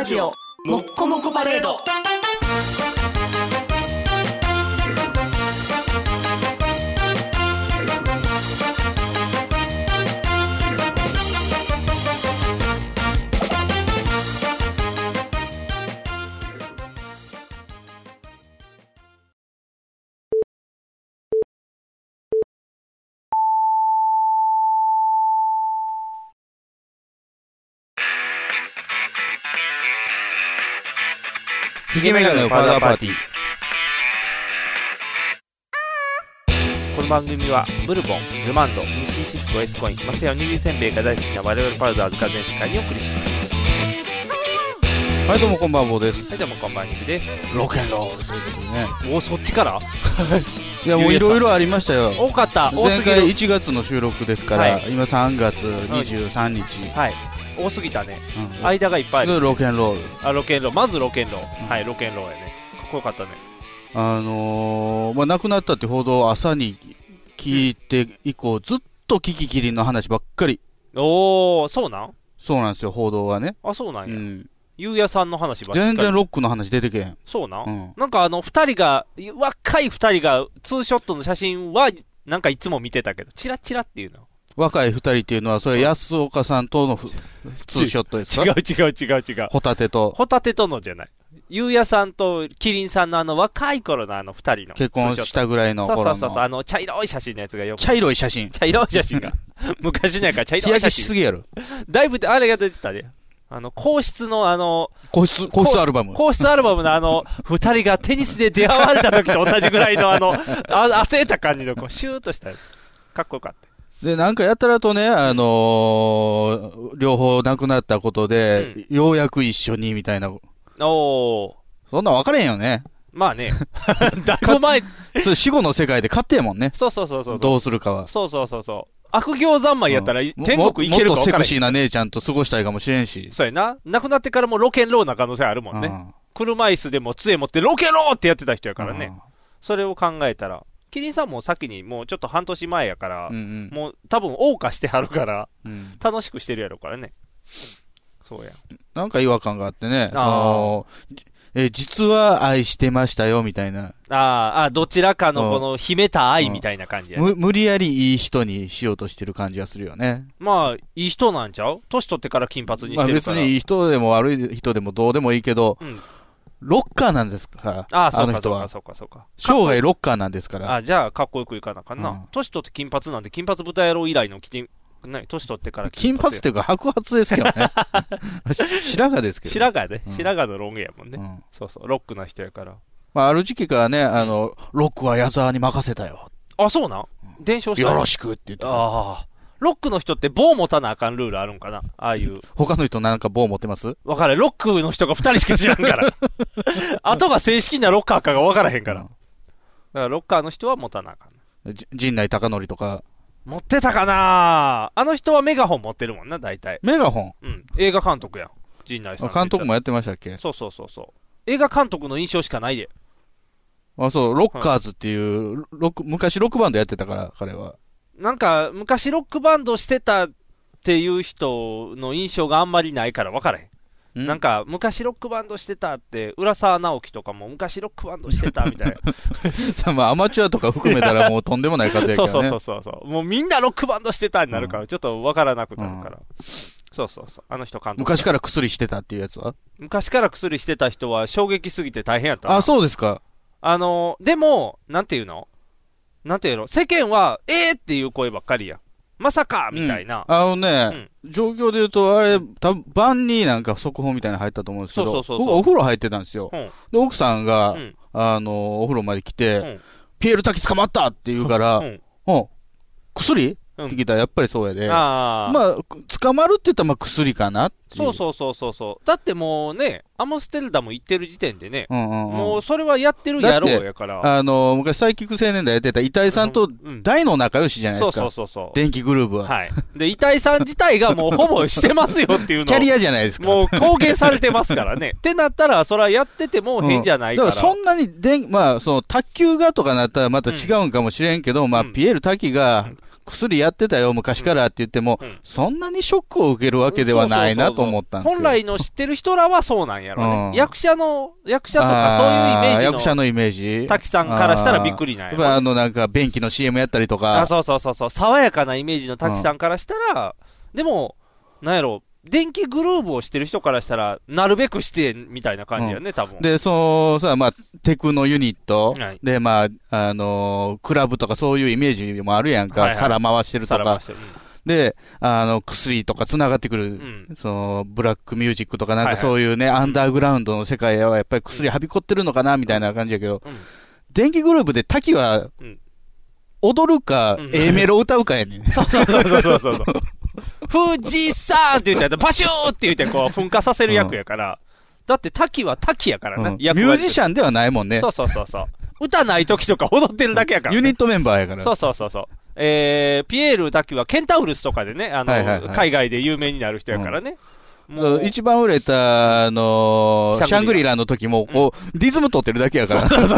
ジオもっこもこパレード。 ヒゲメガネのパウダーパーティー。 この番組はブルボン、ルマンド、日清シスコ、エスコイン、マセオ握りせんべいが大好きな我々パウダーズが全世界にお送りします。 はい、どうもこんばんは、坊です。 はい、どうもこんばんは、ニクです。 ロケンロールということでね。 お、そっちからいや、もういろいろありましたよ。 多かった。 前回1月の収録ですから、 はい、 今3月23日。 はい。多すぎたね、うん、間がいっぱいある。 ロケンロール。 あ、ロケンロール。まずロケンロール、うん、はい、ロケンロールやね。かっこよかったね。 まあ、亡くなったって報道を朝に聞いて以降、ずっとキキキリンの話ばっかり。 おー、そうなん？そうなんですよ、報道はね。 あ、そうなんや。うん。ゆうやさんの話ばっかり。 全然ロックの話出てけへん。 そうなん、うん、なんか二人が、若い二人が、ツーショットの写真は、なんかいつも見てたけど、チラチラっていうの。 若い二人っていうのは、それ安岡さんとのツーショットですか？ 違う。 ホタテと。 ホタテとのじゃない。ゆうやさんとキリンさんの若い頃の二人の。 結婚したぐらいの頃の。 そう、茶色い写真のやつがよく。 茶色い写真が。昔のやから茶色い写真。 日焼けしすぎやろ。 だいぶ、あれが出てたね。皇室の皇室アルバム。 皇室アルバムの二人がテニスで出会われた時と同じぐらいの焦った感じのシューッとしたやつ。かっこよかった。 で、なんかやたらとね、両方亡くなったことで、うん、ようやく一緒にみたいな。 おー。 そんなん分かれへんよね。 まあね。だいぶ前。 それ死後の世界で勝手やもんね。 そう。 どうするかは。 そう。悪行三昧やったら天国行けるか分からへん。 もっとセクシーな姉ちゃんと過ごしたいかもしれんし。 そうやな。亡くなってからもロケンローな可能性あるもんね。車椅子でも杖持ってロケンローってやってた人やからね。それを考えたら。キリンさんも先にもうちょっと半年前やから、もう多分謳歌してはるから、楽しくしてるやろからね。そうや。 なんか違和感があってね、実は愛してましたよみたいな。 どちらかのこの秘めた愛みたいな感じやね。 無理やりいい人にしようとしてる感じがするよね。 まあ、いい人なんちゃう？年取ってから金髪にしてるから。まあ別にいい人でも悪い人でもどうでもいいけど、ロッカーなんですから。 そうか。 生涯ロッカーなんですから。 じゃあ、かっこよくいかなあかんな。年取って金髪なんで、金髪豚野郎以来の年取ってから金髪っていうか白髪ですけどね。白髪ですけど。 白髪ね。白髪のロン毛やもんね。そう、ロックな人やから。 まあ、ある時期からね、ロックは矢沢に任せたよ。 あ、そうなん？伝承した。 よろしくって言ってた。 ロックの人って棒持たなあかんルールあるんかな？ああいう。 他の人なんか棒持ってます？ わからん。ロックの人が二人しか知らんから。後が正式なロッカーかがわからへんから。だからロッカーの人は持たなあかん。 陣内孝則とか。 持ってたかな？あの人はメガホン持ってるもんな、大体。 メガホン？ うん。映画監督やん。陣内さん。 監督もやってましたっけ？ そう。映画監督の印象しかないで。 そう、ロッカーズっていう、昔ロックバンドやってたから、彼は。 なんか、昔ロックバンドしてたっていう人の印象があんまりないから分からへん。なんか、昔ロックバンドしてたって、浦沢直樹とかも昔ロックバンドしてたみたいな。まあ、アマチュアとか含めたらもうとんでもない活躍やね。 そう。もうみんなロックバンドしてたになるから、ちょっと分からなくなるから。そう。あの人監督。 昔から薬してたっていうやつは？ 昔から薬してた人は衝撃すぎて大変やったな。 あ、そうですか。 でも、なんていうの世間は、っていう声ばっかりや。まさかみたいな。 状況で言うと、あれ、晩になんか速報みたいなの入ったと思うんですけど、僕お風呂入ってたんですよ。で、奥さんが、お風呂まで来て、ピエール滝捕まったって言うから、薬って聞いたらやっぱりそうやで。まあ、捕まるって言ったらまあ薬かなっていう。 そう。だってもうね、アムステルダム行ってる時点でね、もうそれはやってるやろうやから。 昔サイキック青年団やってた遺体さんと大の仲良しじゃないですか。 そう。 電気グループは。 はい。で、遺体さん自体がもうほぼしてますよっていうのキャリアじゃないですか。 もう公言されてますからね。ってなったら、それはやってても変じゃないから。 だからそんなにまあ、卓球がとかなったらまた違うんかもしれんけど、まあ、ピエール滝が、薬やってたよ、昔からって言っても、そんなにショックを受けるわけではないなと思ったんですよ。 本来の知ってる人らはそうなんやろね。役者とかそういうイメージの。 役者のイメージ滝さんからしたらびっくりなんや。 なんか、便器の CM やったりとか。 そう。爽やかなイメージの滝さんからしたら、でも、なんやろ、電気グルーヴをしてる人からしたら、なるべくして、みたいな感じやね、多分。 で、テクノユニット。で、クラブとかそういうイメージもあるやんか。皿回してるとか。で、薬とか繋がってくる、ブラックミュージックとかなんかそういうね、アンダーグラウンドの世界はやっぱり薬はびこってるのかな、みたいな感じやけど、電気グループで滝は、踊るか、A メロ歌うかやねん。 そう。富士山って言ったら、パシューって言ってこう、噴火させる役やから。だって滝は滝やからな、 ミュージシャンではないもんね。 そう。歌ない時とか踊ってるだけやから。 ユニットメンバーやから。 そう。ピエール滝はケンタウルスとかでね、海外で有名になる人やからね。 一番売れた、シャングリラの時も、リズム取ってるだけやから。 そう。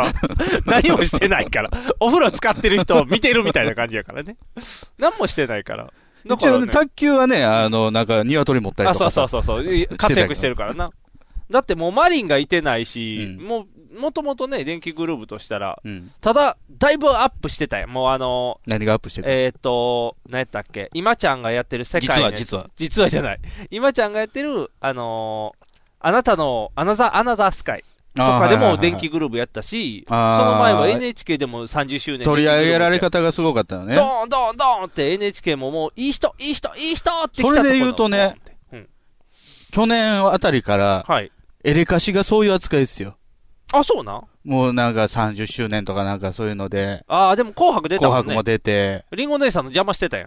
何もしてないから。お風呂使ってる人を見てるみたいな感じやからね。何もしてないから。 一応、卓球はね、なんか、鶏持ったりとか。 そう。活躍してるからな。だってもうマリンがいてないし、もともとね、電気グルーヴとしたら、ただ、だいぶアップしてたよ。もう何がアップしてた何やったっけ今ちゃんがやってる世界の。 実はじゃない。今ちゃんがやってる、あなたのアナザースカイ。とかでも電気グルーヴやったし、その前は NHK でも30周年。 取り上げられ方がすごかったよね。 ドーンって NHK ももう、いい人って来たところ。 それで言うとね、去年あたりから、エレカシがそういう扱いですよ。 あ、そうなもうなんか30周年とかなんかそういうので。 でも紅白出たもんね。 紅白も出て。 リンゴ姉さんの邪魔してたやん。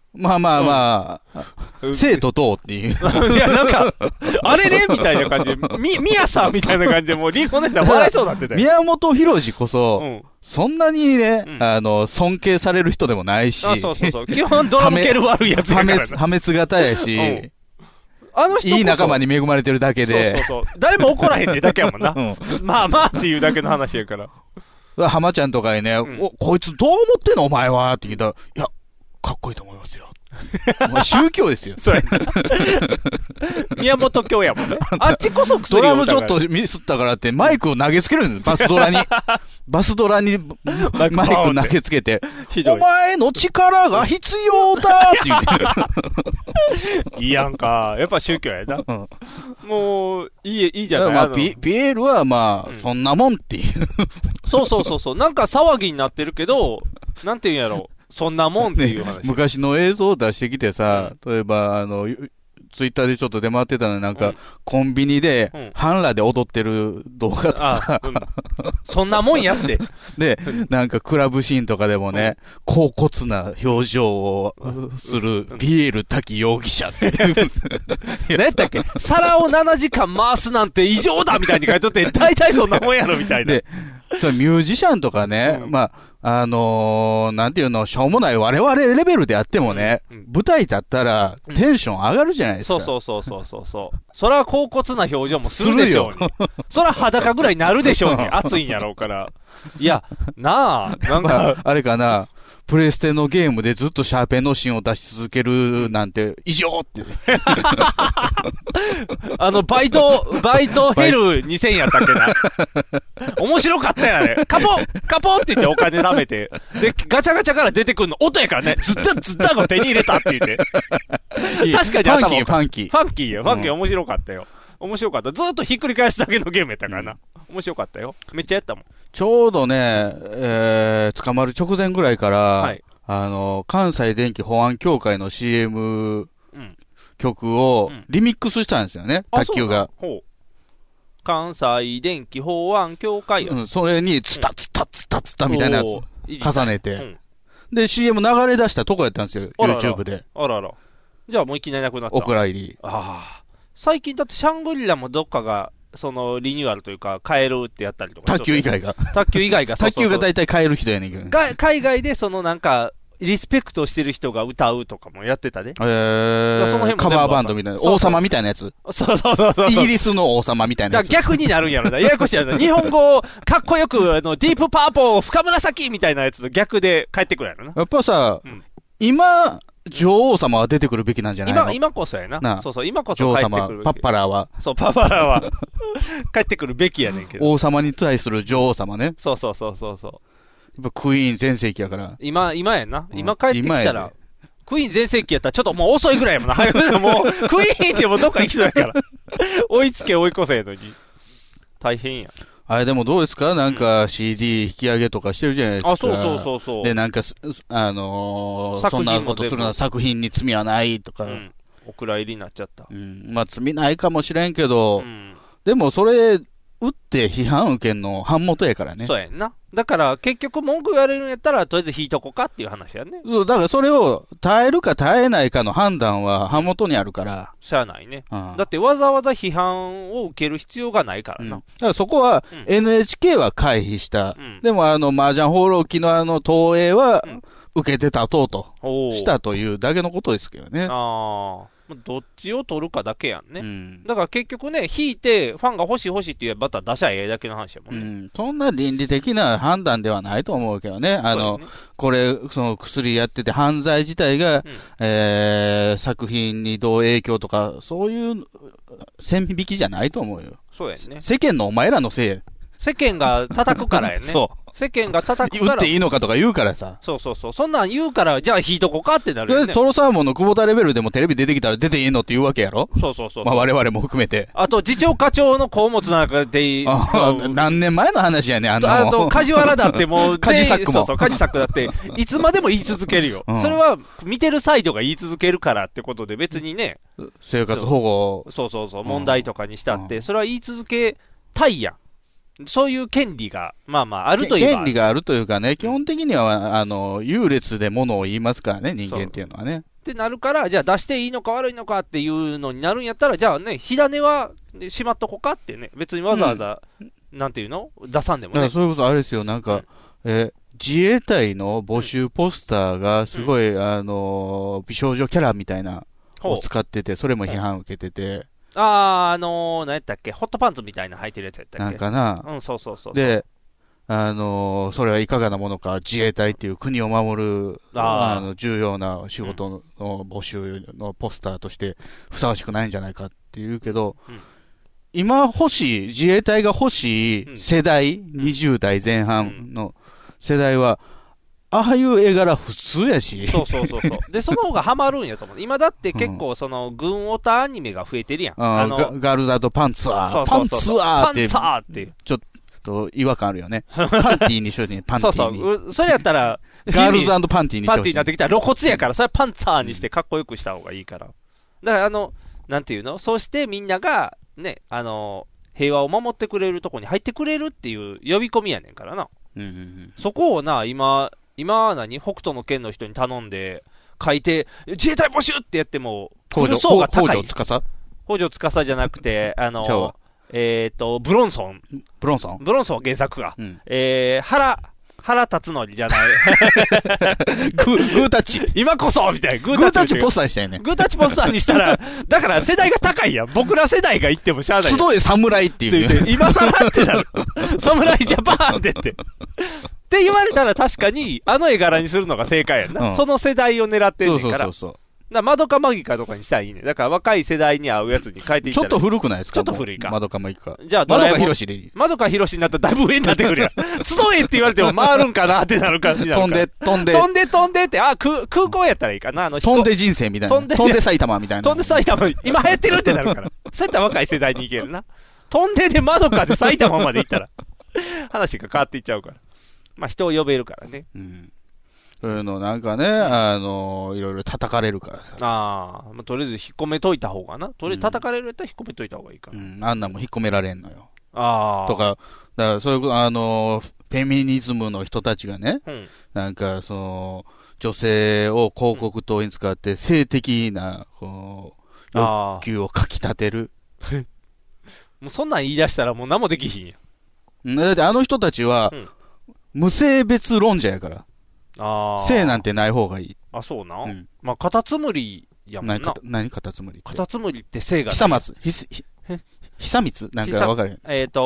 生とどうっていう。 いや、なんか、あれねみたいな感じで、宮さんみたいな感じで、もうリンゴ姉さん笑いそうになってたよ。 宮本浩次こそ、そんなにね、尊敬される人でもないし。 そう。基本ドラム蹴る悪いやつやから破滅型やし。いい仲間に恵まれてるだけで。 そう。誰も怒らへんってだけやもんな。まあっていうだけの話やから。 浜ちゃんとかにね、こいつどう思ってんのお前はって聞いたら、いや、かっこいいと思いますよ。宗教ですよ。 そうや。宮本教やもんね。あっちこそドラムちょっとミスったからってマイクを投げつけるんです。バスドラにマイク投げつけて、お前の力が必要だって言ってる。 いいやんか。やっぱ宗教やな。もう、いいじゃない。 ピエールはそんなもんっていう。 そう。なんか騒ぎになってるけど、なんて言うんやろ。そんなもんっていう話。 昔の映像を出してきてさ、例えば、ツイッターでちょっと出回ってたのなんか、コンビニで、半裸で踊ってる動画とか。 そんなもんやって。 で、なんかクラブシーンとかでもね、高骨な表情をする、ピエール滝容疑者っていう。 何やったっけ皿を7時間回すなんて異常だみたいに書いとって、大体そんなもんやろみたいな。 で、ミュージシャンとかね、なんていうの、しょうもない我々レベルであってもね、舞台立ったらテンション上がるじゃないですか。 そう。そら高骨な表情もするでしょうに。そら裸ぐらいになるでしょうに。暑いんやろうから。いや、なんか。 あれかな。プレステのゲームでずっとシャーペンの芯を出し続けるなんて異常って。 バイトヘル2000やったっけな。面白かったよね。カポって言ってお金貯めて。で、ガチャガチャから出てくるの音やからね。ずったの手に入れたって言って。確かに頭ファンキーファンキー面白かったよ。面白かった。ずーっとひっくり返すだけのゲームやったからな。面白かったよ。めっちゃやったもん。 ちょうどね、捕まる直前ぐらいから、関西電気保安協会の CM 曲をリミックスしたんですよね、卓球が。 関西電気保安協会それに、ツタみたいなやつ重ねて。で、CM 流れ出したとこやったんですよ、YouTube で。 あら。じゃあもういきなりなくなった。 お蔵入り。 最近だってシャングリラもどっかが、リニューアルというか、変えるってやったりとか。 卓球以外が。 卓球が大体変える人やねんけど。 海外でなんか、リスペクトしてる人が歌うとかもやってたね。 その辺もカバーバンドみたいな。王様みたいなやつ。 そう。 イギリスの王様みたいなやつ。 逆になるんやろな。ややこしいやろな。日本語をかっこよく、ディープパーポー、深紫みたいなやつと逆で帰ってくるやろな。 やっぱさ、今、 女王様は出てくるべきなんじゃないの？ 今こそやな。そうそう、今こそ帰ってくる。 女王様、パッパラーは。 そう、パッパラーは帰ってくるべきやねんけど。 王様に対する女王様ね。 そう。 やっぱクイーン全盛期やから。 今やな。今帰ってきたら。クイーン全盛期やったらちょっともう遅いぐらいやもんな。もう、クイーンってもうどっか行きそうやから。追いつけ追い越せやのに。大変や。 あれでもどうですか？なんか CD 引き上げとかしてるじゃないですか。 そう。 で、なんか、そんなことするのは作品に罪はないとか。 お蔵入りになっちゃった。 まあ罪ないかもしれんけど、でもそれ、打って批判受けんの版元やからね。 そうやんな。だから結局文句言われるんやったらとりあえず引いとこうかっていう話やね。 そう、だからそれを耐えるか耐えないかの判断は版元にあるから。 しゃあないね。だってわざわざ批判を受ける必要がないからな。 だからそこは NHK は回避した。でも麻雀放浪記の東映は受けて立とうとしたというだけのことですけどね。 どっちを取るかだけやんね。だから結局ね、引いて、ファンが欲しいって言えばたら出しゃええだけの話やもんね。 そんな倫理的な判断ではないと思うけどね。これ、その薬やってて犯罪自体が、作品にどう影響とか、そういう線引きじゃないと思うよ。 そうやね。 世間のお前らのせい。 世間が叩くからやね。 そう。 世間が叩くから。 打っていいのかとか言うからさ。 そう。そんなん言うから、じゃあ引いとこうかってなるよね。 トロサーモンの久保田レベルでもテレビ出てきたら出ていいのって言うわけやろ？ そう。 まあ我々も含めて。 あと、次長課長の河本なんかで何年前の話やね、 あと、梶原だってもう、 梶作も。 梶作だって、いつまでも言い続けるよ。それは、見てるサイドが言い続けるからってことで別にね。 生活保護。 そう、問題とかにしたって、それは言い続けたいやん。そういう権利が、まあ、あるというか。 権利があるというかね、基本的には、優劣でものを言いますからね、人間っていうのはね。 ってなるから、じゃあ出していいのか悪いのかっていうのになるんやったら、じゃあね、火種はしまっとこかってね、別にわざわざ、なんていうの出さんでもね。 だからそれこそあれですよ、なんか、自衛隊の募集ポスターがすごい、美少女キャラみたいなを使ってて、それも批判受けてて、 何やったっけホットパンツみたいな履いてるやつやったっけなんかな。 そう。 で、それはいかがなものか、自衛隊っていう国を守る、重要な仕事の募集のポスターとしてふさわしくないんじゃないかっていうけど、今自衛隊が欲しい世代、20代前半の世代は、ああいう絵柄普通やし。 そう。で、その方がハマるんやと思う。今だって結構軍オタアニメが増えてるやん。 ガールズ&パンツァー。パンツァーって。ちょっと違和感あるよね。パンティーにしようね、パンティーに。 そう。それやったら、 ガールズ&パンティーにしよう。 パンティーになってきたら露骨やから、それはパンツァーにしてかっこよくした方がいいから。だからなんていうの？そうしてみんなが、ね、平和を守ってくれるとこに入ってくれるっていう呼び込みやねんからな。そこをな、今は北斗の剣の人に頼んで、書いて、自衛隊募集ってやっても、 北条司じゃなくて、ブロンソンは原作が。原辰徳じゃない。 グータッチ。 今こそみたいな。 グータッチポスターにしたよね。 グータッチポスターにしたら、だから世代が高いやん。僕ら世代が言ってもしゃあない。 集え侍っていう。 今更ってなる。侍ジャパンってって。って言われたら確かに、絵柄にするのが正解やんな。その世代を狙ってんねんから。そう。マドカマギカとかにしたらいいね。だから若い世代に合うやつに変えていったら。 ちょっと古くないですか？ ちょっと古いか。 マドカマギカ。 じゃあマドカヒロシでいい。 マドカヒロシになったらだいぶ上になってくるやん。集えって言われても回るんかなってなる感じなのか。 飛んでって、空港やったらいいかな。 飛んで人生みたいな。飛んで埼玉みたいな。 飛んで埼玉、今流行ってるってなるから。そうやったら若い世代に行けるな。飛んでマドカで埼玉まで行ったら、話が変わっていっちゃうから。まあ人を呼べるからね。 そういうのなんかね、いろいろ叩かれるからさ。 とりあえず引っ込めといた方がな。叩かれるやったら引っ込めといた方がいいから。 あんなんも引っ込められんのよ。とか、だからそういう、フェミニズムの人たちがね、なんか女性を広告塔に使って性的な、欲求をかき立てる。 もうそんなん言い出したらもう何もできひんやん。 だってあの人たちは、無性別論者やから。性なんてない方がいい。 そうな。まあ、カタツムリやもんな。 何カタツムリって。 カタツムリって性がない。 久松なんかわかる。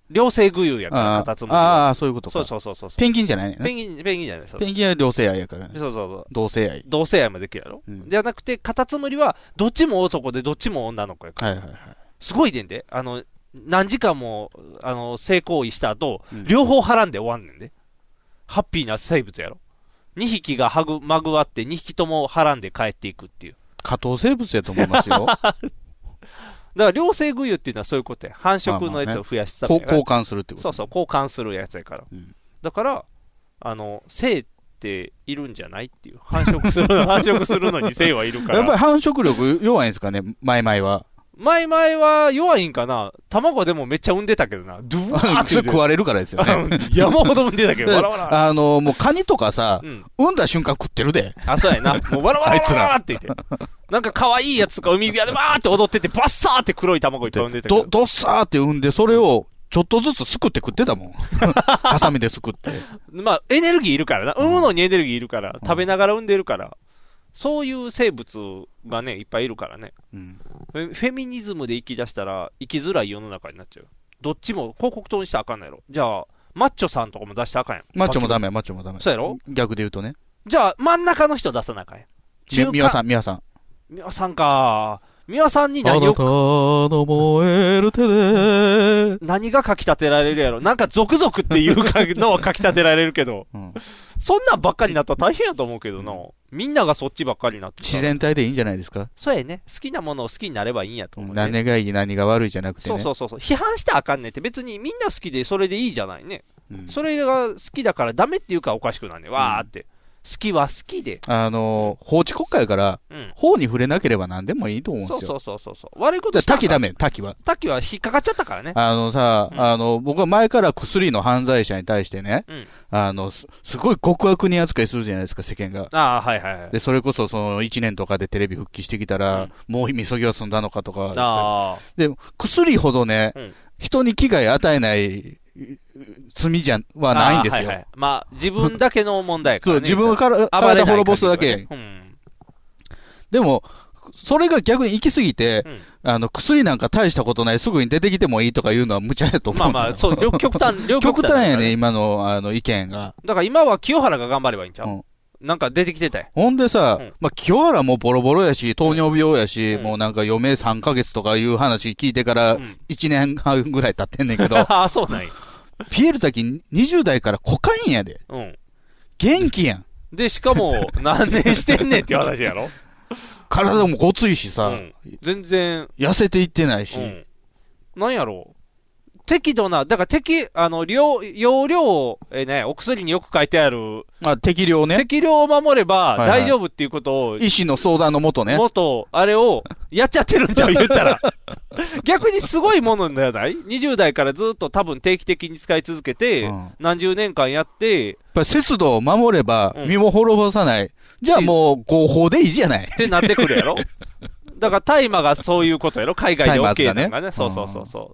両生具有やから、カタツムリ。 ああ、そういうことか。 そう。 ペンギンじゃないね。 ペンギンじゃない。 ペンギンは両性愛やからね。 そう。 同性愛。 同性愛もできるやろ、じゃなくて、カタツムリは、どっちも男でどっちも女の子やから。すごいねんで。何時間も、性行為した後、両方はらんで終わんねんで。ハッピーな生物やろ。2匹がまぐわって2匹ともはらんで帰っていくっていう。 下等生物やと思いますよ。 だから、両生具有っていうのはそういうことや。繁殖のやつを増やした交換するってこと。 そう、交換するやつやから。だから、性っているんじゃないっていう。繁殖するのに性はいるから。 やっぱり繁殖力弱いんですかね、マイマイは。 マイマイは弱いんかな。卵でもめっちゃ産んでたけどな。ドゥワーって。 それ食われるからですよね。 山ほど産んでたけど、わらわら。 もうカニとかさ、産んだ瞬間食ってるで。 あ、そうやな。もうわらわらわらって言って。なんか可愛いやつとか海辺でわーって踊ってて、バッサーって黒い卵いっぱい産んでたけど。 どっさーって産んで、それを、ちょっとずつすくって食ってたもん。ハサミですくって。 まあ、エネルギーいるからな。産むのにエネルギーいるから。食べながら産んでるから。そういう生物がね、いっぱいいるからね。フェミニズムで生き出したら、生きづらい世の中になっちゃう。どっちも広告塔にしたらあかんのやろ。じゃあ、マッチョさんとかも出したらあかんやん。 マッチョもダメ。 そうやろ逆で言うとね。 じゃあ、真ん中の人出さなあかんやん。 ミワさんか。ミワさんに何を。 あなたの燃える手で。 何が書き立てられるやろ。なんか続々っていうのは書き立てられるけど。そんなんばっかりになったら大変やと思うけどな。みんながそっちばっかりになって。 自然体でいいんじゃないですか。 そうやね。好きなものを好きになればいいんやと思う、ね。 何がいい何が悪いじゃなくてね。 そう。批判してあかんねんって別にみんな好きでそれでいいじゃないね。それが好きだからダメっていうかおかしくなんねん。わーって。好きは好きで。 法治国家やから、法に触れなければ何でもいいと思うんですよ。 そう。悪いことしたら。 滝ダメ、滝は引っかかっちゃったからね。 僕は前から薬の犯罪者に対してね、すごい極悪に扱いするじゃないですか、世間が。 はい。 で、それこそ、1年とかでテレビ復帰してきたら、もうみそぎは済んだのかとか。で、薬ほどね、人に危害与えない罪はないんですよ。 まあ、自分だけの問題からね。 そう、自分から体滅ぼすだけ。でも、それが逆に行き過ぎて、薬なんか大したことない、すぐに出てきてもいいとかいうのは無茶やと思う。 まあ、そう、極端やね、今の、意見が。 だから今は清原が頑張ればいいんちゃう？なんか出てきてたよ。 ほんでさ、清原もボロボロやし、糖尿病やし、もうなんか余命3ヶ月とかいう話聞いてから1年半ぐらい経ってんねんけど。 ああ、そうなんや。 ピエール滝20代からコカインやで。元気やん。 で、しかも何年してんねんっていう話やろ？ 体もごついしさ、 全然。 痩せていってないし。 なんやろう。適度な、だから容量を、お薬によく書いてある。 適量ね。 適量を守れば大丈夫っていうことを。 医師の相談のもとね。 あれをやっちゃってるんちゃう言ったら。逆にすごいものじゃない ?20 代からずっと多分定期的に使い続けて、何十年間やって。 やっぱり節度を守れば身も滅ぼさない。じゃあもう合法でいいじゃない。 ってなってくるやろだからタイマーがそういうことやろ海外で OK なのがね。そう。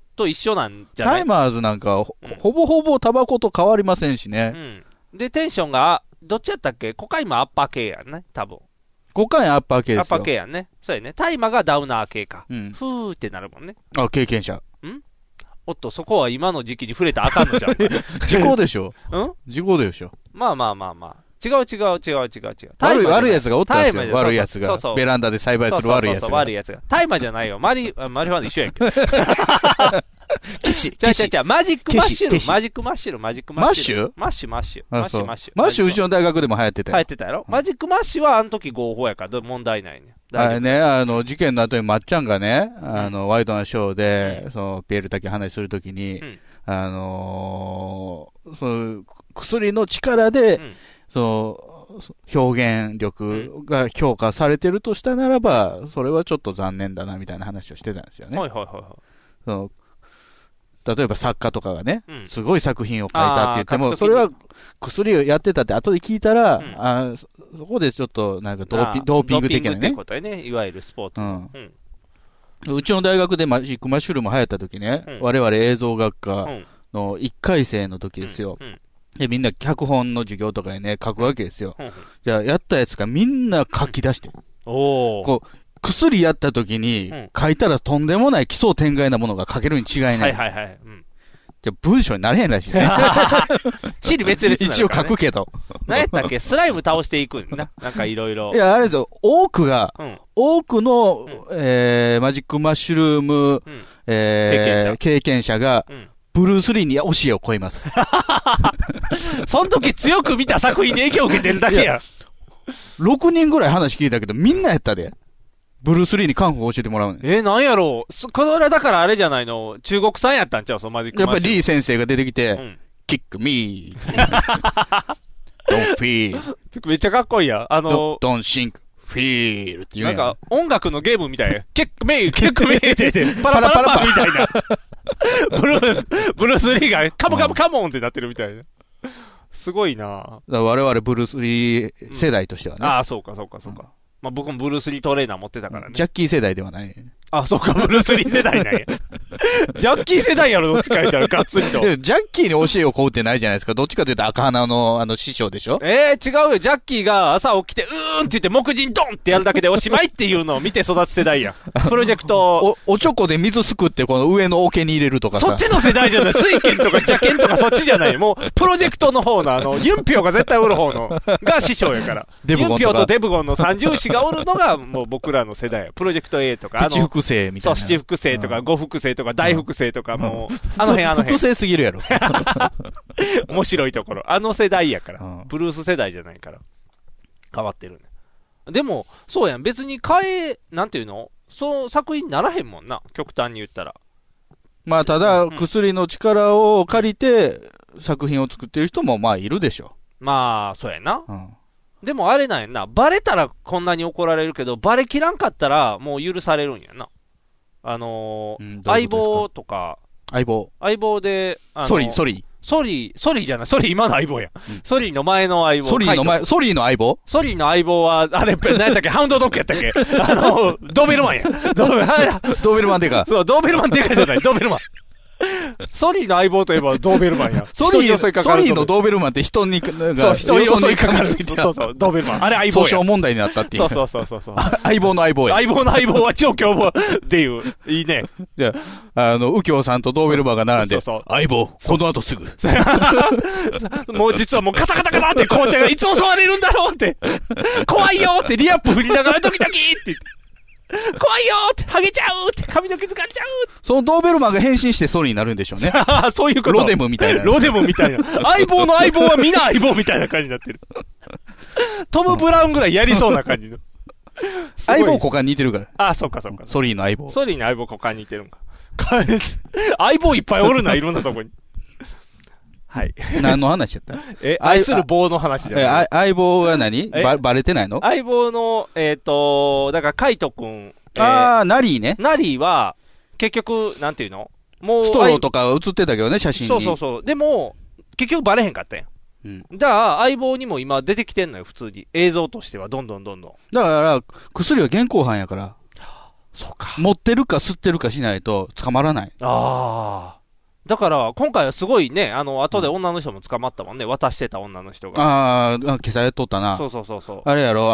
と一緒なんじゃない？ タイマーズなんか、ほぼほぼタバコと変わりませんしね。 で、テンションが、どっちやったっけ？コカインもアッパー系やんね、多分。 コカインアッパー系ですよ。 アッパー系やんね。そうやね。タイマーがダウナー系か。ふーってなるもんね。 経験者。 おっと、そこは今の時期に触れたらあかんのじゃん。 時効でしょ。時効でしょ。 まあ。違う。 悪い奴がおったんですよ。悪い奴が。ベランダで栽培する悪い奴が。 悪い奴が。タイマーじゃないよ。マリファナ一緒やんけ。マジックマッシュル。マッシュうちの大学でも流行ってたよ。 流行ってたやろ？マジックマッシュはあの時合法やから問題ないね。 あれね、事件の後にまっちゃんがね、ワイドなショーで、ピエール滝話するときに、薬の力で、表現力が強化されてるとしたならば、それはちょっと残念だなみたいな話をしてたんですよね。例えば作家とかがね、すごい作品を書いたって言っても、それは薬をやってたって後で聞いたら、そこでちょっとなんかドーピング的なね。 ドーピングってことやね、いわゆるスポーツ。 うちの大学でマジックマッシュルも流行った時ね、我々映像学科の1回生の時ですよ。で、みんな脚本の授業とかでね、書くわけですよ。じゃあ、やったやつがみんな書き出して。こう、薬やった時に、書いたらとんでもない奇想天外なものが書けるに違いない。 じゃ文章になれへんらしいね。 シリ滅裂な、ね。 一応書くけど。 何やったっけスライム倒していくんな。なんかいろいろ。 いや、あれですよ。多くの、マジックマッシュルーム、経験者が、ブルース・リーに教えを超えます。 その時強く見た作品に影響を受けてるだけや。 6人ぐらい話聞いたけど、みんなやったで。ブルース・リーにカンフー教えてもらうね。 なんやろう。これだからあれじゃないの。中国産やったんちゃうそのマジックマッシュ。 やっぱりリー先生が出てきて、キックミー。don't feel. めっちゃかっこいいや。 don't think, feel っていうなんか、音楽のゲームみたい。キックミーって言って、パラパラパみたいな。ブルース・リーがカモカモカモンってなってるみたいな。すごいな我々ブルース・リー世代としてはね。 ああ、そうか。まあ僕もブルース・リートレーナー持ってたからね。 ジャッキー世代ではない。 あ、そうか、ブルース・リー世代なんや。ジャッキー世代やろ、どっちか言ったら、ガッツリと。 ジャッキーに教えを請うってないじゃないですか。どっちかというと赤鼻の師匠でしょ。 違うよ。ジャッキーが朝起きて、って言って、木人ドンってやるだけでおしまいっていうのを見て育つ世代や。プロジェクト。 おちょこで水すくって、この上の桶に入れるとかさ。 そっちの世代じゃない。水拳とか邪剣とかそっちじゃない。もう、プロジェクトの方の、ユンピョが絶対おる方の、が師匠やから。ユンピョとデブゴンの三重士がおるのが、もう僕らの世代。プロジェクト A とか、 七複星みたいな。 そう、七複星とか、五複星とか、大複星とか、もう、あの辺。 複星すぎるやろ。 面白いところ。あの世代やから。ブルース世代じゃないから。変わってるね。でも、そうやん。別になんていうのそう、作品にならへんもんな。極端に言ったら。 まあ、ただ、薬の力を借りて、作品を作ってる人も、まあ、いるでしょ。 まあ、そうやな。でもあれなんやな。バレたらこんなに怒られるけど、バレきらんかったら、もう許されるんやな。相棒とか。相棒で、 ソリーじゃない。ソリー今の相棒や。ソリーの前の相棒。 ソリーの相棒ソリーの相棒は、あれ、何やったっけハウンドドッグやったっけドーベルマンや。 ドーベルマンデカ。 そう、ドーベルマンデカじゃない。ドーベルマン。ソリーの相棒といえばドーベルマンや。 ソリーのドーベルマンって人に、 そう、人に襲いかかる。そう、ドーベルマン。あれ相棒や。 訴訟問題になったっていう。 そう。 相棒の相棒や。 相棒の相棒は超凶暴っていう。いいね。 じゃあ、右京さんとドーベルマンが並んで、相棒、この後すぐ。 もう実はもうカタカタカタって紅茶がいつ襲われるんだろうって。怖いよってリアップ振りながらドキドキって言って。怖いよーってハゲちゃうって髪の毛つかれちゃうそのドーベルマンが変身してソリになるんでしょうね。 そういうこと。 ロデムみたいな。 相棒の相棒は皆相棒みたいな感じになってる。トム・ブラウンぐらいやりそうな感じの。 相棒股間似てるから。 あ、そうか。 ソリーの相棒。 ソリーの相棒股間似てるんか。相棒いっぱいおるな、いろんなとこに。はい。 何の話やった愛する棒の話じゃない。 相棒は何バレてないの相棒の、だからカイトくん。 ナリーね。 ナリーは、結局、なんていうのもう。 ストローとか映ってたけどね、写真に。 そう。でも、結局バレへんかったやん。じゃあ、相棒にも今出てきてんのよ、普通に。映像としては、どんどん。だから、 薬は現行犯やから。 そうか。 持ってるか吸ってるかしないと捕まらない。 だから、今回はすごいね、後で女の人も捕まったもんね、渡してた女の人が。 今朝やっとったな。 そう。 あれやろ、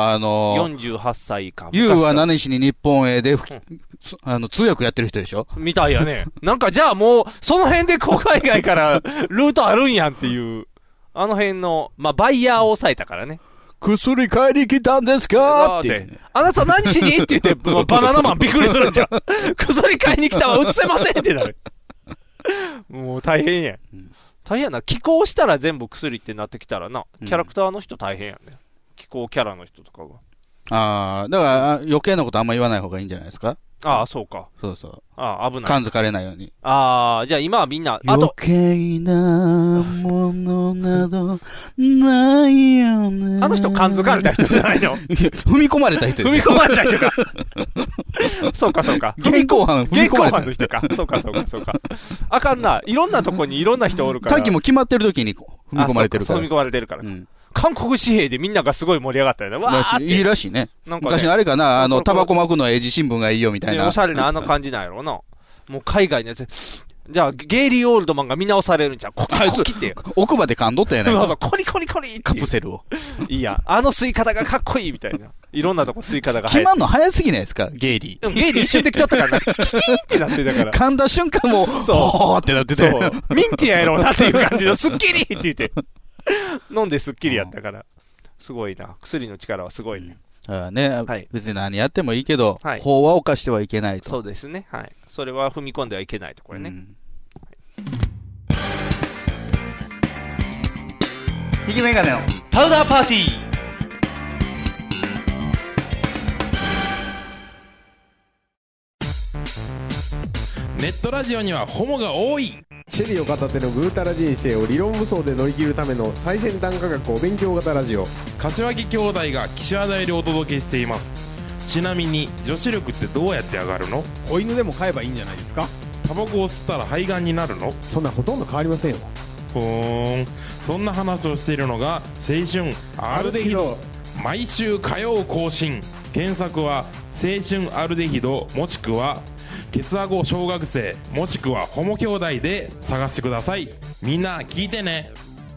48歳か。 ユウは何しに日本へで、通訳やってる人でしょみたいやね。なんかじゃあもう、その辺で海外からルートあるんやんっていう、あの辺の、まあ、バイヤーを抑えたからね。 薬買いに来たんですかって。 あなた何しにって言って、バナナマンびっくりするんじゃん。薬買いに来たわ、映せませんってなる。もう大変や。大変やな。寄稿したら全部薬ってなってきたらな。キャラクターの人大変やね。寄稿キャラの人とかが。 だから余計なことあんま言わない方がいいんじゃないですかそうか。 そう。 危ない。 感づかれないように。 じゃあ今はみんな、 余計なものなどないよね。 あの人感づかれた人じゃないの踏み込まれた人です。 踏み込まれた人か。そうか。 現行犯の人か。そうか。あかんな。いろんなとこにいろんな人おるから。 短期も決まってる時に踏み込まれてるから。 踏み込まれてるから。韓国紙幣でみんながすごい盛り上がったよね。わーって。 いいらしいね。昔のあれかな、タバコ巻くのは英字新聞がいいよみたいな。 おしゃれなあの感じなんやろうな。もう海外のやつ、 じゃあ、ゲイリー・オールドマンが見直されるんじゃん。コキって。 奥歯で噛んどったやないか。 そうそう、コリコリコリってカプセルを。 いや、吸い方がかっこいいみたいな。いろんなとこ吸い方が決まんの早すぎないですか、ゲイリー。 ゲイリー一瞬で来とったからな。キキーンってなってたから。 噛んだ瞬間も、そう。ほーってなってて。そう。 ミンティアやろうなっていう感じのスッキリって言って。飲んでスッキリやったから。すごいな。薬の力はすごいね。 ね、はい、別に何やってもいいけど、はい、法は犯してはいけないと。 そうですね。はい。それは踏み込んではいけないと、これね。 ひげメガネのパウダーパーティー。 ネットラジオにはホモが多い。 シェリーを片手のぐうたら人生を理論武装で乗り切るための最先端科学お勉強型ラジオ。 柏木兄弟が岸和田よりお届けしています。ちなみに女子力ってどうやって上がるの？ 子犬でも飼えばいいんじゃないですか？ タバコを吸ったら肺がんになるの？ そんなほとんど変わりませんよ。 そんな話をしているのが青春アルデヒド。毎週火曜更新。検索は青春アルデヒドもしくはケツアゴ小学生もしくはホモ兄弟で探してください。みんな聞いてね。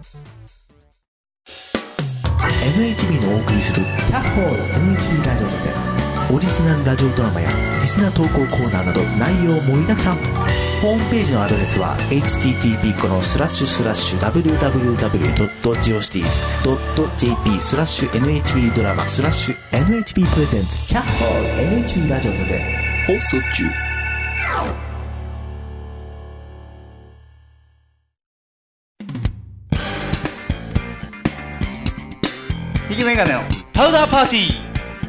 NHB のお送りするキャッホール NHB ラジオでオリジナルラジオドラマやリスナー投稿コーナーなど内容盛りだくさん。ホームページのアドレスは http://www.geocities.jp/NHB ドラマ/NHB プレゼンツキャッホール NHB ラジオで放送中。 ひげメガネのパウダーパーティー。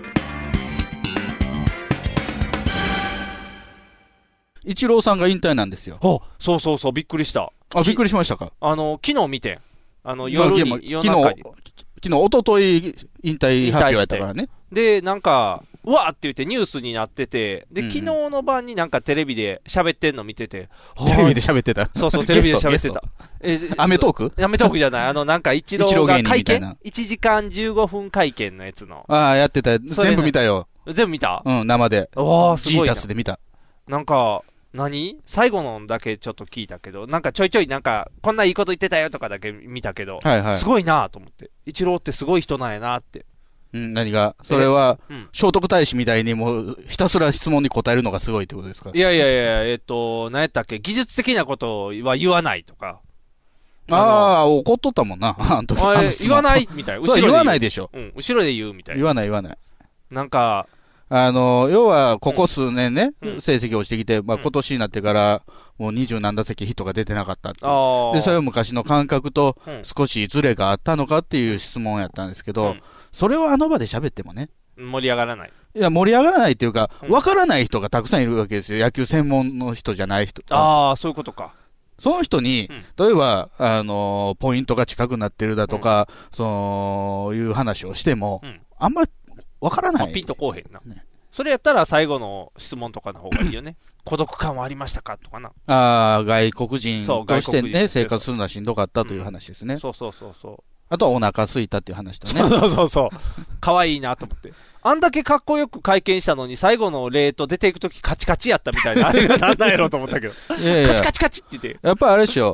イチローさんが引退なんですよ。 そうそうそう、びっくりした。 びっくりしましたか？ 昨日見て、夜中に。 昨日、一昨日引退発表やったからね。 で、なんか、うわーって言ってニュースになってて、で、昨日の晩になんかテレビで喋ってんの見てて。 テレビで喋ってた？ そうそう、テレビで喋ってた。 アメトーク？ アメトークじゃない。なんか一郎が会見 ?1 時間15分会見のやつの。 やってた。全部見たよ。 全部見た？ うん、生で。 すごい。 ジータスで見た。 なんか、最後のだけちょっと聞いたけど、なんかちょいちょいなんか、こんないいこと言ってたよとかだけ見たけど、はいはい、すごいなと思って。イチローってすごい人なんやなって。 何がそれは、聖徳太子みたいにもう、ひたすら質問に答えるのがすごいってことですか？ いや、何やったっけ、技術的なことは言わないとか。 怒っとったもんな。 言わないみたいな。 後ろで言わないでしょ。 後ろで言うみたいな。 言わない。 なんか、 要は、ここ数年ね、成績落ちてきて、今年になってから、もう20何打席ヒットが出てなかったって。で、それは昔の感覚と少しズレがあったのかっていう質問やったんですけど、それをあの場で喋ってもね。 盛り上がらない。 いや、盛り上がらないっていうか、わからない人がたくさんいるわけですよ。野球専門の人じゃない人。 そういうことか。 その人に、例えば、ポイントが近くなってるだとか、そういう話をしても、あんまりわからない。 ピンとこうへんな。それやったら最後の質問とかの方がいいよね。孤独感はありましたかとかな。 外国人としてね、生活するのはしんどかったという話ですね。 そう。 あとはお腹空いたっていう話とね。 そう。可愛いなと思って。あんだけかっこよく会見したのに、最後のレート出ていくときカチカチやったみたいな。あれがなんなんやろうと思ったけど。カチカチカチって言って。 やっぱあれでしょ。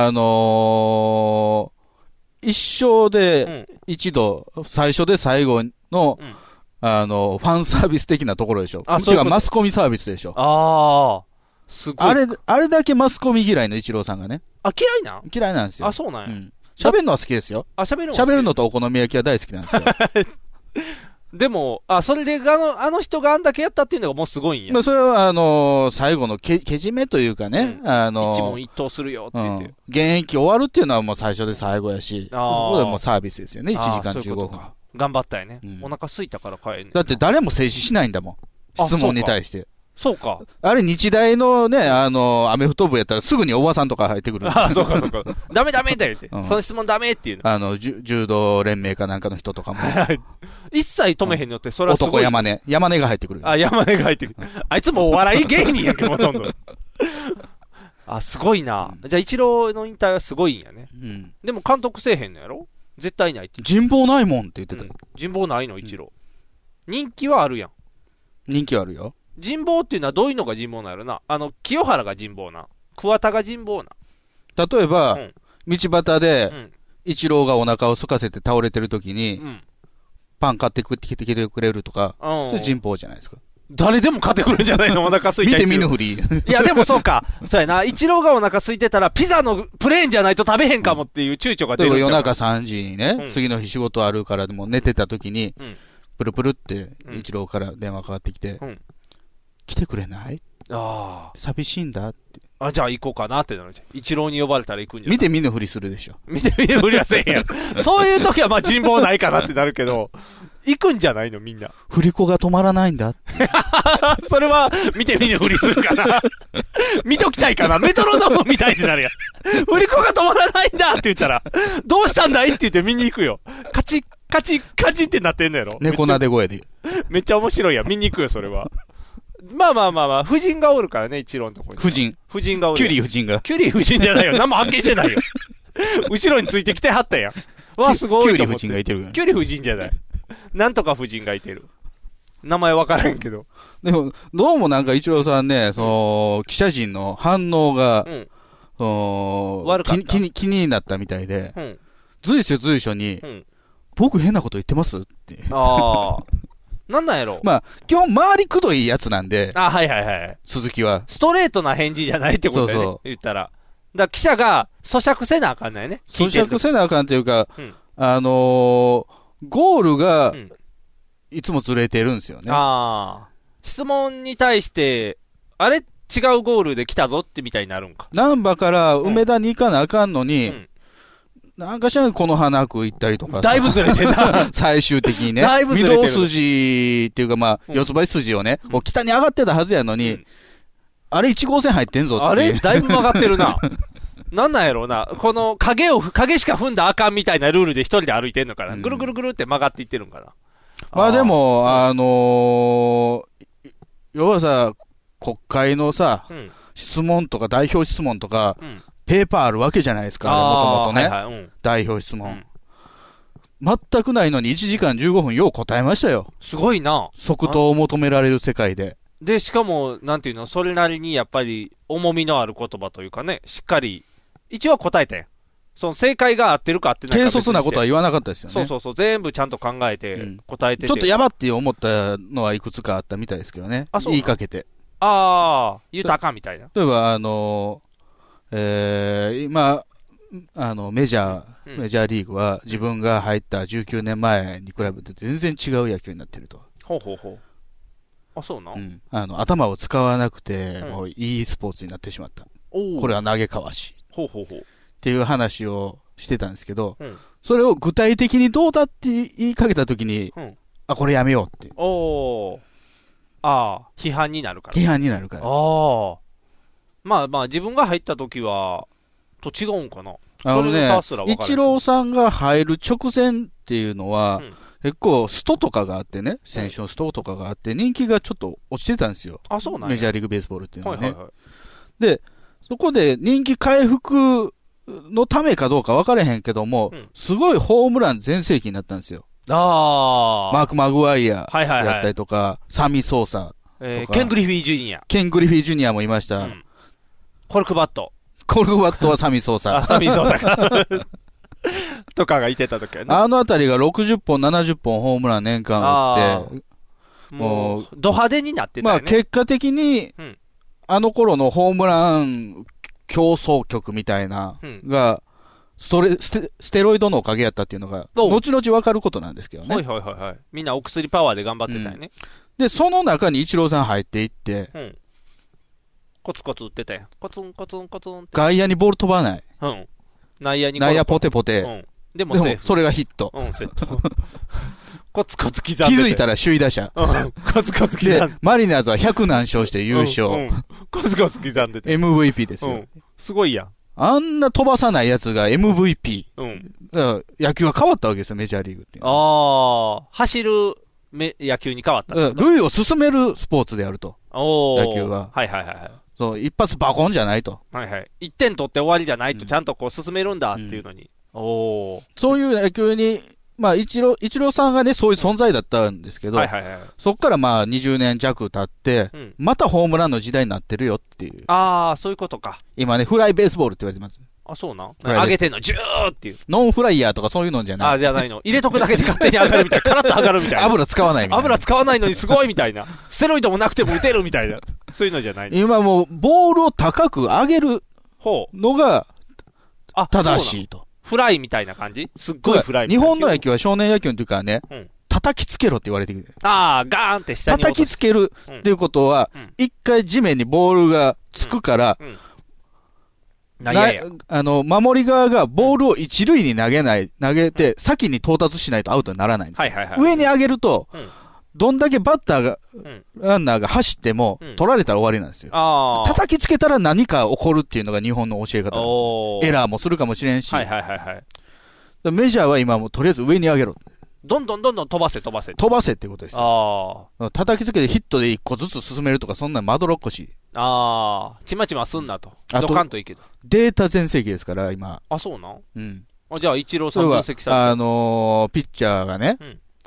一生で一度、最初で最後の、ファンサービス的なところでしょ。違う、マスコミサービスでしょ。すごい。あれだけマスコミ嫌いのイチローさんがね。嫌いなんですよ。 そうなんや。 喋るのは好きですよ。喋るのとお好み焼きは大好きなんですよ。 でも、それであの人があんだけやったっていうのがもうすごいんや。 それは最後のけじめというかね、 一問一答するよって言って。 現役終わるっていうのはもう最初で最後やし、そこでもうサービスですよね、1時間15分。 頑張ったよね。お腹空いたから帰る。 だって誰も静止しないんだもん。質問に対して。 そうか。 あれ日大のね、アメフト部やったらすぐにおばさんとか入ってくる。 そうか。ダメだよって。その質問ダメっていうの。 柔道連盟かなんかの人とかも。 一切止めへんのって、それはすごい。 男山根が入ってくる。 山根が入ってくる。あいつもお笑い芸人やけど、ほとんど。すごいな。じゃあ、イチローの引退はすごいんやね。でも監督せえへんのやろ？絶対ないって。 人望ないもんって言ってた。 人望ないの、イチロー。人気はあるやん。 人気はあるよ。 人望っていうのはどういうのが人望なんやろな。清原が人望な。 桑田が人望な。 例えば、道端で、イチローがお腹を空かせて倒れてる時に、パン買ってきてくれるとか、それ人望じゃないですか。 誰でも買ってくるんじゃないのお腹空いて。 見て見ぬふり。 いや、でもそうか。そうやな。イチローがお腹空いてたら、ピザのプレーンじゃないと食べへんかもっていう躊躇が出るんちゃう。 夜中3時にね、次の日仕事あるからでも寝てた時に、プルプルって、イチローから電話かかってきて、来てくれない？寂しいんだって。 じゃあ行こうかなってなるじゃん。イチローに呼ばれたら行くんじゃん。 見て見ぬふりするでしょ。 見て見ぬふりはせえへんやん。そういう時はまあ人望ないかなってなるけど、行くんじゃないのみんな。 振り子が止まらないんだって。 それは見て見ぬふりするかな。見ときたいかな。メトロノームみたいになるやん。振り子が止まらないんだって言ったら、どうしたんだいって言って見に行くよ。カチッカチッカチッってなってんのやろ。 猫なで声で。 めっちゃ面白いやん。見に行くよ、それは。まあ、夫人がおるからね、一郎のとこに。夫人がおる。 キュリー夫人が。 キュリー夫人じゃないよ。何も発見してないよ。後ろについてきてはったやん。わ、すごい。 キュリー夫人がいてる。 キュリー夫人じゃない。なんとか夫人がいてる。名前わからへんけど。 でも、どうもなんか一郎さんね、記者陣の反応が、 悪かった。 気になったみたいで、随所に、僕変なこと言ってますって。 なんなんやろまあ、基本周りくどいやつなんで。 はい。 鈴木は。 ストレートな返事じゃないってことだよね。そう言ったら。だから記者が咀嚼せなあかんないね。 咀嚼せなあかんっていうか、ゴールが、いつもずれてるんですよね。 質問に対して、あれ違うゴールで来たぞってみたいになるんか。 難波から梅田に行かなあかんのに、なんかしらこの花区行ったりとか。 だいぶずれてんな。 最終的にね。 だいぶずれてる。 御堂筋っていうかまあ、四つ橋筋をね、北に上がってたはずやのに、あれ1号線入ってんぞって。 あれだいぶ曲がってるな。なんなんやろうな。この影しか踏んだらあかんみたいなルールで一人で歩いてんのかな。ぐるぐるぐるって曲がっていってるんかな。 まあでも、要はさ、国会のさ、質問とか代表質問とか、ペーパーあるわけじゃないですか、もともとね。代表質問。全くないのに1時間15分よう答えましたよ。 すごいな。 即答を求められる世界で。 で、しかも、なんていうの、それなりにやっぱり重みのある言葉というかね、しっかり、一応答えて。その正解が合ってるか合ってないか。 軽率なことは言わなかったですよね。 そう。全部ちゃんと考えて、答えてて。 ちょっとやばって思ったのはいくつかあったみたいですけどね。言いかけて。 言うたらあかんみたいな。 例えば、今、メジャーリーグは自分が入った19年前に比べて全然違う野球になってると。 ほう。そうな。 頭を使わなくて、もういいスポーツになってしまった。これは投げかわし。 ほう。 っていう話をしてたんですけど、それを具体的にどうだって言いかけたときに、これやめようって。 批判になるから。 批判になるから。 まあ、自分が入った時は、と違うんかな。 イチローさんが入る直前っていうのは、結構ストとかがあってね、選手のストとかがあって、人気がちょっと落ちてたんですよ。 そうなんメジャーリーグベースボールっていうのはね。で、そこで人気回復のためかどうか分からへんけども、すごいホームラン全盛期になったんですよ。マーク・マグワイアやったりとか、サミ・ソーサとか、 ケン・グリフィー・ジュニア。 ケン・グリフィー・ジュニアもいました。 コルクバットはサミ・ソーサ。 サミ・ソーサか。とかがいてた時はね。 あのあたりが60本、70本ホームラン年間打って、 もう、ド派手になってたよね。 まあ結果的に、あの頃のホームラン競争曲みたいな、が、ステロイドのおかげやったっていうのが、後々わかることなんですけどね。 はい。みんなお薬パワーで頑張ってたよね。 で、その中にイチローさん入っていって、 コツコツ打ってたよ。コツン。 外野にボール飛ばない。 内野ポテポテ。でもそれがヒット。 セット。コツコツ刻んで気づいたら首位打者。 コツコツ刻んで。 で、マリナーズは100何勝して優勝。 コツコツ刻んでて。 MVP ですよ。 すごいやん。 あんな飛ばさない奴が MVP。だから野球が変わったわけですよ、メジャーリーグって。 走る野球に変わった。 塁を進めるスポーツであると。野球は。 はい。 そう、一発バコンじゃないと。 1点取って終わりじゃないと、ちゃんとこう進めるんだっていうのに。 そういう野球にまあ、イチローさんがね、そういう存在だったんですけど、そっからまあ、20年弱経って、またホームランの時代になってるよっていう。 ああ、そういうことか。 今ね、フライベースボールって言われてます。 あ、そうなん上げてんの、ジューっていう。 ノンフライヤーとかそういうのじゃない。 あ、じゃないの。入れとくだけで勝手に上がるみたいな。カラッと上がるみたいな。 油使わないみたいな。 油使わないのにすごいみたいな。ステロイドもなくても打てるみたいな。そういうのじゃないの。 今もう、ボールを高く上げるのが、正しいと。 フライみたいな感じすっごいフライみたいな。 日本の野球は少年野球の時からね、叩きつけろって言われてくる。 ああ、ガーンって下に。 叩きつけるっていうことは、一回地面にボールがつくから、守り側がボールを一塁に投げて、先に到達しないとアウトにならないんですよ。上に上げると、どんだけバッターが、ランナーが走っても、取られたら終わりなんですよ。叩きつけたら何か起こるっていうのが日本の教え方なんですよ。エラーもするかもしれんし。メジャーは今もとりあえず上に上げろ。 どんどん飛ばせ。飛ばせってことですよ。叩きつけてヒットで一個ずつ進めるとか、そんなまどろっこしい。 ちまちますんなと。ドカンといいけど。 データ全盛期ですから、今。 あ、そうなんうん。 じゃあ、イチローさん分析されてピッチャーがね、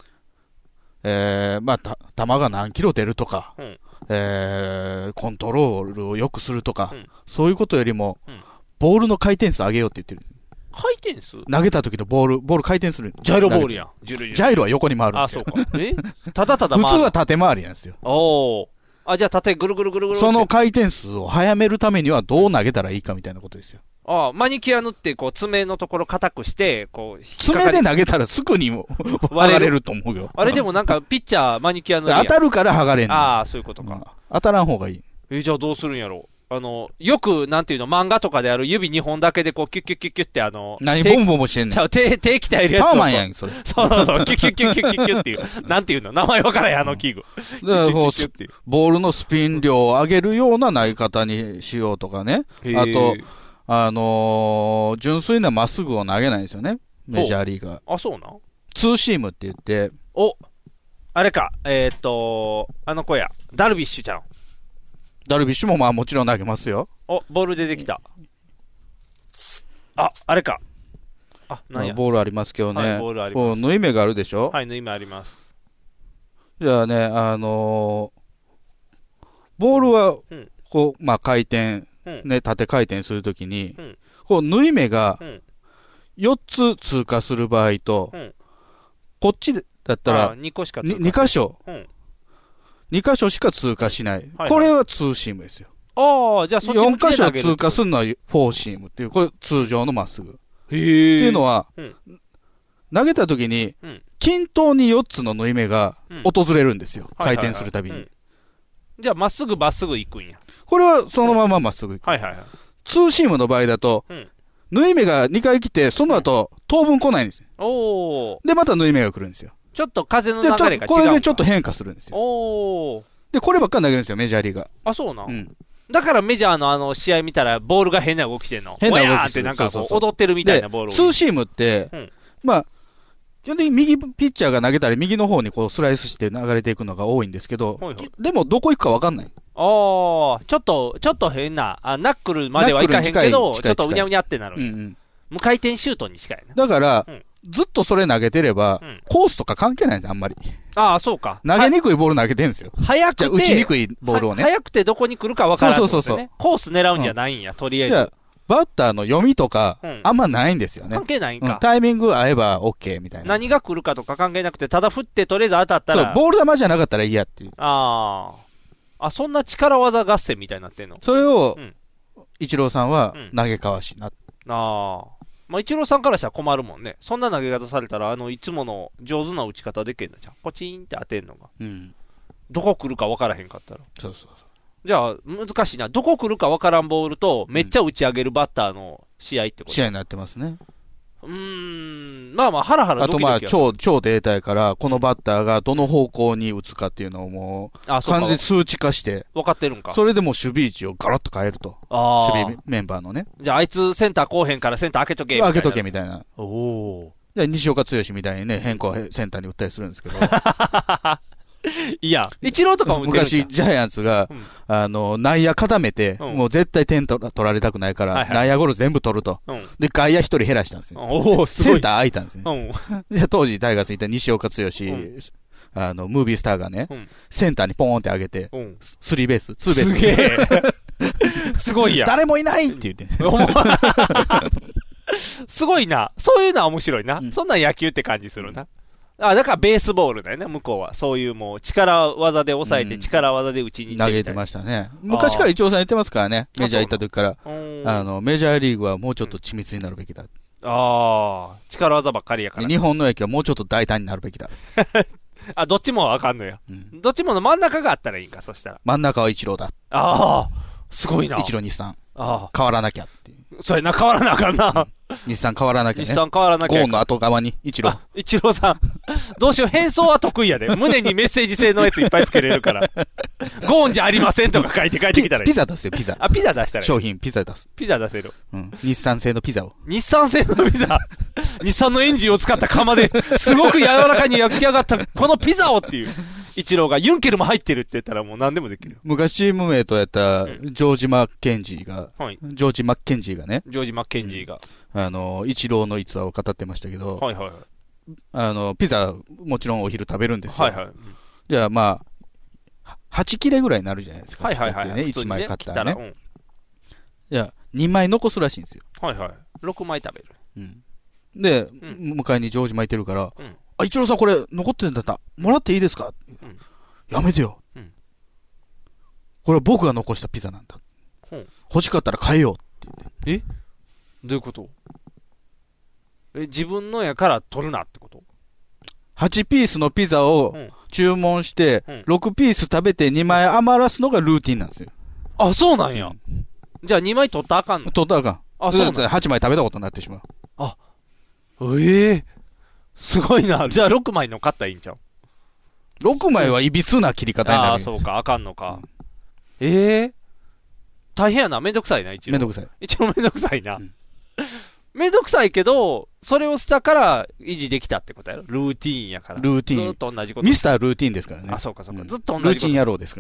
まあ、球が何キロ出るとか、コントロールを良くするとか、そういうことよりも、ボールの回転数上げようって言ってる。 回転数投げた時のボール回転する。 ジャイロボールやん。 ジャイロは横に回るんですよ。 あ、そうか。ただただ回る。普通は縦回りなんですよ。 じゃあ縦ぐるぐる。 その回転数を早めるためにはどう投げたらいいかみたいなことですよ。 マニキュア塗って、こう、爪のところ硬くして、こう、 爪で投げたらすぐにも割れると思うよ。 あれでもなんか、ピッチャー、マニキュア塗る。 当たるから剥がれんの。 そういうことか。 当たらん方がいい。 じゃあどうするんやろよく、なんていうの、漫画とかである指2本だけでこう、キュッキュッキュッキュッって何ボンボンもしてんの？ 手鍛えるやつ。 パーマンやん、それ。 そう、キュッキュッキュッキュッキュッキュッっていう。なんていうの名前わからん、器具。 ボールのスピン量を上げるような投げ方にしようとかね。あと、純粋なまっすぐを投げないんですよね。メジャーリーガー。 そうなん？ ツーシームって言って。 あれか、子や。ダルビッシュちゃん。 ダルビッシュもまあもちろん投げますよ。 ボール出てきた。あれか。 なんや。ボールありますけどね。 ボールあります。 縫い目があるでしょ？ はい、縫い目あります。 じゃあね、ボールは、こう、まあ回転、縦回転するときに、こう、縫い目が、4つ通過する場合と、こっちだったら、 2個しか 2箇所。2箇所しか通過しない。これはツーシームですよ。 じゃあそっち向きで投げる。 4箇所通過するのはフォーシームっていう、これ通常のまっすぐ。っていうのは、投げた時に、均等に4つの縫い目が訪れるんですよ。回転するたびに。 じゃあまっすぐ行くんや。 これはそのまままっすぐ行く。ツーシームの場合だと、縫い目が2回来て、その後、当分来ないんですよ。で、また縫い目が来るんですよ。 ちょっと風の流れが違う。 これでちょっと変化するんですよ。で、こればっかり投げるんですよ、メジャーリーガー。そうなん？だからメジャーの試合見たら、ボールが変な動きしてんの。 変な動きしてる。なんかこう、踊ってるみたいなボールを。 ツーシームって、まあ、基本的に右ピッチャーが投げたら右の方にこうスライスして流れていくのが多いんですけど、でもどこ行くかわかんない。 ちょっと変な、ナックルまではいかへんけど、ちょっとうにゃうにゃってなる。無回転シュートに近いな。 だから、ずっとそれ投げてれば、コースとか関係ないんですあんまり。 そうか。 投げにくいボール投げてるんですよ。 早くて。 打ちにくいボールをね。 早くてどこに来るかわからない、ね。そう。コース狙うんじゃないんや、とりあえず。 バッターの読みとか、あんまないんですよね。 関係ないんか。 タイミング合えば OK みたいな。 何が来るかとか関係なくて、ただ振ってとりあえず当たったら。 ボール球じゃなかったら嫌っていう。 そんな力技合戦みたいになってんの？ それを、イチローさんは投げかわしな。 イチローさんからしたら困るもんね。そんな投げ方されたら、いつもの上手な打ち方できるのじゃん。ポチーンって当てんのが。どこ来るか分からへんかったら。じゃあ、難しいな。どこ来るか分からんボールと、めっちゃ打ち上げるバッターの試合ってこと？ 試合になってますね。 まあハラハラドキドキ。 あと超データやから、このバッターがどの方向に打つかっていうのをもう、完全に数値化して。 分かってるんか。 それでもう守備位置をガラッと変えると。守備メンバーのね。 じゃああいつセンター後編からセンター開けとけみたいな。 開けとけみたいな。じゃあ西岡剛みたいにね、変更センターに打ったりするんですけど。 いや、イチローとかも打てるんじゃん。 昔、ジャイアンツが、内野固めて、もう絶対点取られたくないから、内野ゴロ全部取ると。で、外野一人減らしたんですよ。センター空いたんですね。で、当時、タイガースにいた西岡剛、ムービースターがね、センターにポーンって上げて、スリーベース、ツーベース。 すげえ。すごいや。 誰もいないって言って。 すごいな。そういうのは面白いな。そんな野球って感じするな。だからベースボールだよね、向こうは。そういうもう、力技で抑えて、力技で打ちに投げてましたね。昔からイチローさん言ってますからね、メジャー行った時から。メジャーリーグはもうちょっと緻密になるべきだ。 力技ばっかりやから。 日本の野球はもうちょっと大胆になるべきだ。 どっちもわかんのよ。どっちもの真ん中があったらいいんか、そしたら。 真ん中はイチローだ。 すごいな。 イチロー日産。変わらなきゃっていう。 それな、変わらなあかんな。 日産変わらなきゃね。 日産変わらなきゃ。 ゴーンの後側に、イチロー。 イチローさん。どうしよう、変装は得意やで。胸にメッセージ性のやついっぱいつけれるから。ゴーンじゃありませんとか書いてきたらいい。 ピザ出すよ、ピザ。 ピザ出したらいい。 商品、ピザ出す。 ピザ出せる。 日産製のピザを。 日産製のピザ。日産のエンジンを使った釜で、すごく柔らかに焼き上がった、このピザをっていう。イチローがユンケルも入ってるって言ったらもう何でもできる。 昔チームメイトやったジョージ・マッケンジーが、ジョージ・マッケンジーがね。 ジョージ・マッケンジーが。 イチローの逸話を語ってましたけど、 はいはいはい。 ピザ、もちろんお昼食べるんですよ。 はいはい。 じゃあまあ、8切れぐらいになるじゃないですか。 はいはいはい。 ね、1枚買ったらね。じゃあ、2枚残すらしいんですよ。 はいはい。6枚食べる。 で、迎えにジョージ巻いてるから、イチローさんこれ残ってるんだったら、もらっていいですか、やめてよ。これは僕が残したピザなんだ。欲しかったら買えよって言って。どういうこと自分のやから取るなってこと ?8 ピースのピザを注文して、6ピース食べて2枚余らすのがルーティンなんですよ。 あ、そうなんや。じゃあ2枚取ったらあかんの？ 取ったらあかん。あ、そうなんだ。8枚食べたことになってしまう。 すごいな。じゃあ6枚の買ったらいいんちゃう？ 6 枚はいびつな切り方になる。 そうか、あかんのか。大変やな。めんどくさいな、一応。 めんどくさい。 一応めんどくさいな。めんどくさいけど、それをしたから維持できたってことやろ？ルーティーンやから。 ルーティーン。 ずっと同じこと。 ミスタールーティーンですからね。 そうかそうか。ずっと同じこと。 ルーチン野郎ですから。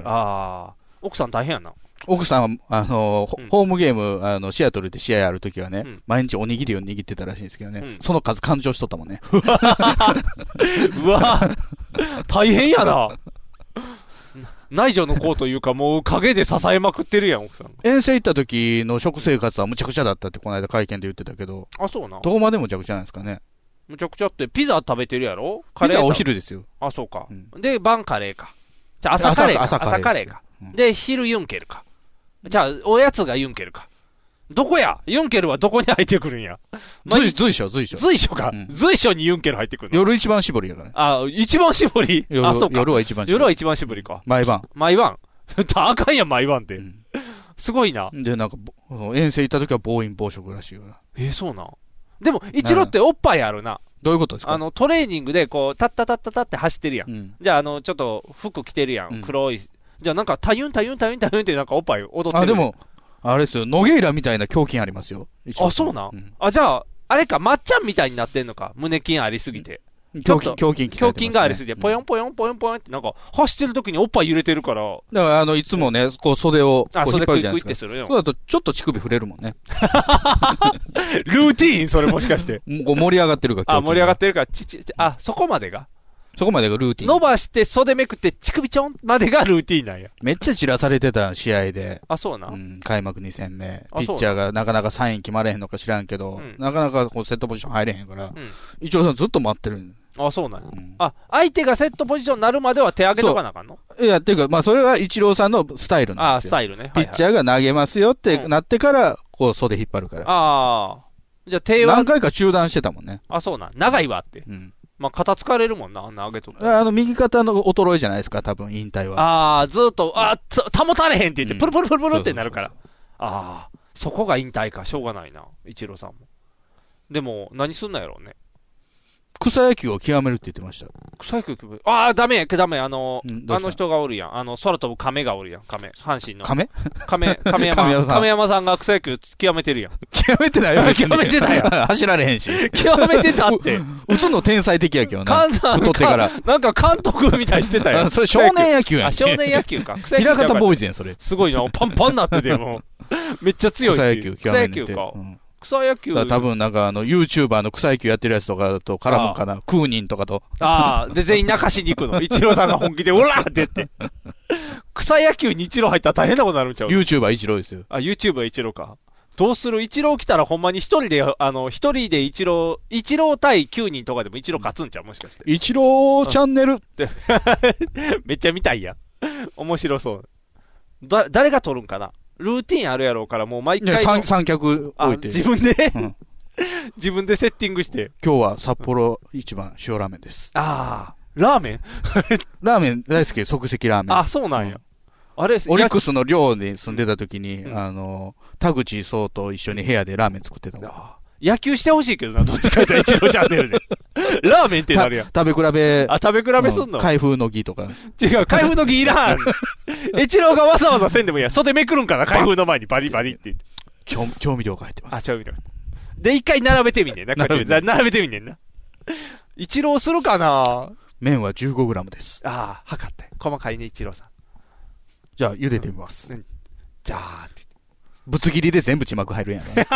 奥さん大変やな。 奥さんは、ホームゲーム、シアトルで試合あるときはね、毎日おにぎりを握ってたらしいんですけどね、その数勘定しとったもんね。 うわ大変やな。内助の功というか、もう陰で支えまくってるやん、奥さん。 遠征行った時の食生活はむちゃくちゃだったってこの間会見で言ってたけど。 そうな。 どこまでむちゃくちゃなんですかね。 むちゃくちゃって、ピザ食べてるやろ？ ピザお昼ですよ。 そうか。で、晩カレーか。じゃあ朝カレーか。朝カレーか。で、昼ユンケルか。じゃあ、おやつがユンケルか。どこや？ユンケルはどこに入ってくるんや？ 随所か。随所にユンケル入ってくるの？ 夜一番搾りやから。 一番搾り？そうか。 夜は一番搾り。 夜は一番搾りか。 毎晩。 あかんやん、毎晩って。すごいな。 で、なんか、遠征行った時は暴飲暴食らしいよな。 そうなん。でも、イチローっておっぱいあるな。 どういうことですか？ トレーニングで、こう、タッタタッタタって走ってるやん。じゃあ、ちょっと、服着てるやん。黒い。じゃあ、なんか、タユンってなんかおっぱい踊ってる。 でも、あれですよ、ノゲイラみたいな胸筋ありますよ。 そうなん？じゃあ、あれか、まっちゃんみたいになってんのか。胸筋ありすぎて。 胸筋がありすぎて、ぽよんぽよんぽよんぽよんってなんか、走ってる時におっぱい揺れてるから。 だからいつもね、こう袖を引っ張るじゃないですか。 クイってするよ。 そうだと、ちょっと乳首触れるもんね。 ルーティーンそれもしかして。 盛り上がってるから。 盛り上がってるから、そこまでがルーティン。 伸ばして袖めくって乳首ちょんまでがルーティーンなんや。 めっちゃ散らされてた試合で。 そうな。 開幕2戦目。ピッチャーがなかなかサイン決まれへんのか知らんけど、なかなかこうセットポジション入れへんから、イチローさんずっと待ってる。 そうなんや。相手がセットポジションになるまでは手上げとかなあかんの？ いや、っていうか、それはイチローさんのスタイルなんですよ。 スタイルね。 ピッチャーが投げますよってなってから、こう袖引っ張るから。 じゃあ手は。 何回か中断してたもんね。 そうなん。長いわって。肩疲れるもんな、投げとく。 右肩の衰えじゃないですか、多分、引退は。 ずっと、保たれへんって言って、プルプルプルプルってなるから。そこが引退か、しょうがないな、イチローさんも。でも、何すんのやろうね。 草野球を極めるって言ってました。 草野球極める。ああ、ダメ。あの人がおるやん。空飛ぶ亀がおるやん。阪神の。亀山さんが草野球極めてるやん。 極めてないよ。 極めてないやん。 走られへんし。 極めてたって。 打つの天才的やけどな。太ってから。 なんか監督みたいしてたよ。 それ少年野球やん。 少年野球か。 平方ボーイズやん、それ。 すごいな。パンパンなってても。めっちゃ強い。 草野球極めて。 草野球か。草野球。 多分なんかYouTuber の草野球やってるやつとかと絡むかな。クーニンとかと。 ああ、で、全員泣かしに行くの。イチローさんが本気で、オラーって言って。草野球にイチロー入ったら大変なことになるんちゃう？ YouTuber イチローですよ。 あ、YouTuber イチローか。どうする？イチロー来たらほんまに一人でイチロー対9人とかでもイチロー勝つんちゃう？もしかして。 イチローチャンネルって。 めっちゃ見たいやん。面白そう。誰が撮るんかな？ルーティンあるやろうから、もう毎回。 三脚置いて。 自分で、自分でセッティングして。 今日は札幌一番塩ラーメンです。 ああ、ラーメンラーメン大好き、即席ラーメン。 あ、そうなんや。あれ、 オリックスの寮に住んでた時に、田口壮と一緒に部屋でラーメン作ってたもん。 野球してほしいけどな、どっちか言ったらイチローチャンネルで。ラーメンってなるやん。 食べ比べ。 あ、食べ比べすんの？ 開封の儀とか。 違う、開封の儀いらん。イチローがわざわざせんでもいいや。袖めくるんかな、開封の前にバリバリって言って。 調味料が入ってます。 あ、調味料。で、一回並べてみんねんな。並べてみんねんな。イチローするかな？ 麺は 15g です。 ああ、測って。細かいね、イチローさん。 じゃあ、茹でてみます。 じゃあって。 ぶつ切りで全部字幕入るんやろ。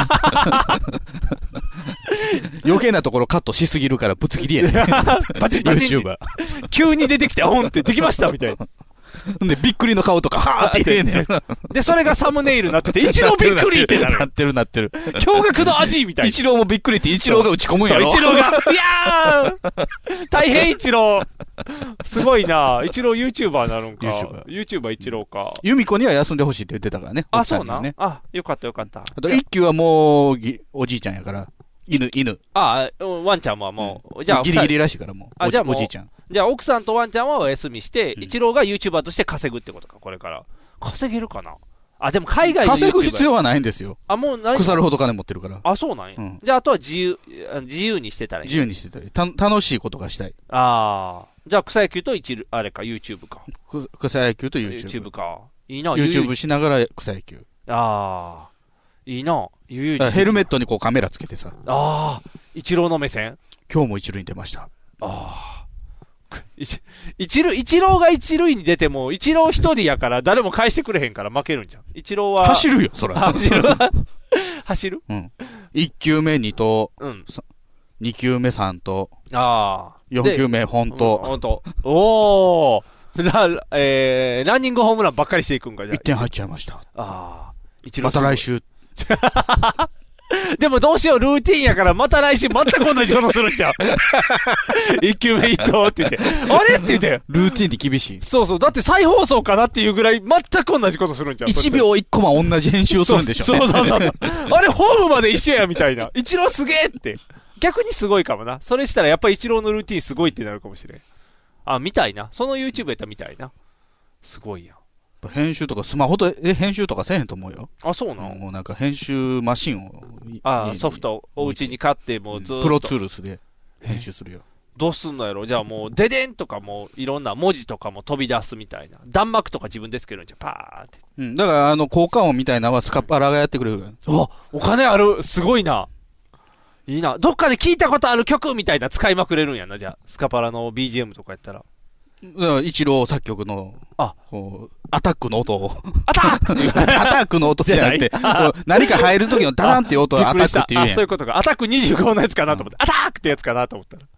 余計なところカットしすぎるからぶつ切りやね。 バチバチ YouTuber。急に出てきて、オンってできましたみたいな。 で、びっくりの顔とか、はーって言えんねん。 で、それがサムネイルになってて、イチローびっくりってなる。 なってる。驚愕の味みたいな。 イチローもびっくりってイチローが打ち込むんやろ。 そう、イチローが、いやー大変イチロー。すごいなイチロー YouTuber になるんか。YouTuber イチローか。 ユミコには休んでほしいって言ってたからね。 あ、そうな。あ、よかった。 あと、一休はもう、おじいちゃんやから。犬。 ああ、ワンちゃんはもう、じゃあ。 ギリギリらしいからもう。 あ、じゃあもう。 おじいちゃん。 じゃあ奥さんとワンちゃんはお休みして、イチローが YouTuber として稼ぐってことか、これから。稼げるかなあ、でも海外で稼ぐ必要はないんですよ。 あ、もう腐るほど金持ってるから。 あ、そうなんや。じゃああとは自由にしてたらいい。 自由にしてたらいい。楽しいことがしたい。 ああ。じゃあ草野球とあれか、YouTube か。 草野球と YouTube か。いいな、 YouTube しながら草野球。 ああ。いいな。 ヘルメットにこうカメラつけてさ。 ああ。イチローの目線？ 今日も一塁に出ました。 ああ。イチローが一塁に出ても、イチロー一人やから誰も返してくれへんから負けるんじゃん。イチローは。 走るよ、そら。 走る？ うん。1球目2と、2球目3と、4球目本当。 おー。ランニングホームランばっかりしていくんか、じゃあ。 1点入っちゃいました。 ああ。 また来週。 でもどうしよう、ルーティンやから、また来週全く同じことするんちゃう。一球目一投って言って。あれって言って。 ルーティンって厳しい。 そう。だって再放送かなっていうぐらい、全く同じことするんちゃう。 1秒1コマ同じ編集をするんでしょうね。 そう。あれ、ホームまで一緒や、みたいな。イチローすげえって。逆にすごいかもな。それしたらやっぱりイチローのルーティンすごいってなるかもしれん。あ、見たいな。その YouTube やったら見たいな。すごいやん。 編集とかスマホで編集とかせえへんと思うよ。 あ、そうなの？ もうなんか編集マシンを。 ソフトお家に買ってもうずっと。 プロツールスで編集するよ。 どうすんのやろ？じゃあもう、デデンとかもいろんな文字とかも飛び出すみたいな。弾幕とか自分でつけるんじゃん。パーって。 だから効果音みたいなのはスカパラがやってくれるから。 お金ある。すごいな。いいな。どっかで聞いたことある曲みたいな使いまくれるんやな。じゃあ、スカパラの BGM とかやったら。 一郎作曲の、こう、アタックの音を。 アタックの音じゃなくて、何か入る時のダダンっていう音をアタックっていうやん。 そういうことか。アタック25のやつかなと思って。アタックってやつかなと思ったら。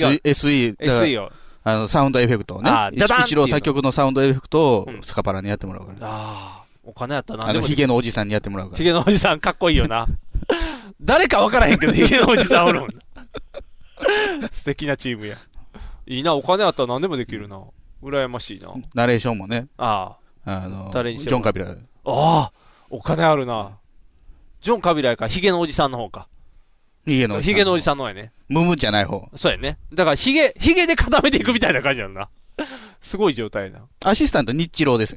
SE を。サウンドエフェクトをね。一郎作曲のサウンドエフェクトをスカパラにやってもらうから。 お金やったな。 ヒゲのおじさんにやってもらうから。 ヒゲのおじさんかっこいいよな。誰かわからへんけど、ヒゲのおじさんおるもんな。素敵なチームや。いいな、お金あったら何でもできるな。羨ましいな。 ナレーションもね。 誰にしても。 ジョン・カビラ。 お金あるな。ジョン・カビラやから、ヒゲのおじさんの方か。ヒゲのおじさんのやね。 ムムじゃない方。 そうやね。だから、ヒゲで固めていくみたいな感じやんな。すごい状態な。 アシスタント、ニッチローです。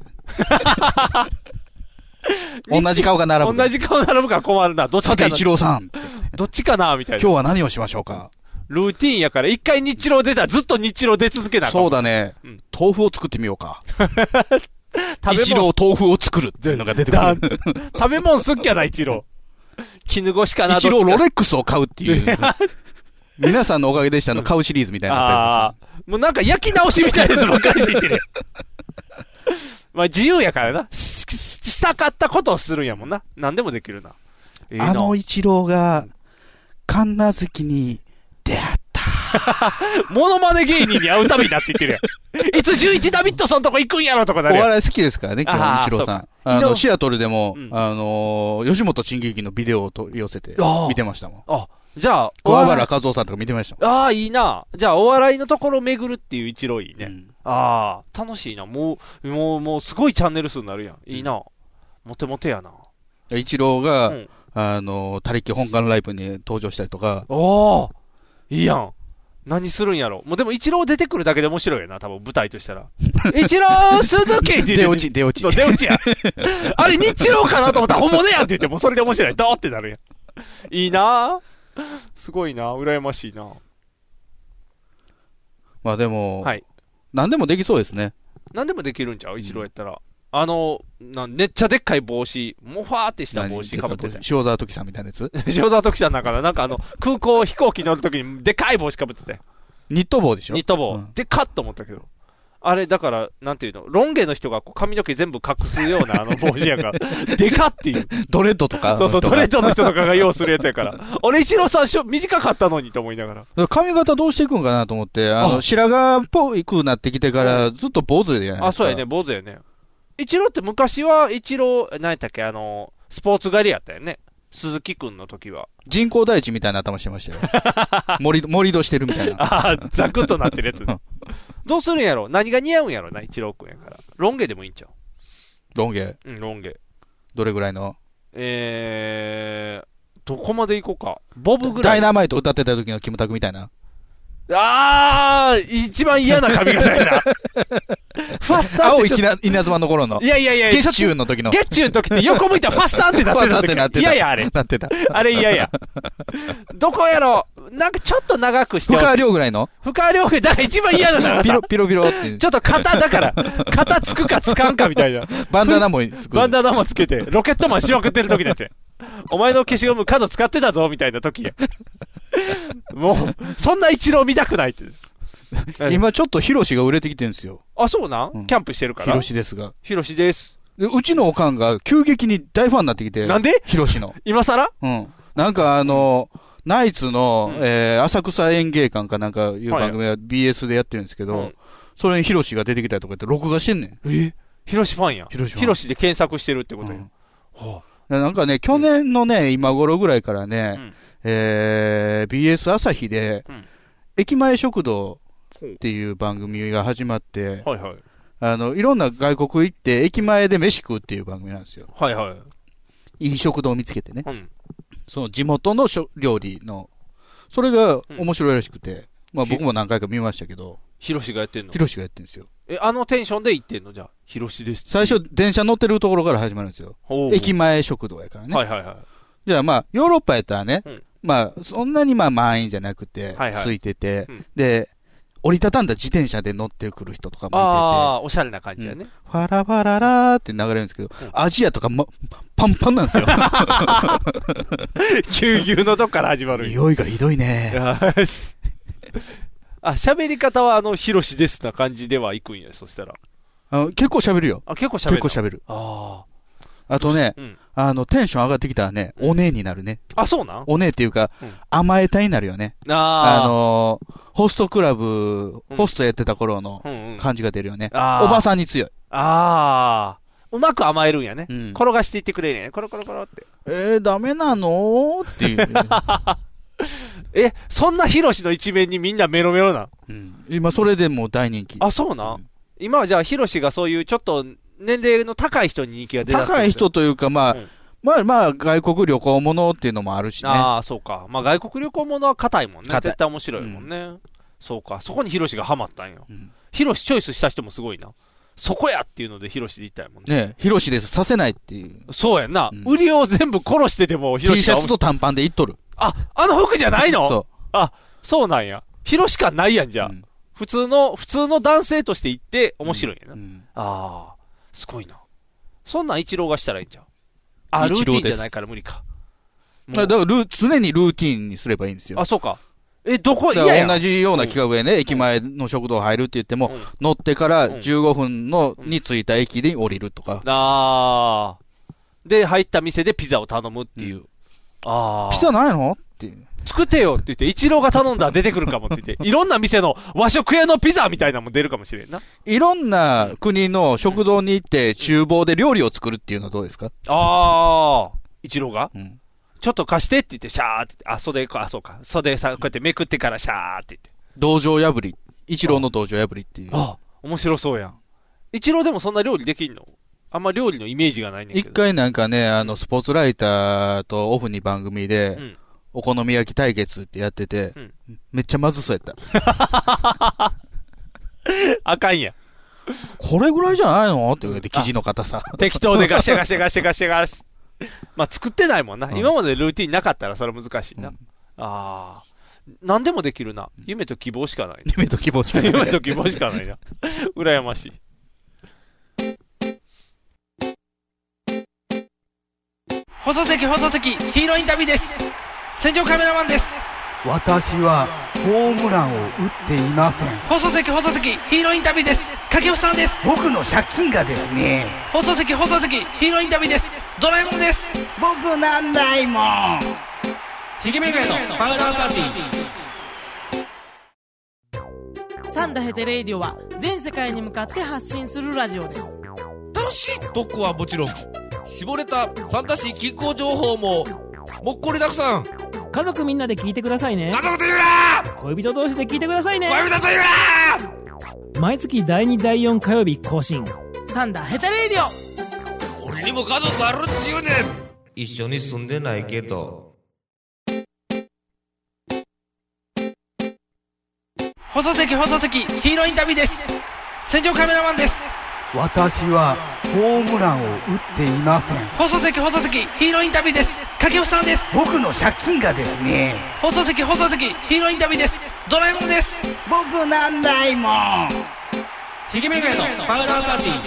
同じ顔が並ぶ。 同じ顔並ぶから困るな。 どっちかな。さて、イチローさん。 どっちかなみたいな。 今日は何をしましょうか。 ルーティーンやから、一回日露出たらずっと日露出続けなあかん。 そうだね。豆腐を作ってみようか。一郎豆腐を作るっていうのが出てくる。 食べ物好きやな、一郎。絹ごしかな、 一郎ロレックスを買うっていう。皆さんのおかげでしたの買うシリーズみたいになってます。 もうなんか焼き直しみたいなやつばっかりして言ってる。まあ自由やからな。したかったことをするんやもんな。何でもできるな。 あの一郎が、カンナ好きに出会った。 モノマネ芸人に会うたびになって言ってるやん。いつ11ダビッドソンとこ行くんやろとかなるやん。 お笑い好きですからね、今日一郎さん。シアトルでも、吉本新喜劇のビデオを取り寄せて見てましたもん。 じゃあ、 小原和夫さんとか見てましたもん。 いいな。じゃあ、お笑いのところ巡るっていう一郎いいね。楽しいな。もう、すごいチャンネル数になるやん。いいな。モテモテやな。 一郎が、他力本館ライブに登場したりとか。 いいやん。何するんやろ。もうでも一郎出てくるだけで面白いよな、多分舞台としたら。一郎鈴木って言って。 出落ち。 そう、出落ちや。あれ日郎かなと思ったら本物やんって言って、もうそれで面白い。ドーってなるやん。いいなすごいな羨ましいなまあでも、何でもできそうですね。 何でもできるんちゃう一郎やったら。めっちゃでっかい帽子、もファーってした帽子かぶってて。 塩沢時さんみたいなやつ塩沢時さんだから、なんか空港、飛行機乗るときにでかい帽子かぶってて。 ニット帽でしょニット帽。でかっと思ったけど。あれ、だから、なんていうの、ロン毛の人が髪の毛全部隠すような帽子やから、でかっていう。 ドレッドとか。 そう、ドレッドの人とかが用するやつやから。俺、一郎さん短かったのにと思いながら。 髪型どうしていくんかなと思って、白髪っぽくなってきてから、ずっと坊主でやないですか。 そうやね、坊主やね。一郎って昔は何やったっけ、スポーツ狩りやったよね。鈴木くんの時は。 人工大地みたいな頭してましたよ。盛り土してるみたいな。 ザクッとなってるやつ。どうするんやろ何が似合うんやろな、一郎くんやから。ロン毛でもいいんちゃうロン毛ロン毛。 どれぐらいのどこまで行こうか。ボブぐらい。 ダイナマイト歌ってた時のキムタクみたいな。 一番嫌な髪型やな。ファッサー青い稲妻の頃の。 いや。 ゲッチューの時の。 ゲッチューの時って横向いたらファッサーってなってた。 ファッサーってなってた。 いやあれ。 なってた。 あれ嫌や。どこやろなんかちょっと長くして深川亮ぐらいの深川亮だから一番嫌な長さ。 ピロって。 ちょっと肩つくかつかんかみたいな。 バンダナもつけて、ロケットマンしまくってる時だって。お前の消しゴム角使ってたぞみたいな時や。もう、そんな一郎見たくないって。 今ちょっとヒロシが売れてきてるんですよ。 そうなん、キャンプしてるから。 ヒロシですが。 ヒロシです。 うちのおかんが急激に大ファンになってきて。 なんでヒロシの。 今更なんかナイツの、浅草演芸館かなんかいう番組は BS でやってるんですけど、それにヒロシが出てきたりとかって録画してんねん。 ヒロシファンや。ヒロシで検索してるってことや。 なんかね、去年のね、今頃ぐらいからね、BS 朝日で、駅前食堂っていう番組が始まって、いろんな外国行って駅前で飯食うっていう番組なんですよ。いい食堂を見つけてね。その地元の料理の、それが面白いらしくて、まあ僕も何回か見ましたけど。 ヒロシがやってんの？ ヒロシがやってんですよ。 テンションで行ってんのじゃあ、ヒロシです。 最初電車乗ってるところから始まるんですよ。駅前食堂やからね。じゃあまあ、ヨーロッパやったらね、まあ、そんなにまあ満員じゃなくて、空いてて、で、折りたたんだ自転車で乗ってくる人とかもいてて。 おしゃれな感じやね。 ファラファララーって流れるんですけど、アジアとか、パンパンなんですよ。 ぎゅうぎゅうのとこから始まる。 匂いがひどいね。 喋り方はヒロシですな感じでは行くんや、そしたら。 結構喋るよ。 結構喋る。 あとね、テンション上がってきたらね、お姉になるね。 そうなん？ お姉っていうか、甘えたになるよね。ホストクラブ、ホストやってた頃の感じが出るよね。おばさんに強い。 うまく甘えるんやね。転がしていってくれるんやね。コロコロコロって。 ダメなのっていう。 そんなヒロシの一面にみんなメロメロな。 今それでもう大人気。 そうなん？今はじゃあヒロシがそういうちょっと年齢の高い人に人気が出だす。 高い人というかまあ外国旅行ものっていうのもあるしね。 そうか。まあ外国旅行ものは硬いもんね。絶対面白いもんね。そうか。そこにヒロシがハマったんよ。ヒロシチョイスした人もすごいな。そこやっていうのでヒロシで言ったんやもんね。 ヒロシです。させないっていう。 そうやんな。売りを全部殺してでもヒロシ。T シャツと短パンでいっとる。 あの服じゃないの？ そう。 そうなんや。広しかないやん、じゃあ。普通の男性として行って面白いんやな。ああ、すごいな。そんなんイチローがしたらいいんじゃん。あ、ルーティンじゃないから無理か。 だから常にルーティンにすればいいんですよ。 あ、そうか。どこ、 同じような企画でね、駅前の食堂入るって言っても、乗ってから15分に着いた駅で降りるとか。 ああ。で、入った店でピザを頼むっていう。 ああ。ピザないのっていう。 作ってよって言って、イチローが頼んだら出てくるかもって言って、いろんな店の和食屋のピザみたいなのも出るかもしれんな。 いろんな国の食堂に行って厨房で料理を作るっていうのはどうですか？ ああ。イチローがちょっと貸してって言って、シャーって、そうか。袖さ、こうやってめくってからシャーって言って。 道場破り。イチローの道場破りっていう。 ああ、面白そうやん。イチローでもそんな料理できんの？あんま料理のイメージがないねんけど。 一回なんかね、スポーツライターとオフに番組で、お好み焼き対決ってやってて、めっちゃまずそうやった。 あかんや。 これぐらいじゃないのって言われて、生地の硬さ。 適当でガシャガシャガシャガシャガシャ。まあ、作ってないもんな。今までルーティンなかったらそれは難しいな。ああ。何でもできるな。夢と希望しかない。 夢と希望しかない。 夢と希望しかないな。羨ましい。 放送席、ヒーローインタビューです。戦場カメラマンです。 私はホームランを打っていません。 放送席、ヒーローインタビューです。掛布さんです。 僕の借金がですね。 放送席、ヒーローインタビューです。ドラえもんです。 僕なんないもん。 ひげめがえのパウダーパーティー。サンダヘテレイディオは全世界に向かって発信するラジオです。 楽しい特攻はもちろん、絞れた参加し気候情報ももっこりたくさん。 家族みんなで聞いてくださいね。 家族と言うな。 恋人同士で聞いてくださいね。 恋人と言うな。毎月第2第4火曜日更新、 サンダヘテレイディオ。俺にも家族あるっちゅうねん。一緒に住んでないけど。 放送席、ヒーローインタビューです。戦場カメラマンです。 私はホームランを打っていません。 放送席、ヒーローインタビューです。掛布さんです。 僕の借金がですね。 放送席、ヒーローインタビューです。ドラえもんです。 僕なんないもん。 ひげめがえのパウダーパーティー。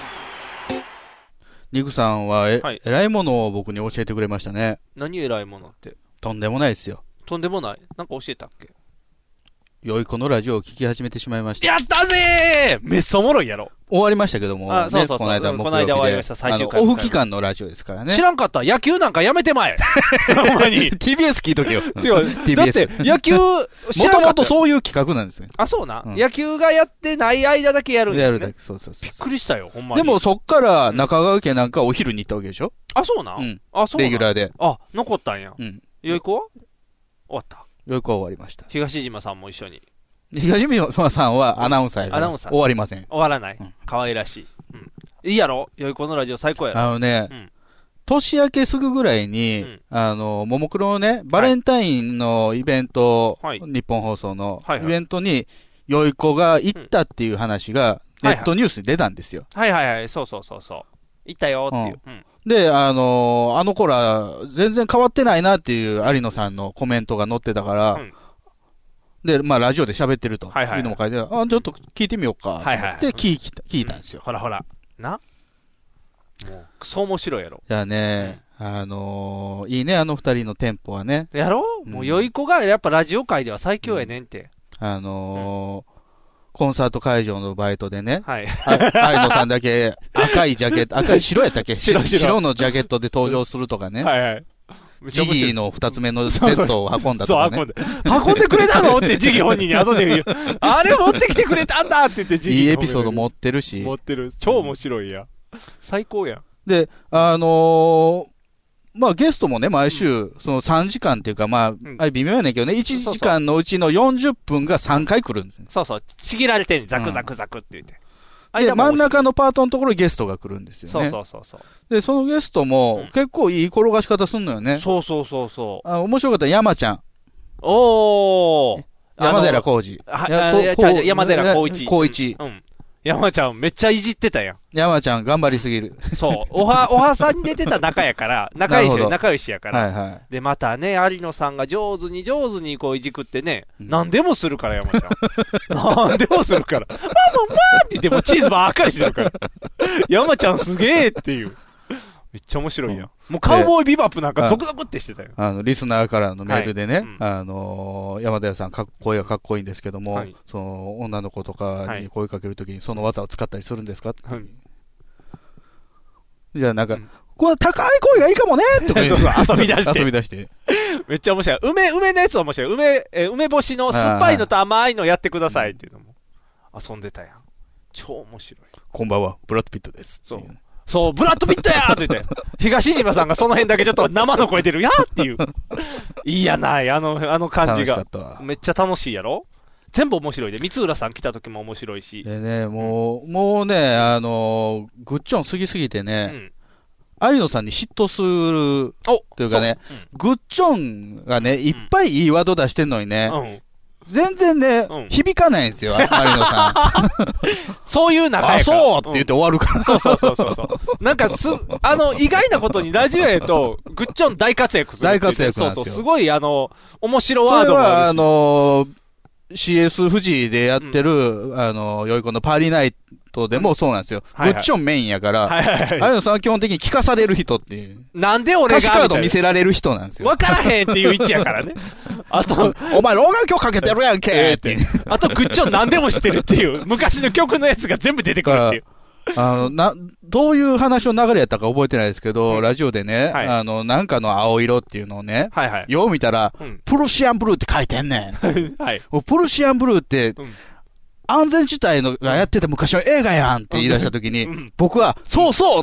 ニクさんは偉いものを僕に教えてくれましたね。 何偉いものって？ とんでもないですよ。 とんでもない？なんか教えたっけ？ 良い子のラジオを聞き始めてしまいました。 やったぜー！めっそおもろいやろ。 終わりましたけども、 そう、 この間終わりました、最終回。 オフ期間のラジオですからね。 知らんかった。野球なんかやめてまえ。ほんまに。 TBS 聞いとけよ。 TBS。だって、野球、もともとそういう企画なんですね。 あ、そうな。野球がやってない間だけやるんだよね。 やるだけ、そう。 びっくりしたよ、ほんまに。 でもそっから中川家なんかお昼に行ったわけでしょ？ あ、そうな。あ、そうな。 レギュラーで。 あ、残ったんや。よい子は終わった。 よい子は終わりました。 東島さんも一緒に。 東島さんはアナウンサーやから。終わりません。 終わらない。可愛らしい。いいやろ？よい子のラジオ最高やろ。 年明けすぐぐらいに、ももクロのね、バレンタインのイベント、日本放送のイベントに、よい子が行ったっていう話が、ネットニュースに出たんですよ。 はい、そう。行ったよっていう。 で、あの子ら、全然変わってないなっていう有野さんのコメントが載ってたから、で、まあ、ラジオで喋ってると。いうのも書いてある。ちょっと聞いてみようか。って聞いたんですよ。 ほら。な？もう、クソ面白いやろ。 じゃあね、いいね、あの二人のテンポはね。 やろ？もう、よい子がやっぱラジオ界では最強やねんって。 コンサート会場のバイトでね。 はい。 有野さんだけ赤いジャケット、白やったっけ？白のジャケットで登場するとかね。 はい。 ジギーの二つ目の Z を運んだとかね。 運んでくれたのってジギー本人に後で言う。あれ持ってきてくれたんだって言ってジギー。 いいエピソード持ってるし。 持ってる。超面白いや。最高やん。 で、まあ、ゲストもね、毎週、その3時間っていうか、まあ、あれ微妙やねんけどね、1時間のうちの40分が3回来るんですね。 そう。ちぎられてんザクザクって言って。 で、真ん中のパートのところにゲストが来るんですよね。 そう。 で、そのゲストも、結構いい転がし方すんのよね。 そう。 面白かったら山ちゃん。 おー。 山寺浩二。 山寺浩一。 山ちゃんめっちゃいじってたやん。 山ちゃん頑張りすぎる。 そう。おはさんに出てた仲やから、仲良しやから。 はいはい。 で、またね、有野さんが上手にこういじくってね、何でもするから、山ちゃん。何でもするから。ママって言ってもチーズばっかりしてるから。山ちゃんすげえっていう。めっちゃ面白いやん。もうカウボーイビバップなんかゾクゾクってしてたよ。 リスナーからのメールでね、山田屋さん声がかっこいいんですけども、その女の子とかに声かけるときにその技を使ったりするんですかって。じゃあなんか、この高い声がいいかもねとか言って遊び出して。 遊び出して。 めっちゃ面白い。梅のやつ面白い。梅干しの酸っぱいのと甘いのやってくださいっていうのも遊んでたやん。超面白い。 こんばんは、ブラッドピットです。 そう、ブラッドピットやーって言って。東島さんがその辺だけちょっと生の声出るやーっていう。いいやない、あの感じが。めっちゃ楽しいやろ全部面白いで。三浦さん来た時も面白いし。 でね、もうね、グッチョン過ぎすぎてね、有野さんに嫉妬する。というかね、グッチョンがね、いっぱいいいワード出してんのにね、全然ね、響かないんですよ、有野さん。 そういう仲やから。 そうって言って終わるから。 そう。なんか意外なことにラジオやと、グッチョン大活躍する。 大活躍なんですよ。 そう、すごい面白ワードもあるし。 それはCS 富士でやってる、よい子のパーリーナイトでもそうなんですよ。グッチョンメインやから、有野さんは基本的に聞かされる人っていう。 なんで俺が歌詞カード見せられる人なんですよ。 わからへんっていう位置やからね。あと、 お前老眼鏡かけてるやんけって。 あと、グッチョン何でも知ってるっていう、昔の曲のやつが全部出てくるっていう。 どういう話の流れやったか覚えてないですけど、ラジオでね、なんかの青色っていうのをね、よう見たら、プルシアンブルーって書いてんねん。プルシアンブルーって、安全地帯がやってた昔の映画やんって言い出したときに、僕は、そうって。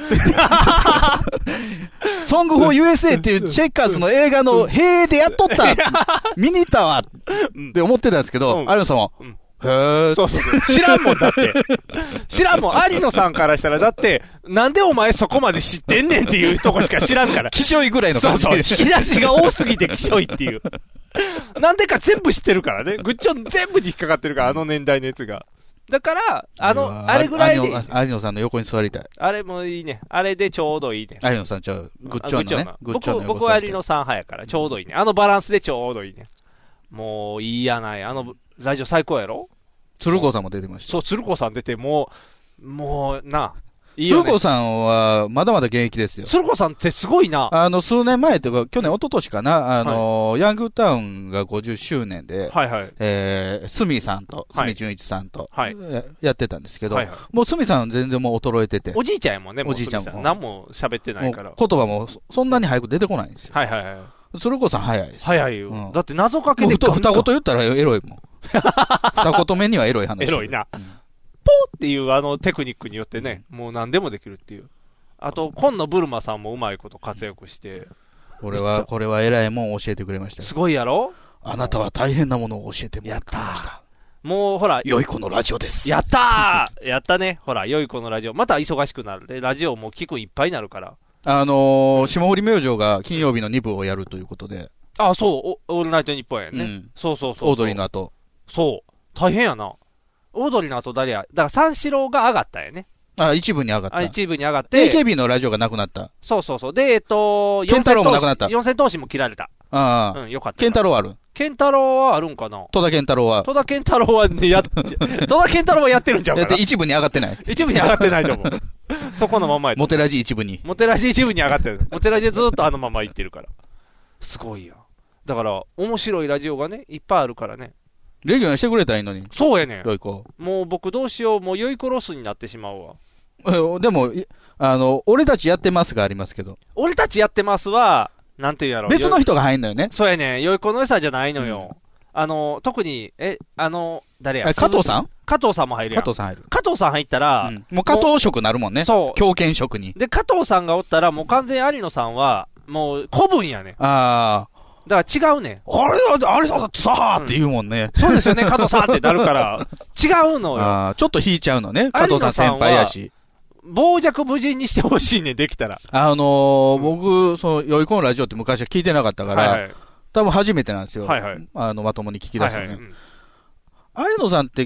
ソングフォー USA っていうチェッカーズの映画の塀でやっとった。見に行ったわって思ってたんですけど、有野さんは、へー。 そう。知らんもんだって。知らんもん。有野さんからしたら、だって、なんでお前そこまで知ってんねんっていうとこしか知らんから。 きしょいぐらいの感じ。 そう。引き出しが多すぎてきしょいっていう。なんでか全部知ってるからね。グッチョン全部に引っかかってるから、あの年代のやつが。だから、あれぐらいで。 有野さんの横に座りたい。 あれもいいね。あれでちょうどいいね。 有野さんちゃう。グッチョンのね。 僕は有野さん派やから、ちょうどいいね。あのバランスでちょうどいいね。もういいやない。ラジオ最高やろ鶴子さんも出てました。 そう、鶴子さん出て、もう、 いいよね。鶴子さんは、まだまだ現役ですよ。 鶴子さんってすごいな。 数年前というか、去年、一昨年かな、ヤングタウンが50周年で、スミさんと、スミ純一さんと、やってたんですけど、もうスミさん全然もう衰えてて。 おじいちゃんやもんね、おじいちゃんも。何も喋ってないから。 言葉もそんなに早く出てこないんですよ。鶴子さん早いです。 早いよ。だって謎かけで。 二言言ったらエロいもん。二言目にはエロい話。 エロいな。ポーっていうテクニックによってね、もう何でもできるっていう。あと、今野ブルマさんもうまいこと活躍して。 これは偉いもん教えてくれましたよ。 すごいやろ？ あなたは大変なものを教えてもらいました。 もうほら。 良い子のラジオです。 やったーやったね。ほら、良い子のラジオ。また忙しくなるで、ラジオも聞くいっぱいになるから。 霜降り明星が金曜日の2部をやるということで。 あ、そう、オールナイトニッポンやね。そう。オードリーの後。 そう。大変やな。オードリーの後誰や？だから三四郎が上がったよね。 一部に上がった。 一部に上がって。 AKB のラジオがなくなった。 そう。で、 ケンタロウもなくなった。 四千頭身も切られた。よかった。 ケンタロウある？ ケンタロウはあるんかな？ 戸田ケンタロウは。 戸田ケンタロウはね、戸田ケンタロウはやってるんちゃうかな？ 一部に上がってない。 一部に上がってないと思う。そこのままや。 モテラジ一部に。 モテラジ一部に上がってる。モテラジずっとあのまま行ってるから。すごいよ。だから、面白いラジオがね、いっぱいあるからね。 レギュラーしてくれたらいいのに。 そうやねん。 よい子。 もう僕どうしよう、もうよい子ロスになってしまうわ。 でも、俺たちやってますがありますけど。 俺たちやってますは、なんて言うやろ。 別の人が入んのよね。 そうやねん。よい子の良さじゃないのよ。特に、誰や。 加藤さん？ 加藤さんも入るやん。 加藤さん入る。 加藤さん入ったら、 もう加藤職なるもんね。 そう。 狂犬職に。 で、加藤さんがおったら、もう完全有野さんは、もう古文やねん。だから違うねん。 あれさーって言うもんね。 そうですよね、加藤さんってなるから。違うのよ。 ちょっと引いちゃうのね。加藤さん先輩やし。 傍若無人にしてほしいね、できたら。 僕、よいこのラジオって昔は聞いてなかったから、多分初めてなんですよ。まともに聞き出したね。有野さんって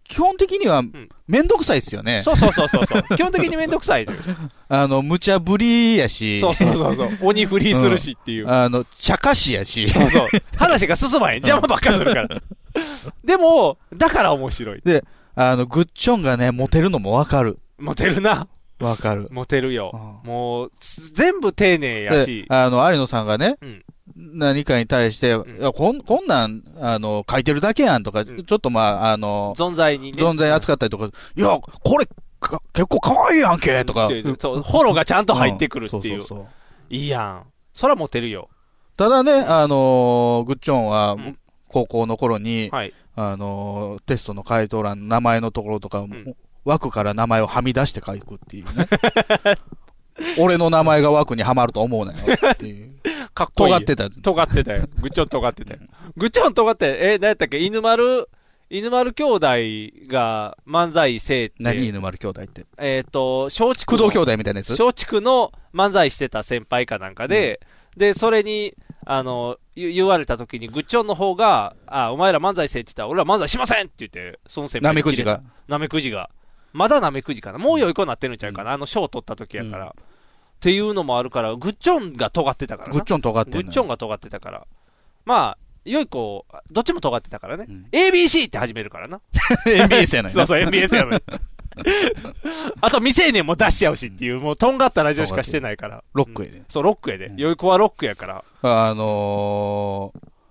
基本的には、めんどくさいですよね。 そう。基本的にめんどくさい。 無茶ぶりやし。 そう。鬼振りするしっていう。 茶化しやし。 そう。話が進まへん。邪魔ばっかりするから。でも、だから面白い。 で、グッチョンがね、モテるのもわかる。 モテるな。 わかる。 モテるよ。もう、全部丁寧やし。 有野さんがね、何かに対して、いやこんなん、書いてるだけやんとか、ちょっと存在にね。 存在扱ったりとか、いや、これ、結構可愛いやんけとか。 そう、フォローがちゃんと入ってくるっていう。いいやん。そらモテるよ。 ただね、グッチョンは、高校の頃に、テストの回答欄の名前のところとか、枠から名前をはみ出して書くっていうね。俺の名前が枠にはまると思うなよっていう。 かっこいい。 尖ってたよ。 グッチョン尖ってたよ。グッチョン尖って、何やったっけ犬丸兄弟が漫才せえって。 何犬丸兄弟って。 松竹。 工藤兄弟みたいなやつ？ 松竹の漫才してた先輩かなんかで、で、それに、言われた時に、グッチョンの方が、お前ら漫才せえって言ったら、俺ら漫才しませんって言って、その先輩。 なめくじが。 まだなめくじかな。もう良い子になってるんちゃうかな。賞取った時やから。っていうのもあるから、グッチョンが尖ってたからな。 グッチョン尖ってグッチョンが尖ってたから。まあ、良い子、どっちも尖ってたからね。ABC って始めるからな。 MBS やないな。 そう、MBS やない。あと未成年も出しちゃうしっていう、もうとんがったラジオしかしてないから。 ロックやで。 そう、ロックやで。良い子はロックやから。 布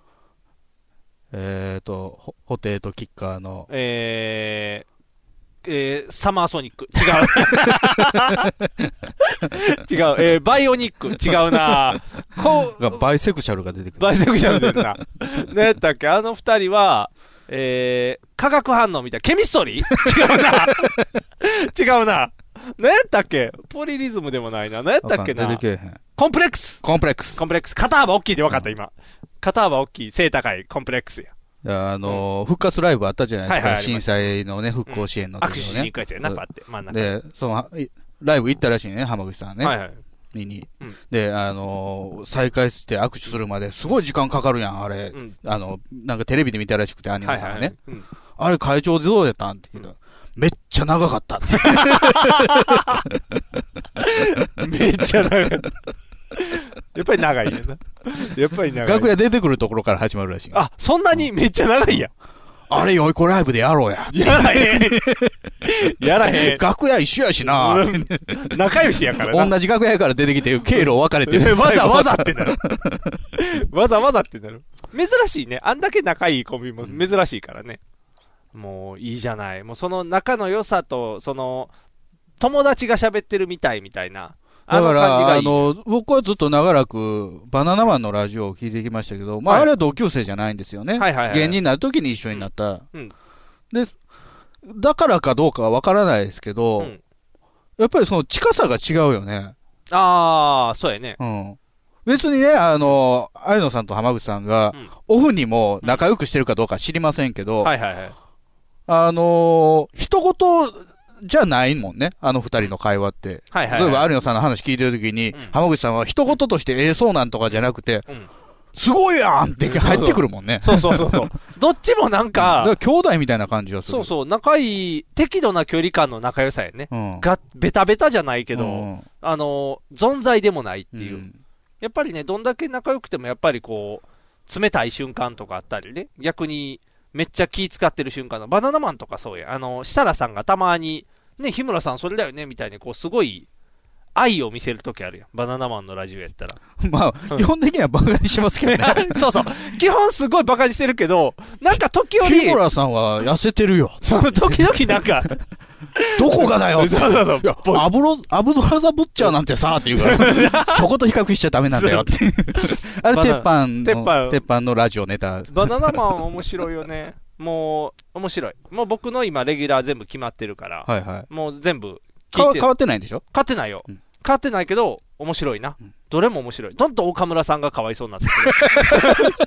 袋とキッカーの。 サマーソニック。違う。バイオニック。違うなバイセクシャルが出てくる。 バイセクシャル出るな。何やったっけ二人は、化学反応みたいな。ケミストリー違うな。何やったっけポリリズムでもないな。何やったっけな。コンプレックス。肩幅大きいで分かった、今。肩幅大きい、背高い、コンプレックスや。 復活ライブあったじゃないですか。震災のね、復興支援の時のね。 握手しに行くやつやな、パって、真ん中。 で、ライブ行ったらしいね、浜口さんね。見に。で、再開して握手するまですごい時間かかるやん、あれ。なんかテレビで見たらしくて、アニメさんがね。あれ会長でどうやったんって聞いたら、めっちゃ長かったって。 めっちゃ長かった。やっぱり長いよな。 楽屋出てくるところから始まるらしい。 そんなにめっちゃ長いやん。 あれよいこライブでやろうや。 やらへん。 楽屋一緒やしな。 仲良しやからな。 同じ楽屋から出てきて、経路分かれてる。 わざってなる。わざってなる。珍しいね。あんだけ仲いいコンビも珍しいからね。もういいじゃない。もうその仲の良さと、友達が喋ってるみたいな。 だから、僕はずっと長らく、バナナマンのラジオを聞いてきましたけど、あれは同級生じゃないんですよね。芸人になるときに一緒になった。で、だからかどうかはわからないですけど、やっぱりその近さが違うよね。 そうやね。 別にね、有野さんと浜口さんが、オフにも仲良くしてるかどうか知りませんけど、一言、じゃないもんね。二人の会話って。例えば、有野さんの話聞いてるときに、浜口さんは一言としてそうなんとかじゃなくて、すごいやんって入ってくるもんね。 そう。どっちもなんか、 兄弟みたいな感じがする。 そう。仲いい、適度な距離感の仲良さやね。ベタベタじゃないけど、存在でもないっていう。やっぱりね、どんだけ仲良くてもやっぱり冷たい瞬間とかあったりね。逆に、めっちゃ気使ってる瞬間の、バナナマンとかそうや。設楽さんがたまに、ね、日村さんそれだよねみたいにすごい愛を見せるときあるやん。バナナマンのラジオやったら。 基本的にはバカにしますけどね。 そう。基本すごいバカにしてるけど、なんか時折。 日村さんは痩せてるよ。 その時々なんか。 どこがだよ。 そう。 アブドラザ・ブッチャーなんてさ、って言うから。そこと比較しちゃダメなんだよって。あれ、鉄板のラジオネタ。 バナナマン面白いよね。もう、面白い。もう僕の今、レギュラー全部決まってるから。もう全部聞いて。変わってないんでしょ？ 変わってないよ。変わってないけど、面白いな。どれも面白い。どんどん岡村さんがかわいそうになってくる。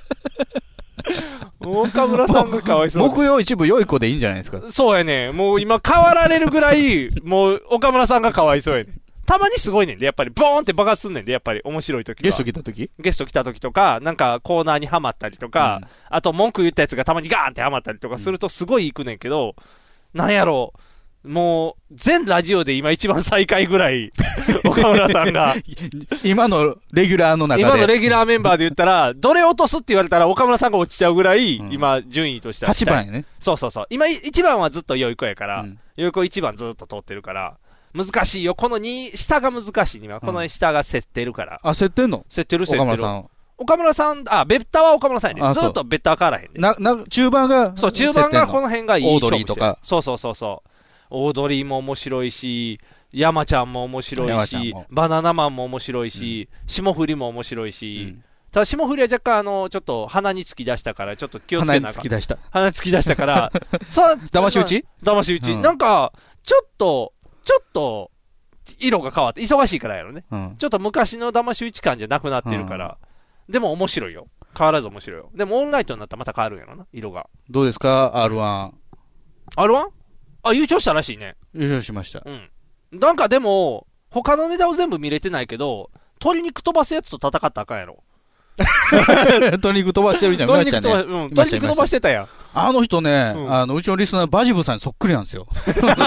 岡村さんがかわいそう。 僕よ一部良い子でいいんじゃないですか。 そうやね。もう今変わられるぐらい、もう岡村さんがかわいそうやね。たまにすごいねんで、やっぱりボーンって爆発すんねんで、やっぱり面白い時は。 ゲスト来た時とか、なんかコーナーにハマったりとか、あと文句言ったやつがたまにガーンってハマったりとかするとすごい行くねんけど、 なんやろう、もう、全ラジオで今一番最下位ぐらい、岡村さんが。 今のレギュラーの中で。 今のレギュラーメンバーで言ったら、どれ落とすって言われたら岡村さんが落ちちゃうぐらい、今、順位としては。 8番やね。 そうそうそう。今、1番はずっとよい子やから、よい子1番ずっと通ってるから、難しいよ。この2、下が難しい今。この下が競ってるから。 あ、競ってんの？ 競ってる。 岡村さん。 岡村さん、ベッタは岡村さんやね。ずっとベッタ変わらへんね。 中盤が。 そう、中盤がこの辺がいい。 オードリーとか。 そうそうそうそう。オードリーも面白いし、山ちゃんも面白いし、バナナマンも面白いし、霜降りも面白いし、ただ霜降りは若干ちょっと鼻に突き出したから、ちょっと気をつけなあかん。 鼻に突き出した。 鼻に突き出したから、 騙し討ち？ 騙し討ち。なんか、ちょっと、色が変わって、忙しいからやろね。ちょっと昔の騙し討ち感じゃなくなってるから、でも面白いよ。変わらず面白いよ。でもオンライトになったらまた変わるんやろな、色が。 どうですか ?R1。 R1？優勝したらしいね。 優勝しました。 なんかでも、他のネタを全部見れてないけど、鶏肉飛ばすやつと戦ったらあかんやろ。 鶏肉飛ばしてるみたいなの見ましたね。 鶏肉飛ばしてたやん。 あの人ね、うちのリスナーバジブさんにそっくりなんですよ。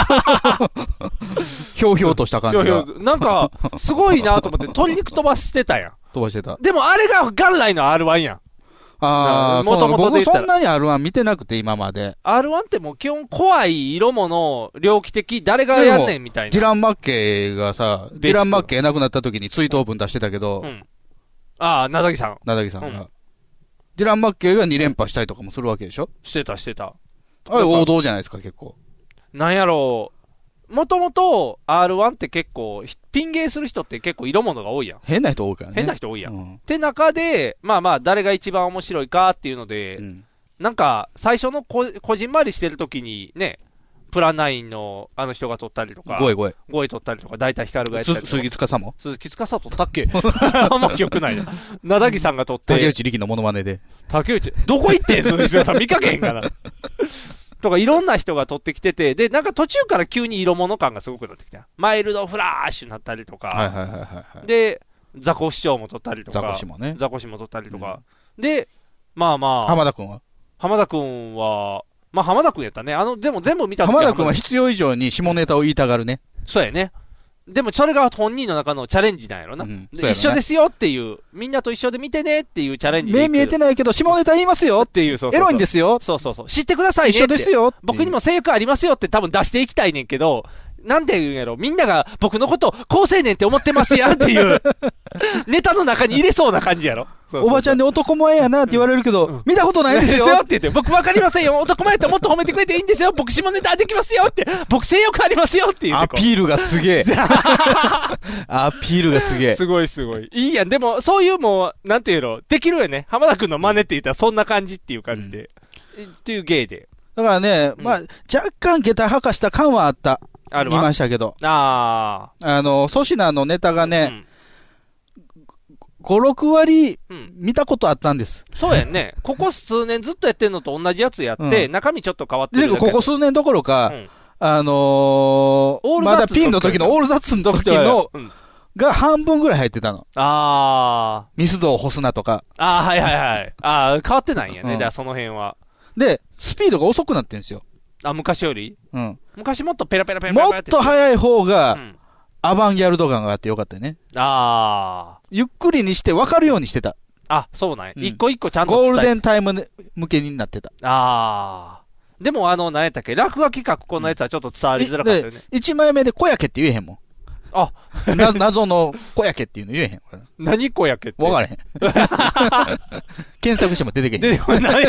ひょうひょうとした感じが。 なんか、すごいなと思って、鶏肉飛ばしてたやん。 飛ばしてた。 でもあれが元来の R1 やん。 僕そんなに R1 見てなくて、今まで。 R1 ってもう基本怖い色物、猟奇的、誰がやんねんみたいな。 ディラン・マッケイがさ、ディラン・マッケイ亡くなった時に追悼文出してたけど、 なだぎさん。 なだぎさんが。ディラン・マッケイが2連覇したりとかもするわけでしょ？ してた。 あれ王道じゃないですか、結構。 なんやろう。もともと R1 って結構、ピン芸する人って結構色物が多いやん。 変な人多いからね。 変な人多いやん。って中で、誰が一番面白いかっていうので、なんか、最初のこじんまりしてる時にね、プラ9のあの人が撮ったりとか、 5位撮ったりとか、大体ヒカルがやったりとか。 鈴木司も鈴木司撮ったっけあんま記憶ないな。なだぎさんが撮って。 竹内力のモノマネで。 竹内、どこ行ってん鈴木さん見かけへんかな。とかいろんな人が撮ってきてて、で、なんか途中から急に色物感がすごくなってきた。マイルドフラッシュになったりとか、で、ザコシショウも撮ったりとか、 ザコシもね。 ザコシも撮ったりとか、で、浜田くんは浜田くんは、浜田くんやったね。でも全部見た時浜田くんは必要以上に下ネタを言いたがるね。 そうやね。でもそれが本人の中のチャレンジなんやろな。一緒ですよっていう、みんなと一緒で見てねっていうチャレンジ。 目見えてないけど下ネタ言いますよっていう、エロいんですよ。 そう。知ってくださいねって。 一緒ですよ。 僕にも性欲ありますよって多分出していきたいねんけど、なんで言うんやろ、みんなが僕のこと高青年って思ってますやんっていう、ネタの中に入れそうな感じやろ。 おばちゃんで男前やなって言われるけど、見たことないですよって言って、僕わかりませんよ。男前ってもっと褒めてくれていいんですよ。僕下ネタできますよって。僕性欲ありますよって言って。 アピールがすげえ。アピールがすげえ。 すごい。いいやん。でも、そういうもう、なんていうの、できるよね。浜田くんの真似って言ったらそんな感じっていう感じで。っていう芸で。 だからね、若干下駄吐かした感はあった。見ましたけど。粗品のネタがね、5、6割見たことあったんです。 そうやんね。ここ数年ずっとやってんのと同じやつやって、中身ちょっと変わってる。 で、ここ数年どころか、まだピンの時のオールザッツの時の、が半分ぐらい入ってたの。ミスドを干すなとか。 はい。変わってないんやね。じゃあその辺は。 で、スピードが遅くなってんですよ。 昔より？昔もっとペラペラってもっと速い方が、アバンギャルド感があってよかったよね。ゆっくりにして分かるようにしてた。 そうなんや。一個一個ちゃんとゴールデンタイム向けになってた。 でも何やったっけ、落書きかここのやつはちょっと伝わりづらかったよね。 1枚目で小焼けって言えへんもん。謎の小焼けっていうの言えへん。 何小焼けって。 分からへん。検索しても出てけへん。 出てこない。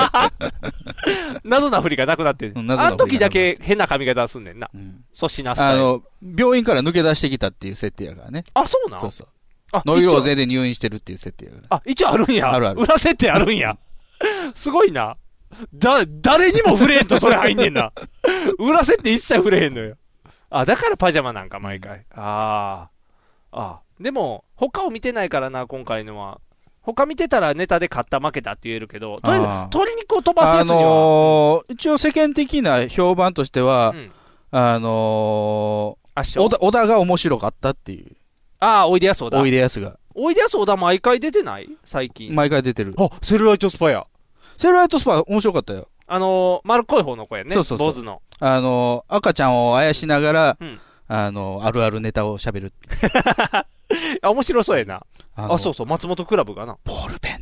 謎な振りがなくなってる。あの時だけ変な髪型すんねんな。粗品スタイル。 病院から抜け出してきたっていう設定やからね。 そうなん？ そう。ノイローゼで入院してるっていう設定やから。 一応あるんや。 ある。 裏設定あるんや。すごいな。誰にも触れへんとそれ入んねんな。裏設定一切触れへんのよ。だからパジャマなんか毎回。でも、他を見てないからな、今回のは。他見てたらネタで勝った負けたって言えるけど、とりあえず鶏肉を飛ばすやつには。 一応世間的な評判としては、小田が面白かったっていう。 おいでやす小田。 おいでやすが。 おいでやす小田毎回出てない最近。 毎回出てる。 セルライトスパや。 セルライトスパ面白かったよ。 丸っこい方の子やね。 そう。 坊主の。 赤ちゃんをあやしながら、あるあるネタを喋る。 面白そうやな。そうそう、松本クラブがな。 ボールペンって、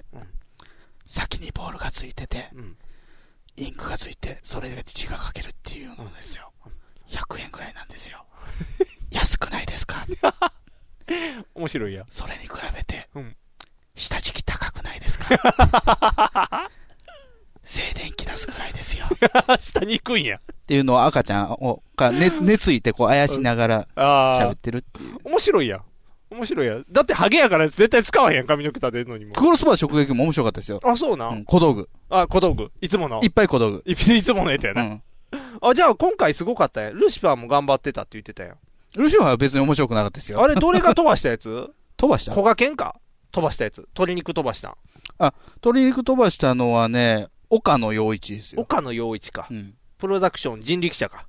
先にボールがついてて、インクがついて、それで字が書けるっていうのですよ。100円くらいなんですよ。安くないですか？ 面白いや。 それに比べて、下敷き高くないですか？静電気出すくらいですよ。 下に行くんや。 っていうのを赤ちゃんが寝ついてこうあやしながら喋ってるっていう。 面白いや。面白いや。だってハゲやから絶対使わへんやん、髪の毛立てるのにも。 クロスバー直撃も面白かったですよ。 そうな。 小道具。 小道具。いつもの。 いっぱい小道具。 いつものやつやな。じゃあ今回すごかったやん。ルシファーも頑張ってたって言ってたやん。 ルシファーは別に面白くなかったですよ。 あれ、どれが飛ばしたやつ？ 飛ばした小賀健か飛ばしたやつ。鶏肉飛ばした。 鶏肉飛ばしたのはね、岡野陽一ですよ。 岡野陽一か。プロダクション人力車か。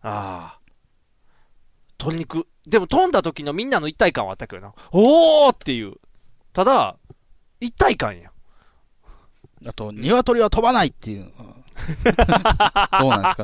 鶏肉。でも飛んだ時のみんなの一体感はあったけどな。おーっていう。ただ、一体感や。 あと、鶏は飛ばないっていう。どうなんですか？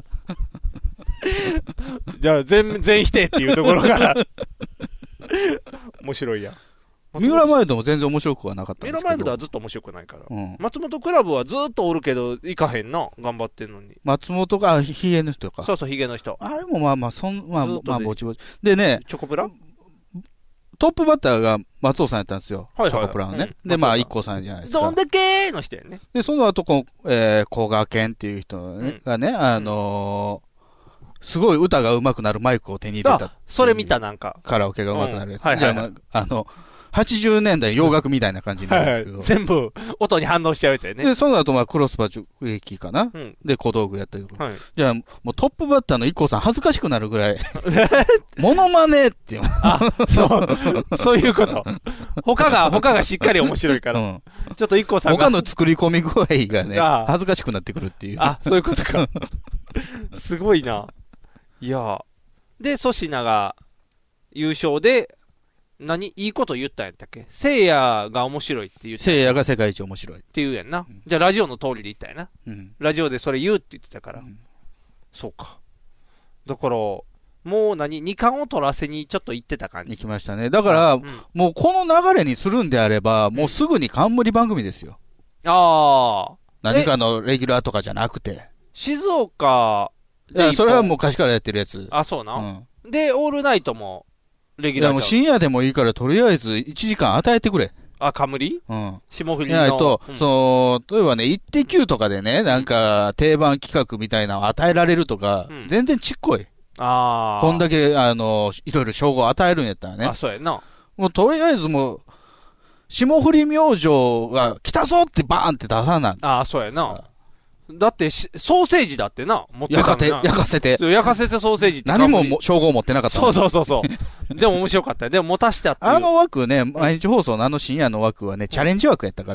じゃあ、全否定っていうところから。面白いや。 三浦マイルドも全然面白くはなかったんですけど。 三浦マイルドはずっと面白くないから。松本クラブはずっとおるけど、行かへんな。頑張ってんのに。 松本が、ヒゲの人か。 そうそう、ヒゲの人。 あれもまあ、ぼちぼち。でね、 チョコプラトップバッターが松尾さんやったんですよ。チョコプラのね。で、IKKOさんじゃないですか。 どんだけーの人やね。 で、その後、古賀健っていう人がね、すごい歌が上手くなるマイクを手に入れた。 それ見た、なんか。 カラオケが上手くなるやつ。じゃあ、80年代洋楽みたいな感じになるんですけど。 全部、音に反応しちゃうやつやね。 で、その後、クロスバー直撃かな。で、小道具やったりとか。じゃあ、もうトップバッターのIKKOさん恥ずかしくなるぐらい。モノマネって。 そういうこと。他がしっかり面白いから。ちょっとIKKOさんが。 他の作り込み具合がね、恥ずかしくなってくるっていう。 そういうことか。すごいな。いや。で、粗品が優勝で、いいこと言ったんやったっけ？聖夜が面白いって言った。 聖夜が世界一面白い。 って言うやんな。じゃあラジオの通りで言ったんやな。ラジオでそれ言うって言ってたから。そうか。だから、もう2冠を取らせにちょっと行ってた感じ。 行きましたね。だから、もうこの流れにするんであれば、もうすぐに冠番組ですよ。何かのレギュラーとかじゃなくて。 静岡で。それはもう昔からやってるやつ。 そうな。で、オールナイトも、レギュラー。 もう深夜でもいいから、とりあえず1時間与えてくれ。 冠？霜降りの。 ないと、例えばね、イッテ Q とかでね、なんか、定番企画みたいなのを与えられるとか、全然ちっこい。こんだけ、いろいろ称号与えるんやったらね。 そうやな。 もうとりあえずもう、霜降り明星が来たぞってバーンって出さない。 そうやな。だって、ソーセージだってな、持ってたのな。焼かせて。 焼かせてソーセージって。 何も称号持ってなかった。 そう。でも面白かった。でも持たしてあった。 枠ね、毎日放送の深夜の枠はね、チャレンジ枠やったから。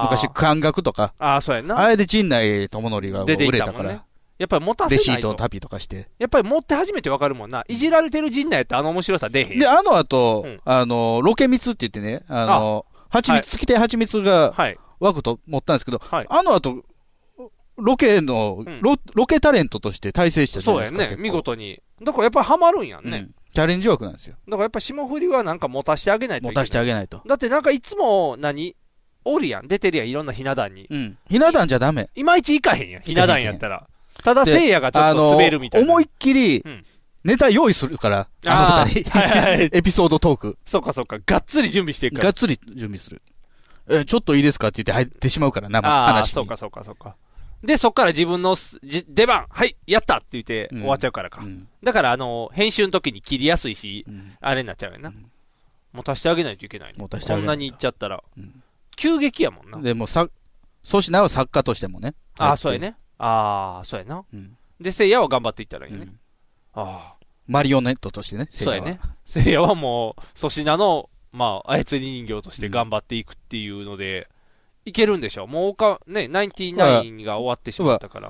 昔、感覚とか。 そうやな。 あれで陣内智則が売れたから。 やっぱり持たせないと。 レシートの旅とかして。 やっぱり持って初めてわかるもんな。いじられてる陣内って面白さ出へん。 で、後、ロケ蜜って言ってね、蜂蜜、月亭蜂蜜が枠と持ったんですけど、後、ロケタレントとして大成したじゃないですか。 そうやね、見事に。だからやっぱりハマるんやんね。 チャレンジ枠なんですよ。 だからやっぱ霜降りはなんか持たしてあげないといけない。 持たしてあげないと。 だってなんかいつもおるやん。出てるやん、いろんなひな壇に。 ひな壇じゃダメ。 いまいち行かへんやん、ひな壇やったら。ただ聖夜がちょっと滑るみたいな。 思いっきり、ネタ用意するから、二人。エピソードトーク。 そうか。がっつり準備していくから。 がっつり準備する。ちょっといいですかって言って入ってしまうからな、話に。 そうか。で、そっから自分の出番、はい、やったって言って終わっちゃうからか。だから編集の時に切りやすいし、あれになっちゃうよな。持たしてあげないといけない。こんなに言っちゃったら。急激やもんな。 でも粗品は作家としてもね。 そうやね。そうやな。で、聖夜は頑張っていったらいいよね。 マリオネットとしてね、 そうやね。聖夜はもう、粗品の、操り人形として頑張っていくっていうので、いけるんでしょ。もうナインティナインが終わってしまったから。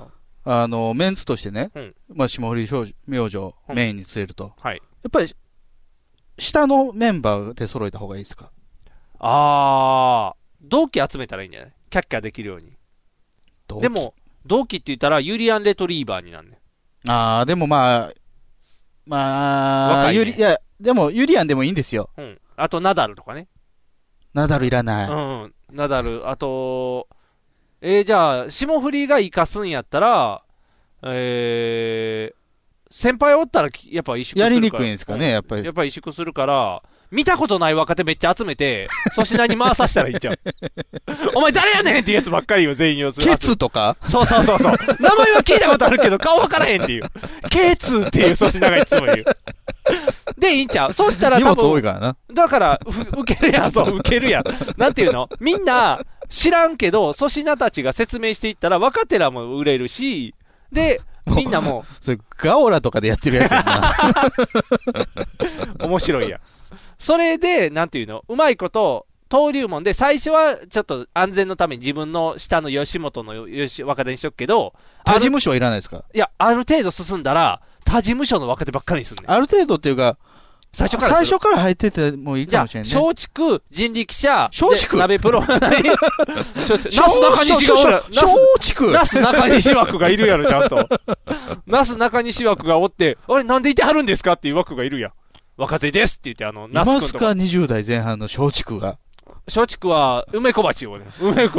メンツとしてね、霜降り明星メインに据えると。やっぱり、下のメンバーで揃えた方がいいですか？ 同期集めたらいいんじゃない？キャッキャできるように。でも、同期って言ったらユリアンレトリーバーになんねん。 でもまあ、いや、でもユリアンでもいいんですよ。 うん。あとナダルとかね。 ナダルいらない。 うん。ナダル、あと、じゃあ、霜降りが生かすんやったら、先輩おったら、やっぱ萎縮するから。 やりにくいんですかね、やっぱり。 やっぱり萎縮するから、見たことない若手めっちゃ集めて、粗品に回させたらいいんちゃう。お前誰やねんっていうやつばっかりよ、全員を。 ケツとかそう。名前は聞いたことあるけど、顔わからへんっていう。ケツっていう粗品がいつも言う。で、いいんちゃう。そうしたら多分。 荷物多いからな。 だから、受けるやん、そう、受けるやん。なんていうのみんな、知らんけど、粗品たちが説明していったら、若手らも売れるし、で、みんなも。 それ、ガオラとかでやってるやつやな。 面白いやん。それで、なんていうのうまいこと、登竜門で、最初はちょっと安全のために自分の下の吉本の若手にしとくけど、 他事務所はいらないですか？ いや、ある程度進んだら、他事務所の若手ばっかりにするね。 ある程度っていうか、 最初から入っててもいいかもしれないね。 松竹、人力車、 松竹鍋プロ、なす中西がおる。 松竹なす中西枠がいるやろ、ちゃんと。なす中西枠がおって、あれなんでいてはるんですかっていう枠がいるやん。若手ですって言って、 ナス君とか。いますか20代前半の松竹が。 松竹は、梅小鉢をね。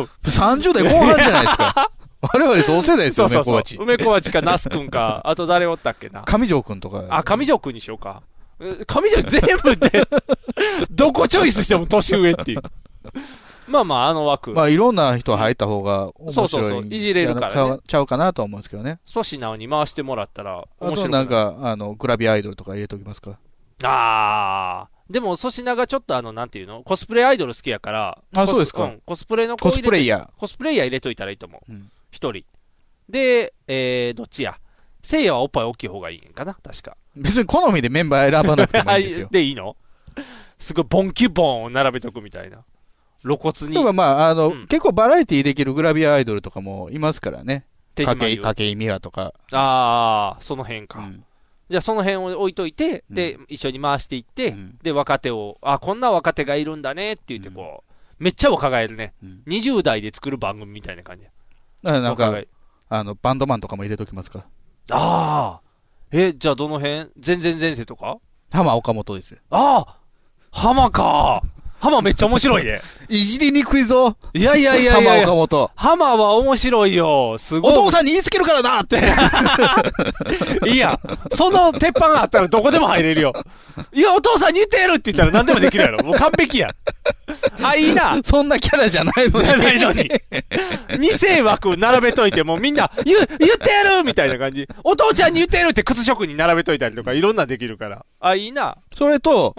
30代後半じゃないですか。我々同世代ですよ、梅小鉢。 梅小鉢かナス君か、あと誰おったっけな。 上条君とか。 上条君にしようか。上条全部で、どこチョイスしても年上っていう。まあまあ、あの枠。 まあ、いろんな人入った方が面白い。そう、 いじれるからね。 ちゃうかなと思うんですけどね。 粗品に回してもらったら面白い。 あとなんか、グラビアアイドルとか入れときますか？ でも粗品がちょっとなんていうのコスプレアイドル好きやから。 そうですか。 コスプレのコスプレイヤー入れといたらいいと思う。一人。で、どっちや。せいやはおっぱい大きい方がいいんかな確か。 別に好みでメンバー選ばなくてもいいんですよ。 でいいの？すごいボンキュボンを並べとくみたいな。露骨に。 でもまあ、結構バラエティできるグラビアアイドルとかもいますからね。筧美和とか。 その辺か。じゃあその辺を置いといて、で、一緒に回していって、で、若手を、こんな若手がいるんだねって言ってこう、めっちゃ若返るね。20代で作る番組みたいな感じ。 だからなんか、バンドマンとかも入れときますか？ じゃあどの辺？全然前世とか？ 浜岡本ですよ。 浜か。浜めっちゃ面白いね。 いじりにくいぞ。 いや。 浜岡本。 浜は面白いよ。すごい。 お父さんに言いつけるからなって。 いや、その鉄板があったらどこでも入れるよ。いや、お父さんに言ってやるって言ったら何でもできるやろ。もう完璧や。いいな。 そんなキャラじゃないのに。 二世枠並べといてもみんな、言ってやるみたいな感じ。お父ちゃんに言ってやるって靴職に並べといたりとかいろんなできるから。いいな。 それと、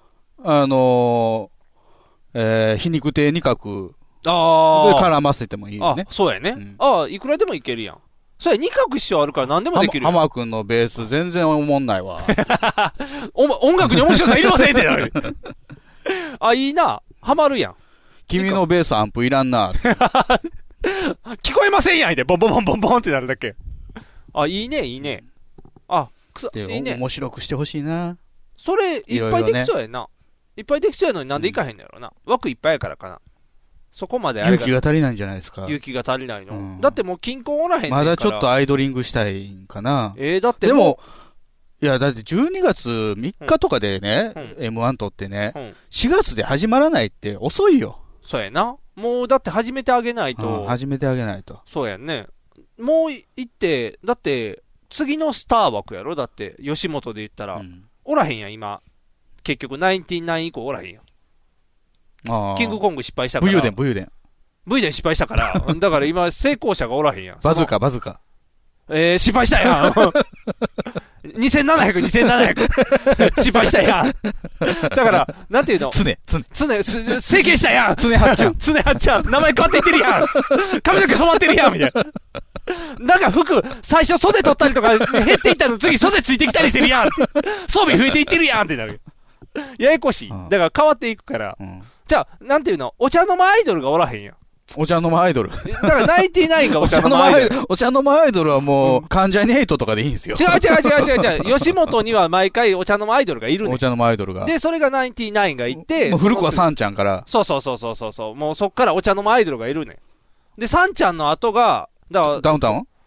皮肉亭二角で絡ませてもいいよね。 そうやね。いくらでもいけるやん。そうや、二角師匠あるから何でもできるやん。 浜くんのベース全然おもんないわ。 音楽に面白さいりませんってなる。いいな。ハマるやん。 君のベースアンプいらんな。 聞こえませんやんで、ボンボンボンボンボンってなるだけ。いいね。いいね。 面白くしてほしいな。 それ、いっぱいできそうやな。いっぱいできそうやのになんでいかへんのやろな。枠いっぱいやからかな。そこまで勇気が足りないんじゃないですか。 勇気が足りないの。だってもう金婚おらへんねんから。 まだちょっとアイドリングしたいんかな。 だってでも、いや、だって12月3日とかでね、M1 撮ってね、4月で始まらないって遅いよ。 そうやな。もうだって始めてあげないと。 始めてあげないと。 そうやんね。もう行って、だって次のスター枠やろだって吉本で言ったら。おらへんやん、今。結局、ナインティナイン以降おらへんやん。キングコング失敗したから。 武勇伝失敗したから。だから今、成功者がおらへんやん。 バズーカ。 失敗したやん。2700。失敗したやん。だから、なんていうの？整形したやん。 常はっちゃん。 名前変わっていってるやん。髪の毛染まってるやん、みたいな。なんか服、最初袖取ったりとか減っていったの次袖ついてきたりしてるやん。装備増えていってるやんってなる。ややこしい。だから変わっていくから。じゃあ、なんていうの？お茶の間アイドルがおらへんやん。 お茶の間アイドル。 だからナインティナインがお茶の間アイドル。 お茶の間アイドルはもう、関ジャニエイトとかでいいんですよ。 違う。吉本には毎回お茶の間アイドルがいるね。 お茶の間アイドルが。 で、それがナインティナインがいて。 もう古くはサンちゃんから。 そう。もうそっからお茶の間アイドルがいるね。で、サンちゃんの後が、 ダウンタウン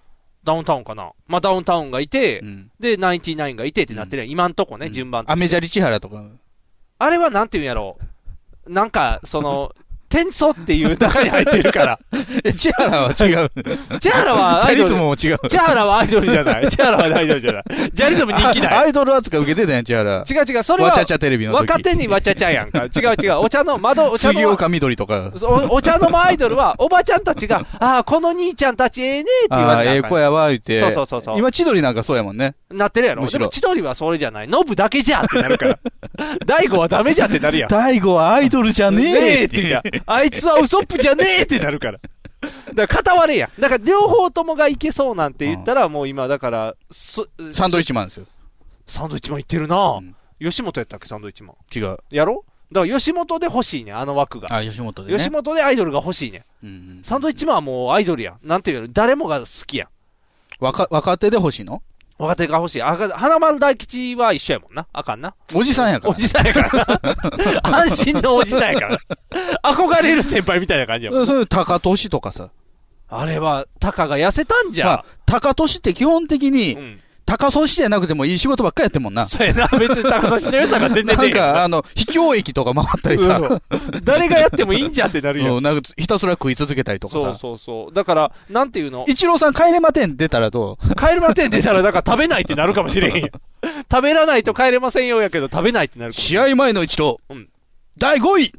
ダウンタウンかな。まあ、ダウンタウンがいて、で、ナインティナインがいてってなってるやん。今んとこね、順番と。 アメジャリ千原とか。 あれはなんて言うんやろう。なんか、天素っていう中に入ってるから。 千原は違う。 千原はアイドル。 ジャリズムも違う。 千原はアイドルじゃない。千原はアイドルじゃない。ジャリズム人気ない。 アイドル扱い受けてたやん、千原。 違う、それは。 わちゃちゃテレビの時。 若手にわちゃちゃやんか。違う。お茶の杉岡緑とか。 お茶の間アイドルは、おばちゃんたちが、この兄ちゃんたちええねって言われて。 ええ子やわ、言って。 そう。 今、千鳥なんかそうやもんね。 なってるやろ。でも千鳥はそれじゃない。ノブだけじゃってなるから。大悟はダメじゃってなるやん。 大悟はアイドルじゃねえって言う。あいつはウソップじゃねえってなるから。だから片割れや。だから両方ともがいけそうなんて言ったら、もう今だから、 サンドイッチマンですよ。 サンドイッチマン言ってるな、吉本やったっけ、サンドイッチマン。 違う。 やろだから吉本で欲しいね、あの枠が。 吉本でね。 吉本でアイドルが欲しいね。サンドイッチマンはもうアイドルやん。なんていうの、誰もが好きやん。 若手で欲しいの？ 若手が欲しい。花丸大吉は一緒やもんな。あかんな。 おじさんやから。 おじさんやからな。安心のおじさんやから。憧れる先輩みたいな感じやもん。 そういう高俊とかさ。 あれは、高が痩せたんじゃ。 高俊って基本的に、高俊じゃなくてもいい仕事ばっかりやってんもんな。 そうやな。別に高俊の良さが全然出ない。 なんか、秘境駅とか回ったりさ。 誰がやってもいいんじゃんってなるよ。 なんか、ひたすら食い続けたりとかさ。 そう。だから、なんていうの？ 一郎さん帰れまてん出たらどう？ 帰れまてん出たら、だから食べないってなるかもしれへんよ。食べらないと帰れませんよやけど、食べないってなるかもしれん。 試合前の一郎。第5位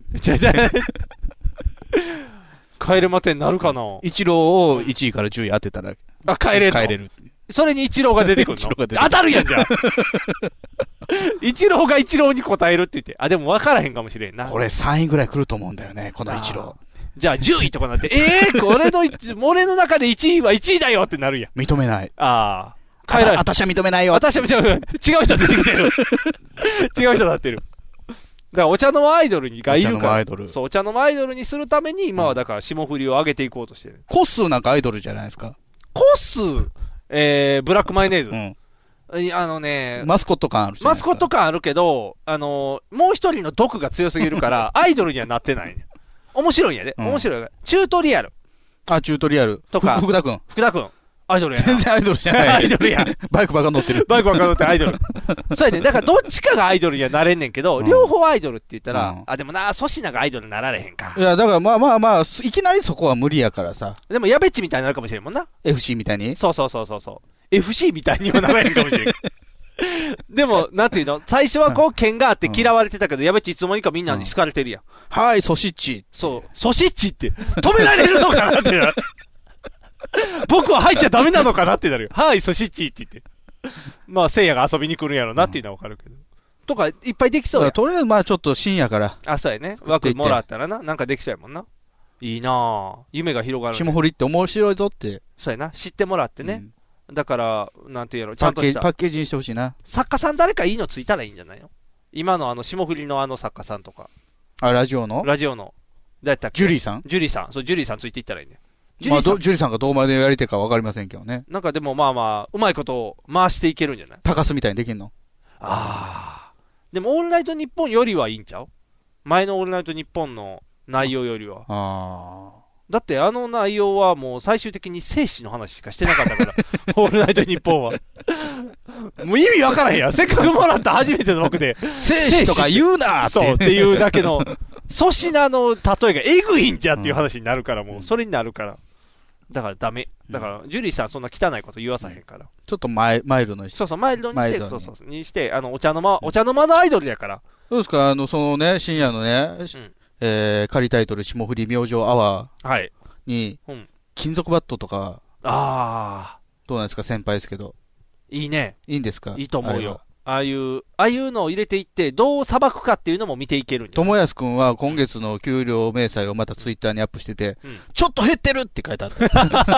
帰れまてんなるかな？ 一郎を1位から10位当てたら。 帰れる。それに一郎が出てくるの？当たるやんじゃん。一郎が一郎に答えるって言って。でも分からへんかもしれんな。 これ3位ぐらい来ると思うんだよね、この一郎。 じゃあ10位とかなって、俺の中で1位は1位だよってなるやん。 認めない。私は認めないよ。 私は認めない。違う人出てきてる。違う人なってる。だからお茶の間アイドルがいるから。そう、お茶の間アイドルにするために、今はだから霜降りを上げていこうとしてる。 コッスーなんかアイドルじゃないですか。 コッスー、ブラックマヨネーズ。 マスコット感ある。 マスコット感あるけど、もう一人の毒が強すぎるから、アイドルにはなってないね。面白いんやで。面白い。チュートリアル。 チュートリアル。 とか。 福田くん。 アイドルやな。 全然アイドルじゃない。 アイドルや。 バイクばっか乗ってる。 バイクばっか乗ってアイドル。そうやね。だからどっちかがアイドルにはなれんねんけど、両方アイドルって言ったら、でもな、粗品がアイドルになられへんか。 いや、だからまあ、いきなりそこは無理やからさ。 でも、やべっちみたいになるかもしれんもんな。 FC みたいに？ そう。FC みたいにはならへんかもしれん。でも、なんていうの？最初はこう、剣があって嫌われてたけど、やべっちいつの間にかみんなに好かれてるやん。 はい、ソシッチ。 そう。ソシッチって、止められるのかなってなる。僕は入っちゃダメなのかなってなるよ。はい、ソシッチって言って。まあ、聖夜が遊びに来るんやろなっていうのはわかるけど。とか、いっぱいできそうや。 とりあえず、まあちょっと深夜から。 そうやね。枠もらったらな。なんかできそうやもんな。いいなぁ。夢が広がる、ね。 霜降りって面白いぞって。 そうやな。知ってもらってね。だから、なんていうの、ちゃんとしたパッケージにしてほしいな。 作家さん誰かいいのついたらいいんじゃないの？今の霜降りの作家さんとか。 ラジオの。 どうやったっけ？ ジュリーさん。 そう、ジュリーさんついていったらいいね。 ジュリーさんがどうまでやりてるかわかりませんけどね。 なんかでもまあ、うまいことを回していけるんじゃない？ 高須みたいにできんの？ でも、オールナイトニッポンよりはいいんちゃう？前のオールナイトニッポンの内容よりは。だってあの内容はもう最終的に生死の話しかしてなかったから、オールナイトニッポンは。もう意味わからへんやん。せっかくもらった初めての僕で。 生死とか言うなーって。 そうっていうだけの、粗品の例えがえぐいんじゃっていう話になるから、もうそれになるから。だからダメ。だから、ジュリーさんそんな汚いこと言わさへんから。 ちょっとマイルドにして。 そう、マイルドにして、にして、お茶の間のアイドルやから。 どうですか深夜のね、仮タイトル、霜降り明星アワーに、金属バットとか、どうなんですか、先輩ですけど。 いいね。 いいんですか？ いいと思うよ。ああいうのを入れていって、どう裁くかっていうのも見ていけるんじゃない？ 友安くんは今月の給料明細をまたツイッターにアップしてて、ちょっと減ってるって書いてあった。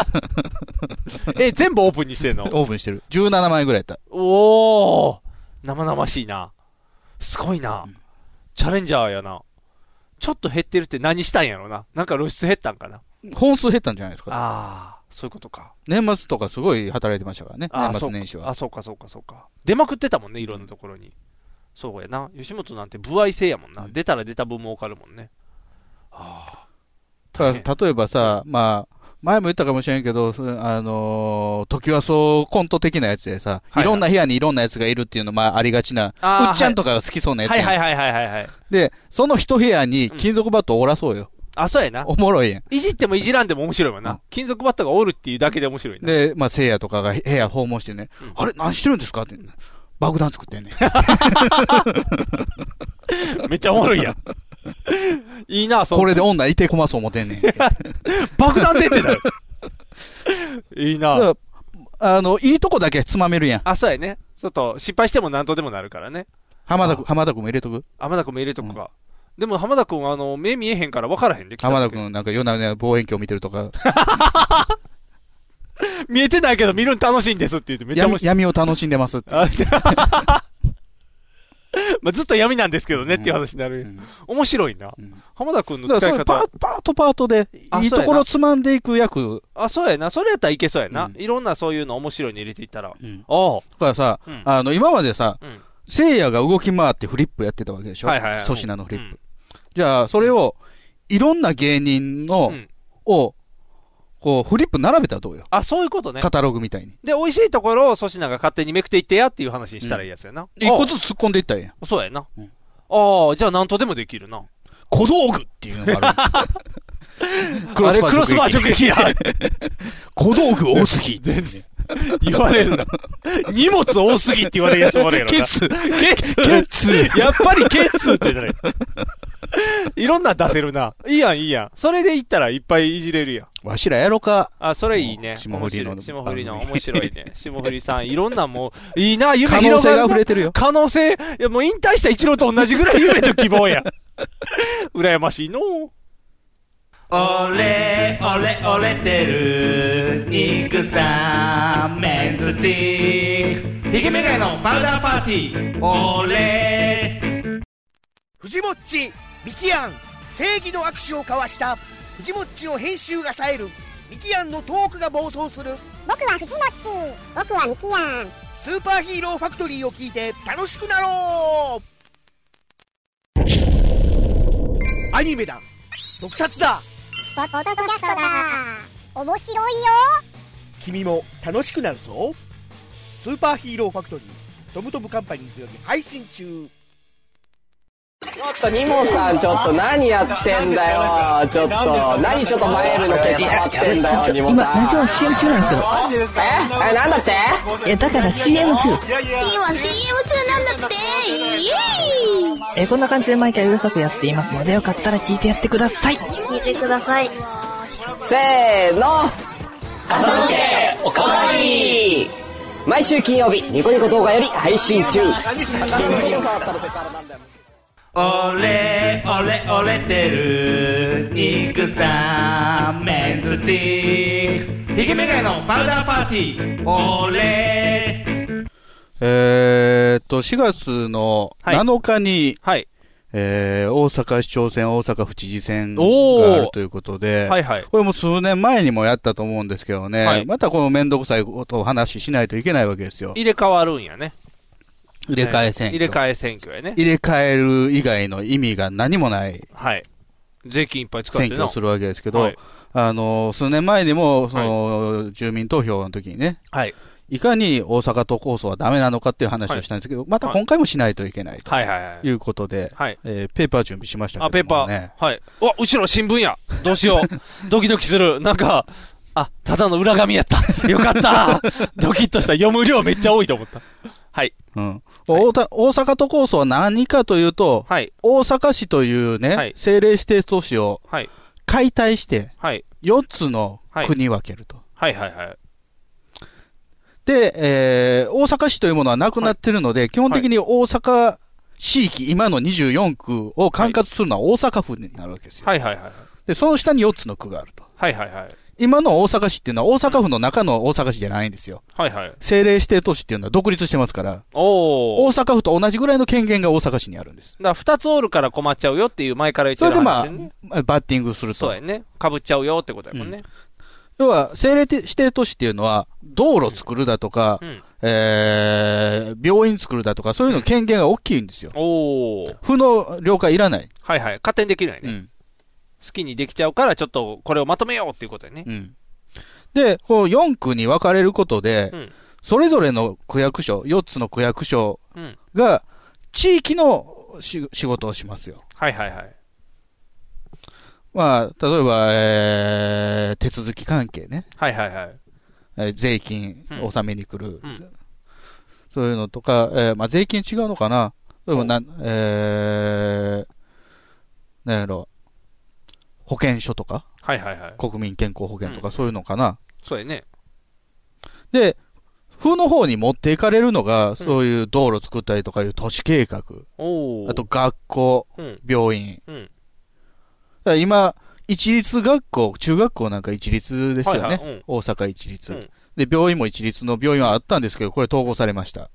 全部オープンにしてんの？ オープンしてる。17万円ぐらいやった。 おー、生々しいな。すごいな。チャレンジャーやな。ちょっと減ってるって何したんやろな。なんか露出減ったんかな。 本数減ったんじゃないですか。 そういうことか。 年末とかすごい働いてましたからね。年末年始は。 そうか。出まくってたもんね、いろんなところに。そうやな。吉本なんて歩合制やもんな。出たら出た分儲かるもんね。 例えばさ、 前も言ったかもしれんけど、トキワ荘コント的なやつでさ、いろんな部屋にいろんなやつがいるっていうの、まあ、ありがちな、うっちゃんとかが好きそうなやつやん。 はい。 で、その一部屋に金属バットをおらそうよ。 そうやな。 おもろいやん。 いじってもいじらんでも面白いもんな。金属バットがおるっていうだけで面白いな。 で、まあ、聖夜とかが部屋訪問してね、あれ何してるんですかって。爆弾作ってんねん。 めっちゃおもろいやん。いいな、 これで女いてこます思ってんねん。 爆弾出てたよ。いいな。 いいとこだけつまめるやん。 そうやね。ちょっと失敗しても何とでもなるからね。 浜田君も入れとく？ 浜田君も入れとくか。でも浜田君目見えへんから分からへんで。 浜田君なんか夜な夜な望遠鏡見てるとか。 見えてないけど見るの楽しいんですって言ってめっちゃ面白い。 闇を楽しんでますって。 まあずっと闇なんですけどねっていう話になる。面白いな。浜田君の使い方。 パートで、いいところつまんでいく役。 そうやな。それやったらいけそうやな。いろんなそういうの面白いに入れていったら。だからさ、今までさ、聖夜が動き回ってフリップやってたわけでしょ。粗品のフリップ。じゃあ、それを、いろんな芸人の、を、こう、フリップ並べたらどうよ。 そういうことね。 カタログみたいに。 で、美味しいところを粗品が勝手にめくっていってやっていう話にしたらいいやつやな。 一個ずつ突っ込んでいったらいいやん。 そうやな。じゃあ何とでもできるな。 小道具っていうのがある。 クロスバー直撃や。 小道具多すぎ。 言われるな。荷物多すぎって言われるやつもあるやろな。ケツ。やっぱりケツってなる。いろんな出せるな。いいやん。それで言ったらいっぱいいじれるやん。 わしらやろか。 それいいね。 霜降りの面白いね。霜降りさん、いろんなもう、いいな、夢広がる。可能性が溢れてるよ。 可能性。いや、もう引退した一郎と同じぐらい夢と希望や。羨ましいの。 俺てる肉さんメンズティークヒゲメガネのパウダーパーティー俺藤もっちミキアン正義の握手を交わした藤もっちの編集が冴えるミキアンのトークが暴走する僕は藤もっち僕はミキアンスーパーヒーローファクトリーを聞いて楽しくなろうアニメだ特撮だポッドキャストだ面白いよ君も楽しくなるぞスーパーヒーローファクトリートムトムカンパニーズより配信中ちょっとニモさんちょっと何やってんだよちょっと何ちょっとマエルのケツ触ってんだよニモさん今ラジオ CM 中なんですけどなんだってだから CM 中今 CM 中なんだってこんな感じで毎回うるさくやっていますのでよかったら聞いてやってください聞いてくださいせーの朝向けおかわり毎週金曜日ニコニコ動画より配信中俺てる肉さんメンズティークヒゲメガネのパウダーパーティー俺 4月の7日に、大阪市長選、大阪府知事選があるということで、これも数年前にもやったと思うんですけどね、またこのめんどくさいことを話しないといけないわけですよ。 入れ替わるんやね。 入れ替え選挙。 入れ替え選挙やね。 入れ替える以外の意味が何もない。 税金いっぱい使って選挙をするわけですけど、数年前にも、住民投票の時にね、いかに大阪都構想はダメなのかっていう話をしたんですけど、また今回もしないといけないということで、ペーパー準備しましたけどもね。 ペーパー。後ろ新聞や。どうしよう。ドキドキする。なんか、ただの裏紙やった。よかった。ドキッとした。読む量めっちゃ多いと思った。 大阪都構想は何かというと、大阪市というね、政令指定都市を解体して、4つの区に分けると。で、大阪市というものはなくなっているので、基本的に大阪市域、今の24区を管轄するのは大阪府になるわけですよ。で、その下に4つの区があると。今の大阪市っていうのは大阪府の中の大阪市じゃないんですよ。政令指定都市っていうのは独立してますから、大阪府と同じぐらいの権限が大阪市にあるんです。 だから2つおるから困っちゃうよっていう前から言ってた話でね。 それでバッティングすると。 そうやね。被っちゃうよってことやもんね。 要は、政令指定都市っていうのは、道路作るだとか、病院作るだとか、そういうの権限が大きいんですよ。府の了解いらない。 勝手にできないね。好きにできちゃうから、ちょっとこれをまとめようっていうことやね。 で、こう4区に分かれることで、それぞれの区役所、4つの区役所が地域の仕事をしますよ。 はいはいはい。 まあ、例えば、手続き関係ね。 はいはいはい。 税金納めに来る。そういうのとか、まあ税金違うのかな。例えばなんやろ、保険証とか。 はいはいはい。 国民健康保険とかそういうのかな。 そうやね。 で、府の方に持っていかれるのが、そういう道路作ったりとかいう都市計画。あと学校、病院。だから今、一律学校、中学校なんか一律ですよね。大阪一律。で、病院も一律の病院はあったんですけど、これ統合されました。だ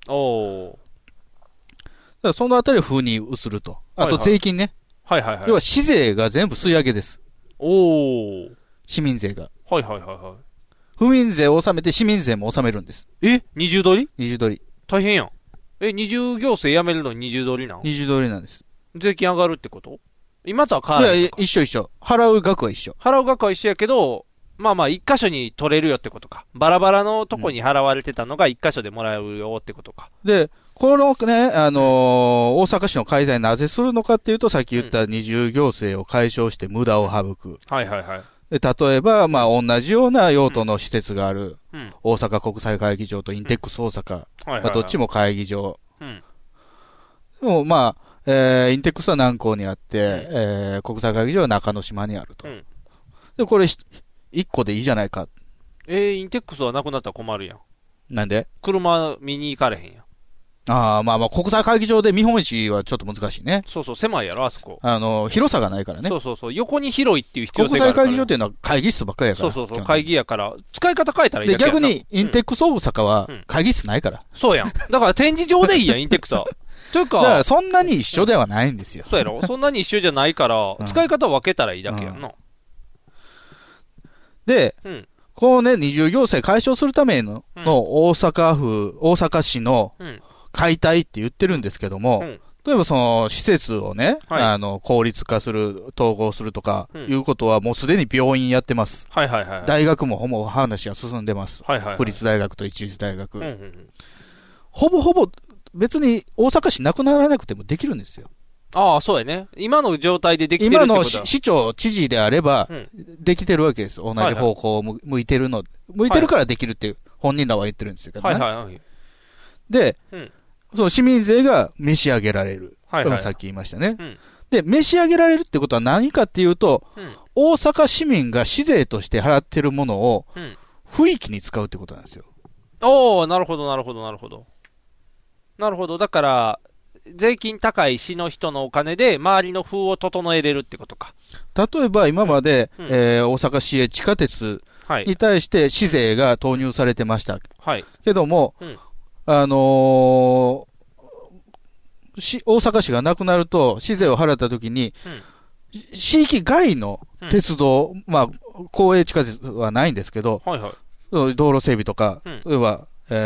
からそのあたりを府に移ると。あと税金ね。 はいはいはい。 要は市税が全部吸い上げです。市民税が。 はいはいはいはい。 府民税を納めて市民税も納めるんです。 二重取り？ 二重取り。 大変やん。二重行政やめるのに二重取りなの？ 二重取りなんです。 税金上がるってこと？今とは変わらない。 いや、一緒。払う額は一緒。 払う額は一緒やけど、まあまあ一箇所に取れるよってことか。バラバラのとこに払われてたのが一箇所でもらえるよってことか。 で、このね、大阪市の改ざんなぜするのかっていうと、さっき言った二重行政を解消して無駄を省く。 はいはいはい。 で、例えば、まあ、同じような用途の施設がある、大阪国際会議場とインテックス大阪。まあ、どっちも会議場。でも、まあ、インテックスは南港にあって、国際会議場は中之島にあると。で、これ、一個でいいじゃないか。 インテックスはなくなったら困るやん。 なんで？ 車見に行かれへんやん。 ああ、まあまあ、国際会議場で見本市はちょっと難しいね。 そうそう、狭いやろ、あそこ。 広さがないからね。 そう。横に広いっていう必要性があるから。 国際会議場っていうのは会議室ばっかりやから。 そう。会議やから、使い方変えたらいいだけやで、逆に、インテックス大阪は会議室ないから。 そうやん。だから展示場でいいやん、インテックスは。というか。 だからそんなに一緒ではないんですよ。 そうやろ。そんなに一緒じゃないから、使い方を分けたらいいだけやんな。 で、このね、二重行政解消するための大阪市の解体って言ってるんですけども、例えばその施設をね、効率化する、統合するとかいうことはもうすでに病院やってます。大学もほぼ話が進んでます。府立大学と一律大学。ほぼ別に大阪市なくならなくてもできるんですよ。 ああ、そうやね。今の状態でできてるってことだ。 今の市長、知事であれば、できてるわけです。同じ方向を向いてるからできるって本人らは言ってるんですよね。で、その市民税が召し上げられる。さっき言いましたね。で、召し上げられるってことは何かっていうと、大阪市民が市税として払ってるものを、不域に使うってことなんですよ。 おー、なるほど。だから、税金高い市の人のお金で周りの風を整えれるってことか。 例えば今まで、大阪市営地下鉄に対して市税が投入されてました。けども、大阪市がなくなると、市税を払ったときに、市域外の鉄道、まあ、公営地下鉄はないんですけど、道路整備とか、例えば、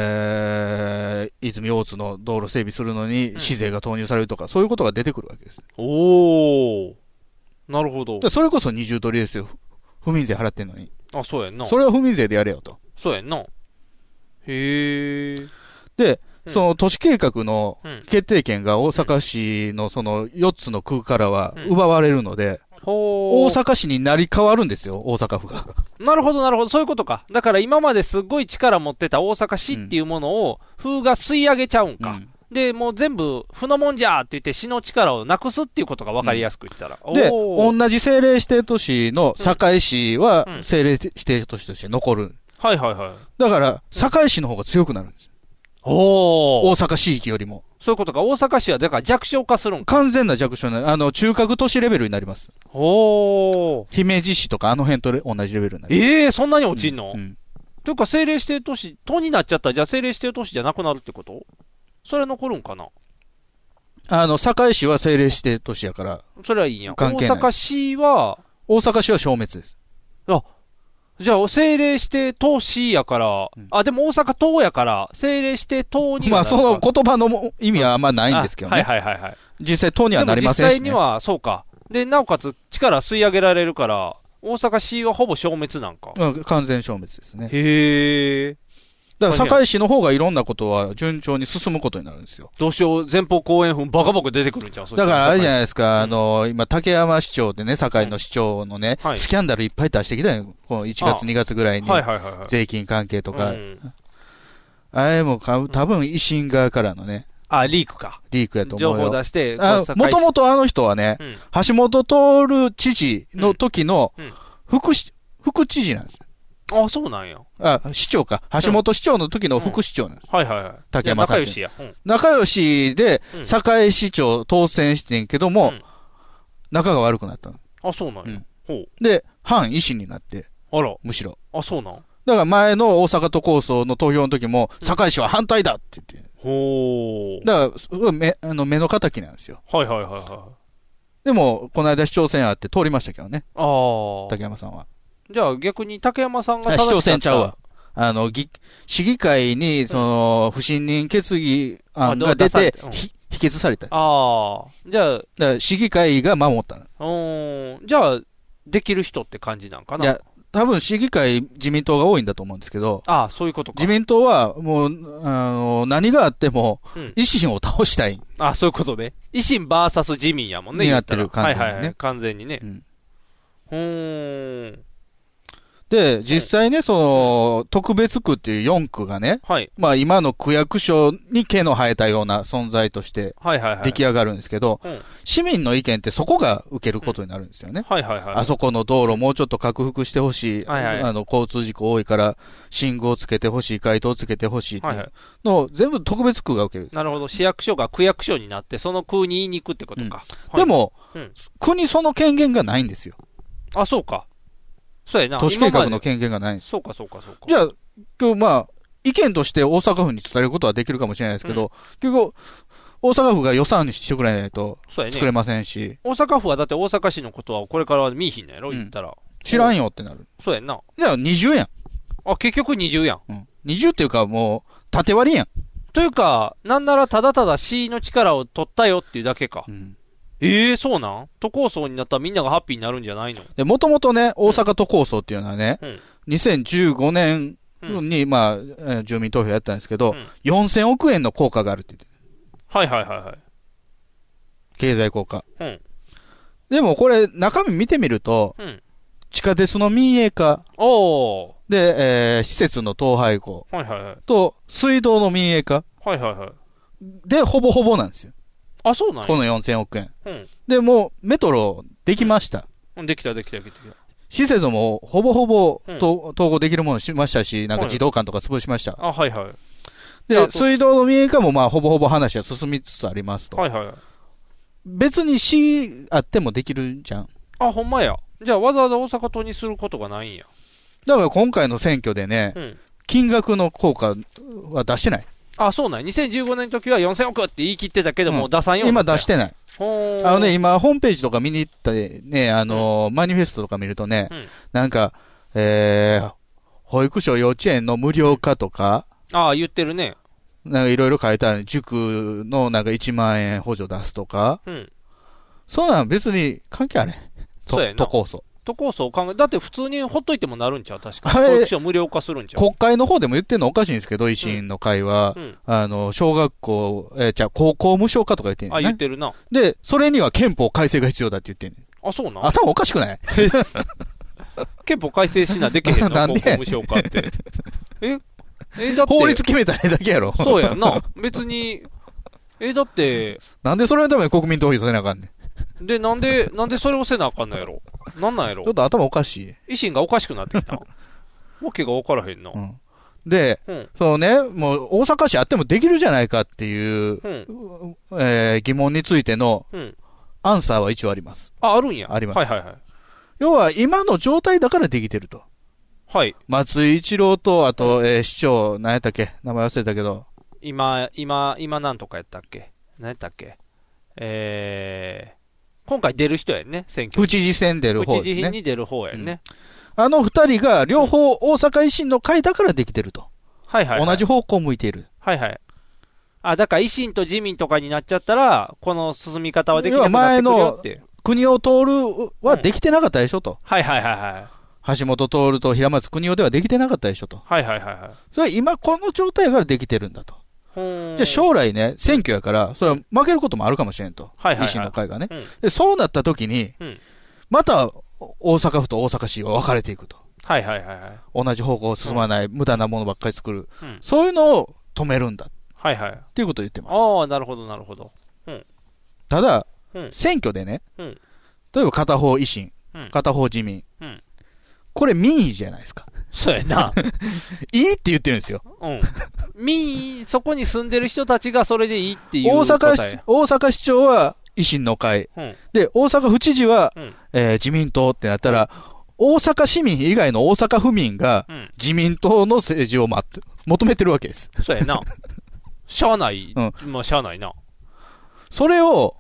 泉大津の道路整備するのに市税が投入されるとか、そういうことが出てくるわけです。 おー。なるほど。 それこそ二重取りですよ。府民税払ってんのに。 あ、そうやんな。 それは府民税でやれよと。 そうやんな。へー。 で、その都市計画の決定権が大阪市のその4つの区からは奪われるので、大阪市になり変わるんですよ、大阪府が。 なるほど、そういうことか。だから今まですっごい力持ってた大阪市っていうものを、府が吸い上げちゃうんか。で、もう全部、府のもんじゃーって言って市の力をなくすっていうことが分かりやすく言ったら。 で、同じ政令指定都市の堺市は政令指定都市として残る。だから、堺市の方が強くなるんですよ。大阪市域よりも。 そういうことか。大阪市は、だから弱小化するんか。 完全な弱小な、中核都市レベルになります。姫路市とかあの辺と同じレベルになります。 そんなに落ちんの？というか、政令指定都市、都になっちゃったら、じゃあ政令指定都市じゃなくなるってこと？それ残るんかな？ 堺市は政令指定都市やから。 それはいいんや。 関係ない。 大阪市は消滅です。 じゃあ、政令指定都市やから、でも大阪都やから、政令指定都にはなるか。 まあ、その言葉の意味はあんまないんですけどね。実際都にはなりませんしね。 実際には、そうか。で、なおかつ力吸い上げられるから、 大阪市はほぼ消滅なんか。 完全消滅ですね。 へー。 だから堺市の方がいろんなことは順調に進むことになるんですよ。 どうしよう、前方後円墳バカバカ出てくるんちゃう？ だからあれじゃないですか、今、竹山市長でね、堺の市長のね、スキャンダルいっぱい出してきたよ。この1月2月ぐらいに。税金関係とか。あれも多分維新側からのね。 リークか。 リークやと思うよ。 情報出して、 もともとあの人はね、橋本徹知事の時の副知事なんですよ。 あ、そうなんや。 市長か。橋本市長の時の副市長なんです。 はいはいはい。 竹山さん。 仲良しや。 仲良しで、堺市長当選してんけども、仲が悪くなったの。 あ、そうなんや。 で、反維新になって。 あら。 むしろ。 あ、そうなん。 だから前の大阪都構想の投票の時も、堺市は反対だって言って。 ほー。 だから、すごい目の敵なんですよ。 はいはいはいはい。 でも、この間市長選あって通りましたけどね。竹山さんは。 じゃあ逆に竹山さんが正しかった。 市長選ちゃうわ。市議会に、不信任決議案が出て、否決された。 じゃあ。 市議会が守ったの。 じゃあ、できる人って感じなんかな。 いや、多分市議会自民党が多いんだと思うんですけど。 そういうことか。 自民党は、もう、何があっても、維新を倒したい。 そういうことね。維新バーサス自民やもんね。 になってる感じ、ね。 はいはい。完全にね。 で、実際ね、特別区っていう4区がね、まあ今の区役所に毛の生えたような存在として出来上がるんですけど、市民の意見ってそこが受けることになるんですよね。あそこの道路もうちょっと拡幅してほしい、交通事故多いから信号つけてほしい、街灯つけてほしいっていうのを全部特別区が受ける。 なるほど。市役所が区役所になって、その区に言いに行くってことか。 でも、区にその権限がないんですよ。 そうか。そうやな。 都市計画の権限がないんです。 そうか。 じゃあ、今日まあ、意見として大阪府に伝えることはできるかもしれないですけど、結局、大阪府が予算にしてくれないと作れませんし。 大阪府はだって大阪市のことはこれからは見いひんのやろ、言ったら。 知らんよってなる。 そうやんな。 じゃあ20やん。 結局20やん。 20っていうかもう、縦割りやん。 というか、なんならただただ市の力を取ったよっていうだけか。そうなん都構想になったらみんながハッピーになるんじゃないの？ で、もともとね、大阪都構想っていうのはね、2015年に、まあ、住民投票やったんですけど、4000億円の効果があるって言ってはい。 経済効果。でもこれ、中身見てみると、地下鉄の民営化。で、施設の統廃合。と、水道の民営化。で、ほぼほぼなんですよ。 そうなんや。 この4000億円。で、もう、メトロできました。 できた。 施設もほぼほぼ統合できるものしましたし、なんか児童館とか潰しました。で、水道の民営化もまあ、ほぼほぼ話は進みつつありますと。別に市あってもできるじゃん。 ほんまや。じゃあわざわざ大阪都にすることがないんや。 だから今回の選挙でね、金額の効果は出してない。 そうなんや。2015年の時は4000億って言い切ってたけども、出さんようになった。 今出してない。今、ホームページとか見に行ったね、マニフェストとか見るとね、なんか、保育所、幼稚園の無料化とか、 言ってるね。 なんかいろいろ書いてある。塾のなんか1万円補助出すとか、そんなん別に関係あれ。 そうやな。 都構想。 都構想だって普通にほっといてもなるんちゃう確かに。保育所無料化するんちゃう国会の方でも言ってるのおかしいんですけど、維新の会は、小学校、高校無償化とか言ってるんね。 言ってるな。 で、それには憲法改正が必要だって言ってんねん。 そうなん？ 頭おかしくない憲法改正しなできへんのなんで高校無償化って。だって。 法律決めたらだけやろ。 そうやんな。別に、だって。 なんでそれのために国民投票せなあかんねん。で、なんでそれをせなあかんのやろ。なんなんやろ。 ちょっと頭おかしい。 維新がおかしくなってきた。わけが分からへんな。 で、もう大阪市あってもできるじゃないかっていう、疑問についての、アンサーは一応あります。 あるんや。 あります。要は今の状態だからできてると。松井一郎と、あと、市長、何やったっけ名前忘れたけど。 今なんとかやったっけ何やったっけ今回出る人やんね、選挙。 府知事選出る方ですね。 府知事に出る方やんね。 二人が両方大阪維新の会だからできてると。同じ方向を向いている。 だから維新と自民とかになっちゃったら、この進み方はできなくなってくるよって。 国を通るはできてなかったでしょと。 はいはいはいはい。 橋本徹と平松邦夫ではできてなかったでしょと。 はいはいはいはい。 それは今この状態やからできてるんだと。じゃあ将来ね、選挙やから、それは負けることもあるかもしれんと。 はいはいはい。 維新の会がね。でそうなった時に、また大阪府と大阪市は分かれていくと。 はいはいはいはい。 同じ方向を進まない、無駄なものばっかり作る。そういうのを止めるんだ。 はいはい。 っていうことを言ってます。 ああ、なるほどなるほど。 ただ、選挙でね、例えば片方維新、片方自民。これ民意じゃないですか。 そうやな。 いいって言ってるんですよ。 民意、そこに住んでる人たちがそれでいいっていう大阪市長は維新の会。で、大阪府知事は、自民党ってなったら、大阪市民以外の大阪府民が自民党の政治を求めてるわけです。 そうやな。しゃあない。まあ、しゃあないな。 それを、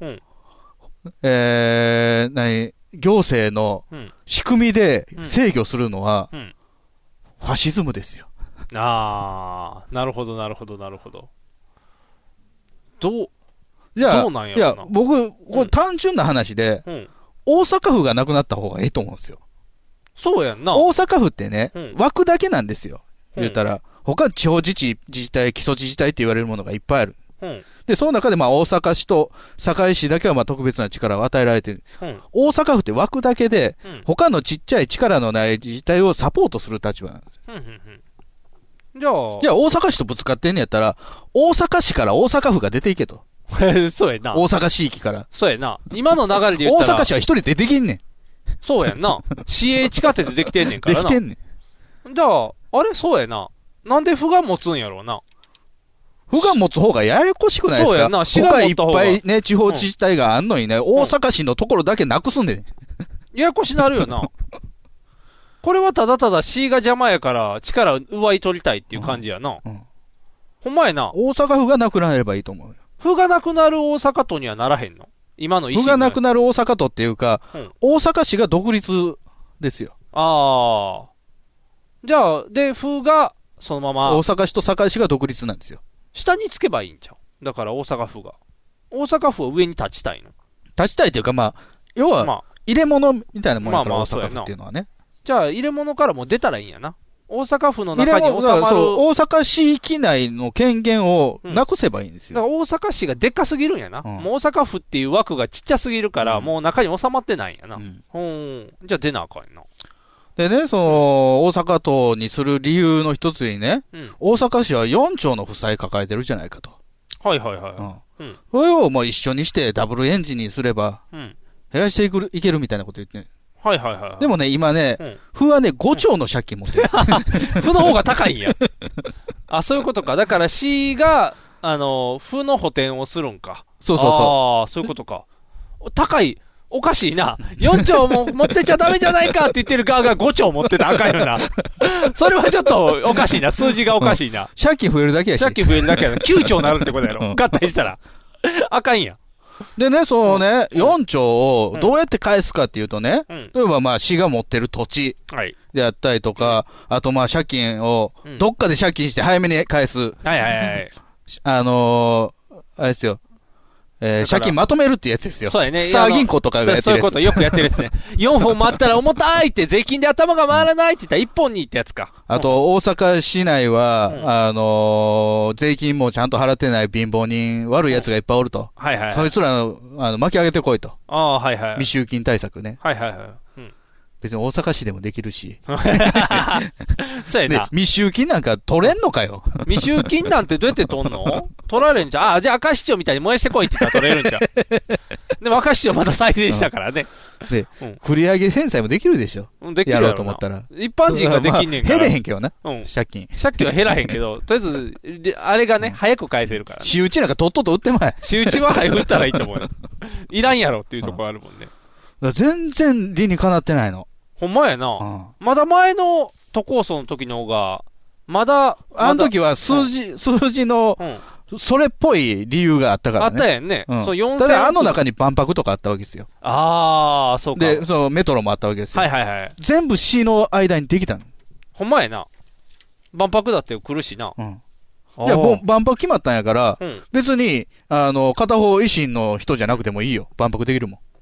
行政の仕組みで制御するのは、ファシズムですよ。 ああ、なるほど、なるほど、なるほど。どうなんやろな。 いや、僕、これ単純な話で、大阪府がなくなった方がいいと思うんですよ。 そうやんな。 大阪府ってね、枠だけなんですよ。言ったら。他地方自治体、基礎自治体って言われるものがいっぱいある。で、その中で大阪市と堺市だけは特別な力を与えられている。大阪府って枠だけで、他のちっちゃい力のない自治体をサポートする立場なんです。 じゃあ、 大阪市とぶつかってんねやったら、大阪市から大阪府が出ていけと。 そうやな。 大阪市域から。 そうやな。今の流れで言ったら。 大阪市は一人出てきんねん。 そうやんな。市営地下鉄できてんねんからな。 できてんねん。じゃあ、あれそうやな。なんで府が持つんやろうな。 府が持つ方がややこしくないですか。そうやな。他いっぱいね、地方自治体があんのにね、大阪市のところだけなくすんでね。 ややこしなるよな。これはただただ市が邪魔やから力奪い取りたいっていう感じやな。ほんまやな。 大阪府がなくなればいいと思うよ。 府がなくなる大阪都にはならへんの？今の維新府がなくなる大阪都っていうか、大阪市が独立ですよ。 ああ。じゃあ、で、府がそのまま。 大阪市と堺市が独立なんですよ。 下につけばいいんちゃう？だから大阪府が。大阪府は上に立ちたいの？ 立ちたいというか、要は、入れ物みたいなもんやから大阪府っていうのはね。 じゃあ、入れ物からも出たらいいんやな。大阪府の中に収まる。 大阪市域内の権限をなくせばいいんですよ。 だから大阪市がでっかすぎるんやな。もう大阪府っていう枠がちっちゃすぎるから、もう中に収まってないんやな。じゃあ出なあかんやな。 でね、大阪都にする理由の一つにね、大阪市は4兆の負債抱えてるじゃないかと。 はいはいはい。 それを一緒にしてダブルエンジンにすれば、減らしていけるみたいなこと言ってね。 はいはいはい。 でもね、今ね、府はね、5兆の借金持ってる。 府の方が高いんや。あ、そういうことか。だから市が、府の補填をするんか。 そうそうそう。 ああ、そういうことか。高い。おかしいな。4兆も持ってちゃダメじゃないかって言ってる側が5兆持ってたらあかんよな。それはちょっとおかしいな。数字がおかしいな。 借金増えるだけやし。 借金増えるだけやな。9兆になるってことやろ。合体したら。あかんや。 でね、4兆をどうやって返すかっていうとね、例えば市が持ってる土地であったりとか、あと借金をどっかで借金して早めに返す。 はいはいはい。 あれですよ。借金まとめるってやつですよ。 そうやね。 スター銀行とかがやってるやつ。 そういうことよくやってるやつね。4本もあったら重たいって税金で頭が回らないって言ったら1本にってやつか。 あと、大阪市内は、税金もちゃんと払ってない貧乏人、悪いやつがいっぱいおると。 はいはい。 そいつら巻き上げてこいと。 ああ、はいはい。 未収金対策ね。 はいはいはい。 別に大阪市でもできるし。 そうやな。 未収金なんか取れんのかよ。 未収金なんてどうやって取んの？取られんじゃん。じゃあ赤市長みたいに燃やしてこいって言ったら取れるんじゃん。でも赤市長まだ再生したからね。 で、繰り上げ返済もできるでしょ。 できるやろうと思ったら。 一般人ができんねんから。 減れへんけどな。借金。 借金は減らへんけど、とりあえず、あれがね、早く返せるから。 仕打ちなんかとっとと売ってまい。 仕打ちは早く売ったらいいと思うよ。いらんやろっていうところあるもんね。 全然理にかなってないの。 ほんまやな。まだ前の都構想の時の方が、まだ、 あの時は数字の、それっぽい理由があったからね。 あったやんね。そう、4000。 ただ中に万博とかあったわけですよ。 ああ、そうか。 で、メトロもあったわけですよ。 はいはいはい。 全部市の間にできたの。 ほんまやな。万博だって来るしな。 じゃあ、万博決まったんやから、別に、片方維新の人じゃなくてもいいよ。万博できるもん。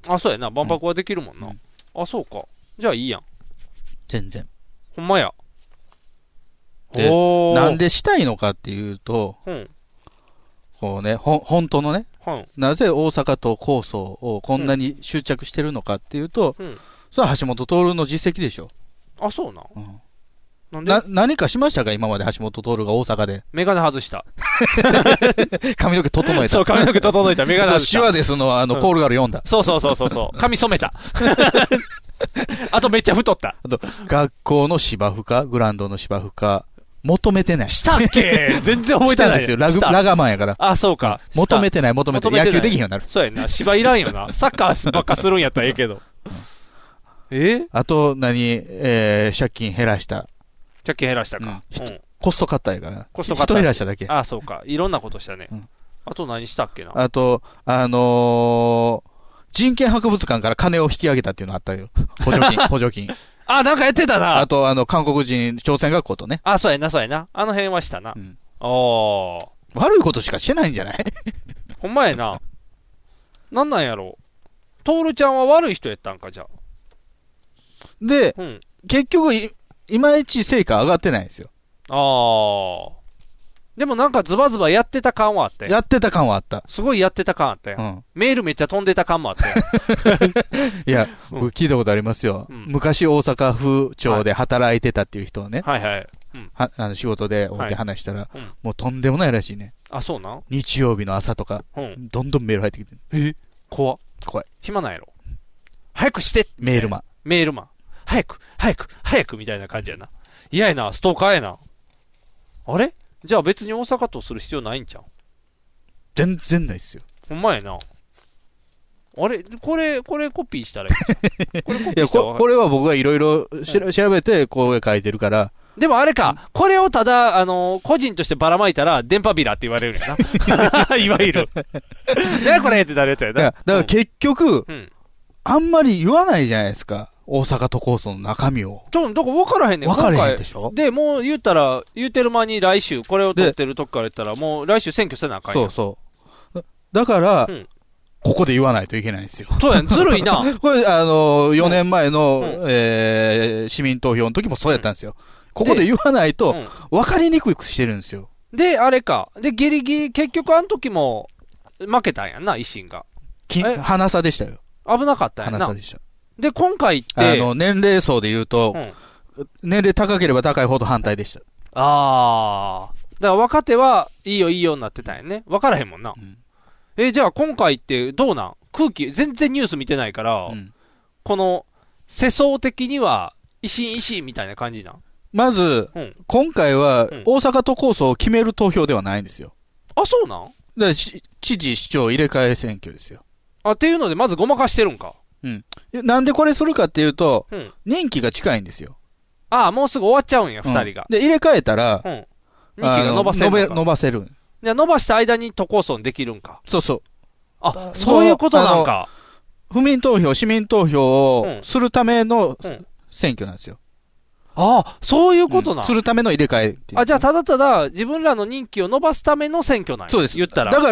あ、そうやな。万博はできるもんな。あ、そうか。じゃあいいやん。 全然。 ほんまや。 で、なんでしたいのかっていうと、こうね、本当のね、なぜ大阪都構想をこんなに執着してるのかっていうと、それは橋本徹の実績でしょ。 あ、そうな。なんで何かしましたか今まで橋本徹が大阪で。 メガネ外した。 髪の毛整えた。 そう、髪の毛整えた。メガネ外した。 シュワデスのコールガール読んだ。 そう。髪染めた。あとめっちゃ太った。 あと、学校の芝生か、グラウンドの芝生か、求めてない。 したっけ全然覚えてない。 したんですよ。ラガーマンやから。 あ、そうか。 求めてない。野球できひんようになる。 そうやな。芝いらんよな。サッカーばっかするんやったらええけど。 あと、借金減らした。 借金減らしたか。 コストカッターやから。 コストカッター。 人減らしただけ。 あ、そうか。いろんなことしたね。あと何したっけな。 あと、人権博物館から金を引き上げたっていうのあったよ。補助金。 あ、なんかやってたな。 あと、韓国人朝鮮学校とね。 あ、そうやな。あの辺はしたな。 悪いことしかしてないんじゃないほんまやな。なんなんやろ。トールちゃんは悪い人やったんか、じゃあ。 で、結局いまいち成果上がってないんですよ。 でもなんかズバズバやってた感はあったよ。 やってた感はあった。 すごいやってた感あったよ。メールめっちゃ飛んでた感もあったよ。 いや、僕聞いたことありますよ。昔大阪府庁で働いてたっていう人はね。仕事でお手話したら、もうとんでもないらしいね。 あ、そうなん？ 日曜日の朝とか、どんどんメール入ってきて。 怖い。暇ないやろ。早くしてメールマン。 早くみたいな感じやな。嫌やな、ストーカーやな。あれ？じゃあ別に大阪とする必要ないんちゃう？ 全然ないっすよ。 ほんまやな。あれこれコピーしたらいいこれコピーしたらこれは僕がいろいろ調べてこう書いてるから。 でもあれか、これをただ、個人としてばらまいたら、電波ビラって言われるんやな。いわゆる。ねこれってなるやつやな。 だから結局、あんまり言わないじゃないですか。大阪都構想の中身を。 だから分からへんねん。 分からへんでしょ？ で、もう言ってる間に来週、これを撮ってる時から言ったら、もう来週選挙せなあかんやん。 そう。だから、ここで言わないといけないんですよ。 そうやん、ずるいな。 これ、4年前の、市民投票の時もそうやったんですよ。ここで言わないと、分かりにくくしてるんですよ。 で、あれか。で、ギリギリ、結局あの時も、負けたんやんな、維新が。 鼻差でしたよ。 危なかったんやな。 鼻差でした。 で、今回って。 年齢層で言うと、年齢高ければ高いほど反対でした。 だから若手はいいよになってたんやね。分からへんもんな。じゃあ今回ってどうなん空気、全然ニュース見てないから、この、世相的には、維新みたいな感じなんまず、今回は、大阪都構想を決める投票ではないんですよ。 あ、そうなんだ知事、市長入れ替え選挙ですよ。 っていうので、まずごまかしてるんか。 なんでこれするかっていうと、任期が近いんですよ。 もうすぐ終わっちゃうんや、二人が。 で、入れ替えたら、 任期が伸ばせる伸ばせる。 じゃあ伸ばした間に都構想できるんか。 そう。 そういうことなんか。 府民投票、市民投票をするための選挙なんですよ。 そういうことなんするための入れ替えっていう。 じゃあただただ自分らの任期を伸ばすための選挙なんや。 そうです。 言ったら。 だから、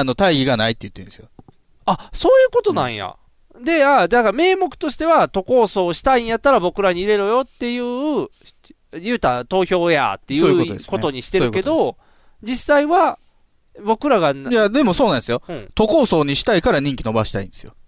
大義がないって言ってるんですよ。 そういうことなんや。で、だから名目としては都構想したいんやったら僕らに入れろよっていう、言うたら投票やっていうことにしてるけど、実際は僕らが。いや、でもそうなんですよ。都構想にしたいから任期伸ばしたいんですよ。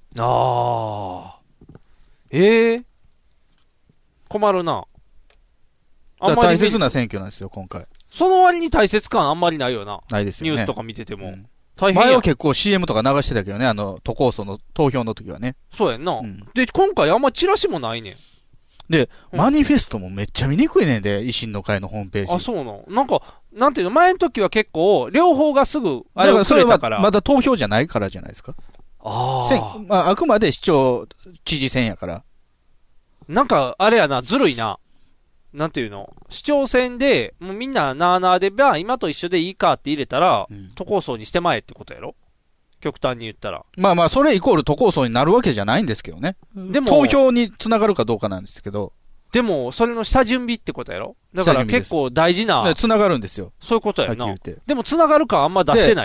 困るな。 大切な選挙なんですよ、今回。 その割に大切感あんまりないよな。 ないですよね。 ニュースとか見てても。 大変前は結構 CM とか流してたけどね、都構想の投票の時はね。 そうやんな。で、今回あんまチラシもないねん。 で、マニフェストもめっちゃ見にくいねんで、維新の会のホームページ。 そうなの。なんか、なんていうの、前の時は結構、両方がすぐ、あれをくれたから。 まだ投票じゃないからじゃないですか。あくまで市長、知事選やから。 なんか、あれやな、ずるいな。なんていうの市長選で、もうみんななーで、今と一緒でいいかって入れたら、都構想にしてまえってことやろ極端に言ったら。 それイコール都構想になるわけじゃないんですけどね。でも、投票につながるかどうかなんですけど。 でも、それの下準備ってことやろだから結構大事な。 つながるんですよ。 そういうことやな。でもつながるかあんま出してないやん。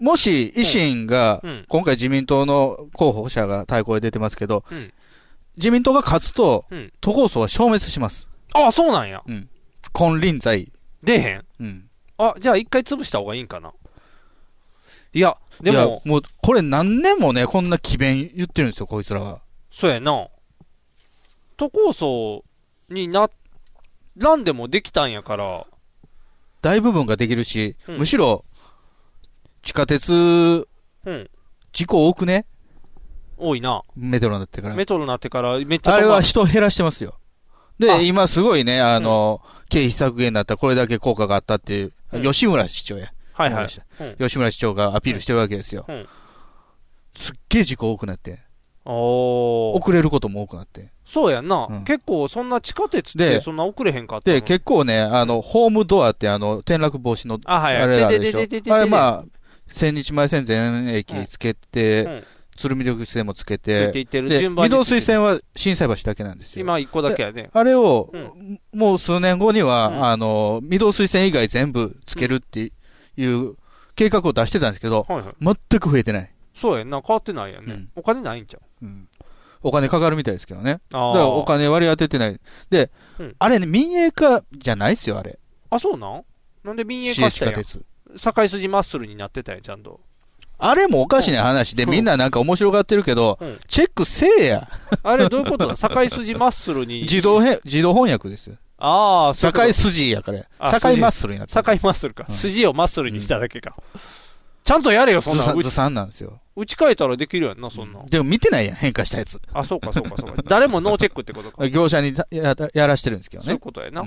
もし維新が、今回自民党の候補者が対抗で出てますけど、自民党が勝つと、都構想は消滅します。 ああ、そうなんや。 金輪際。 出へん。あ、じゃあ一回潰した方がいいんかな。いや、でも。いや、 もう、これ何年もね、こんな詭弁言ってるんですよ、こいつらは。 そうやな。都構想にらんでもできたんやから。 大部分ができるし、むしろ、地下鉄、事故多くね？ 多いな。 メトロになってから。 メトロになってからめっちゃ。 あれは人減らしてますよ。で、今すごいね、経費削減になったこれだけ効果があったっていう、吉村市長や。 はいはい。 吉村市長がアピールしてるわけですよ。すっげえ事故多くなって。遅れることも多くなって。 そうやんな。結構そんな地下鉄ってそんな遅れへんかったの。 で、結構ね、ホームドアって転落防止の、あれあるでしょ。あれまあ、千日前線全駅つけて、鶴見緑線もつけて、で、御堂水線は心斎橋だけなんですよ。 今一個だけやね。 あれを、もう数年後には、御堂水線以外全部つけるっていう計画を出してたんですけど、全く増えてない。 そうやんな、変わってないやんね。お金ないんちゃう？ お金かかるみたいですけどね。だからお金割り当ててない。で、あれね、民営化じゃないっすよ、あれ。 あ、そうなんなんで民営化したんや。堺筋マッスルになってたやん、ちゃんと。 あれもおかしな話で、みんななんか面白がってるけど、チェックせえや。 あれどういうことだ？堺筋マッスルに。 自動翻訳ですよ。 ああ、 堺筋やから。堺マッスルになってる。 堺マッスルか。筋をマッスルにしただけか。ちゃんとやれよ、そんな。 ずさんなんですよ。 打ち替えたらできるやんな、そんな。 でも見てないやん、変化したやつ。 あ、そうか、そうか、そうか。誰もノーチェックってことか。 業者にやらしてるんですけどね。 そういうことやな。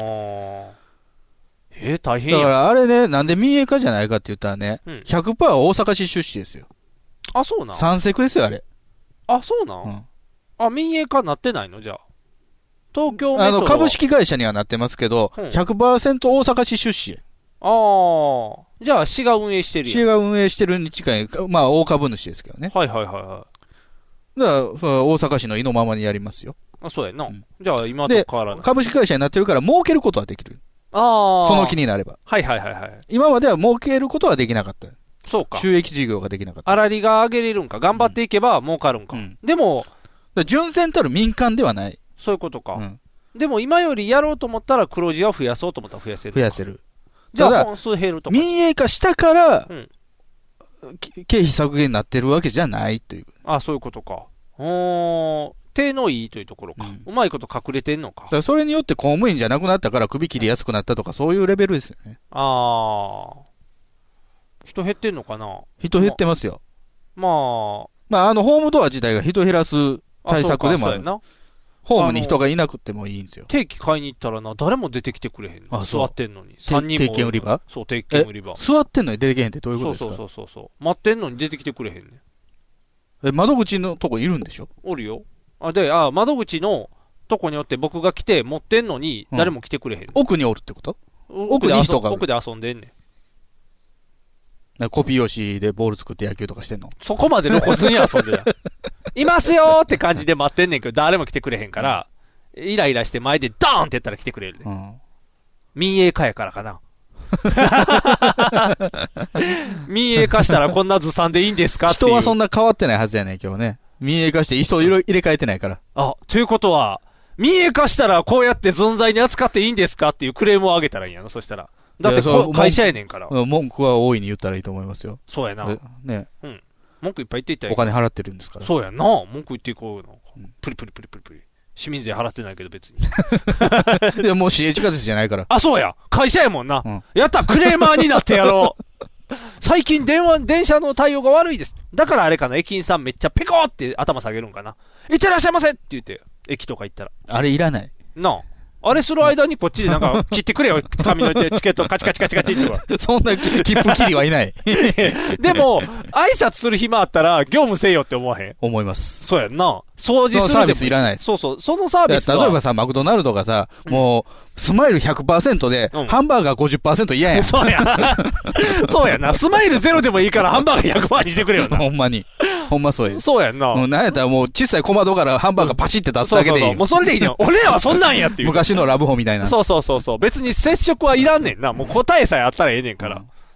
大変や。 だからあれね、なんで民営化じゃないかって言ったらね、100% 大阪市出身ですよ。 あ、そうなん？ 三セクですよ、あれ。 あ、そうなん？あ、民営化なってないのじゃあ。東京メトロ。 株式会社にはなってますけど、100% 大阪市出身。 ああ。じゃあ、市が運営してるやん。 市が運営してるに近い、まあ、大株主ですけどね。 はいはいはいはい。 だから、大阪市の意のままにやりますよ。 あ、そうやな。じゃあ、今と変わらない。 株式会社になってるから、儲けることはできる。 ああ。 その気になれば。 はいはいはいはい。 今までは儲けることはできなかった。 そうか。 収益事業ができなかった。 粗利が上げれるんか。頑張っていけば儲かるんか。でも、 純然たる民間ではない。 そういうことか。でも、今よりやろうと思ったら、黒字は増やそうと思ったら増やせる。 増やせる。 じゃあ本数減るとか。 民営化したから、経費削減になってるわけじゃないという。 あ、そういうことか。手のいいというところか。うまいこと隠れてんのか。 だからそれによって公務員じゃなくなったから首切りやすくなったとか、そういうレベルですよね。 ああ。人減ってんのかな？ 人減ってますよ。 まあ。 ホームドア自体が人減らす対策でもある。ホームに人がいなくてもいいんですよ。 定期買いに行ったらな、誰も出てきてくれへんの。座ってんのに。 3人も。定期売り場？ そう、定期売り場。 座ってんのに出てけへんってどういうことですか？ そう。待ってんのに出てきてくれへんねん。窓口のとこいるんでしょ？ おるよ。窓口のとこによって僕が来て持ってんのに誰も来てくれへん。 奥におるってこと？奥に人が。 奥で遊んでんねん。コピー用紙でボール作って野球とかしてんの？ そこまで露骨に遊んでた。いますよーって感じで待ってんねんけど、誰も来てくれへんから、イライラして前でドーンってやったら来てくれるで。民営化やからかな。民営化したらこんなずさんでいいんですかっていう。 人はそんな変わってないはずやねん、今日ね。民営化して人を入れ替えてないから。 あ、ということは、民営化したらこうやって存在に扱っていいんですかっていうクレームを上げたらいいんやな、そしたら。だって会社やねんから。 文句は大いに言ったらいいと思いますよ。 そうやな。 ね。 文句いっぱい言っていったらいい。 お金払ってるんですから。 そうやな。文句言っていこうよ。プリプリ。市民税払ってないけど別に。 でももう市営地下鉄じゃないから。 あ、そうや。会社やもんな。やった、クレーマーになってやろう。最近電車の対応が悪いです。だからあれかな、駅員さんめっちゃペコーって頭下げるんかな。いってらっしゃいませって言って、駅とか行ったら。 あれいらない。 なあ。あれする間にこっちでなんか切ってくれよ。紙のチケットカチカチって言うそんな切符切りはいない。 でも、挨拶する暇あったら業務せえよって思わへん？ 思います。 そうやんな。掃除するでも。 サービスいらない。 そう。そのサービスは。 例えばさ、マクドナルドがさ、もう、スマイル 100% で、ハンバーガー 50% 嫌やん。 そうや。そうやな。スマイル0でもいいからハンバーガー 100% にしてくれよな。 ほんまに。ほんまそうや。 そうやんな。 なんやったらもう小さい小窓からハンバーガーパチって出すだけでいい。 そう。もうそれでいいの。俺らはそんなんやっていう。 昔のラブホみたいな。 そう。別に接触はいらんねんな。もう答えさえあったらええねんから。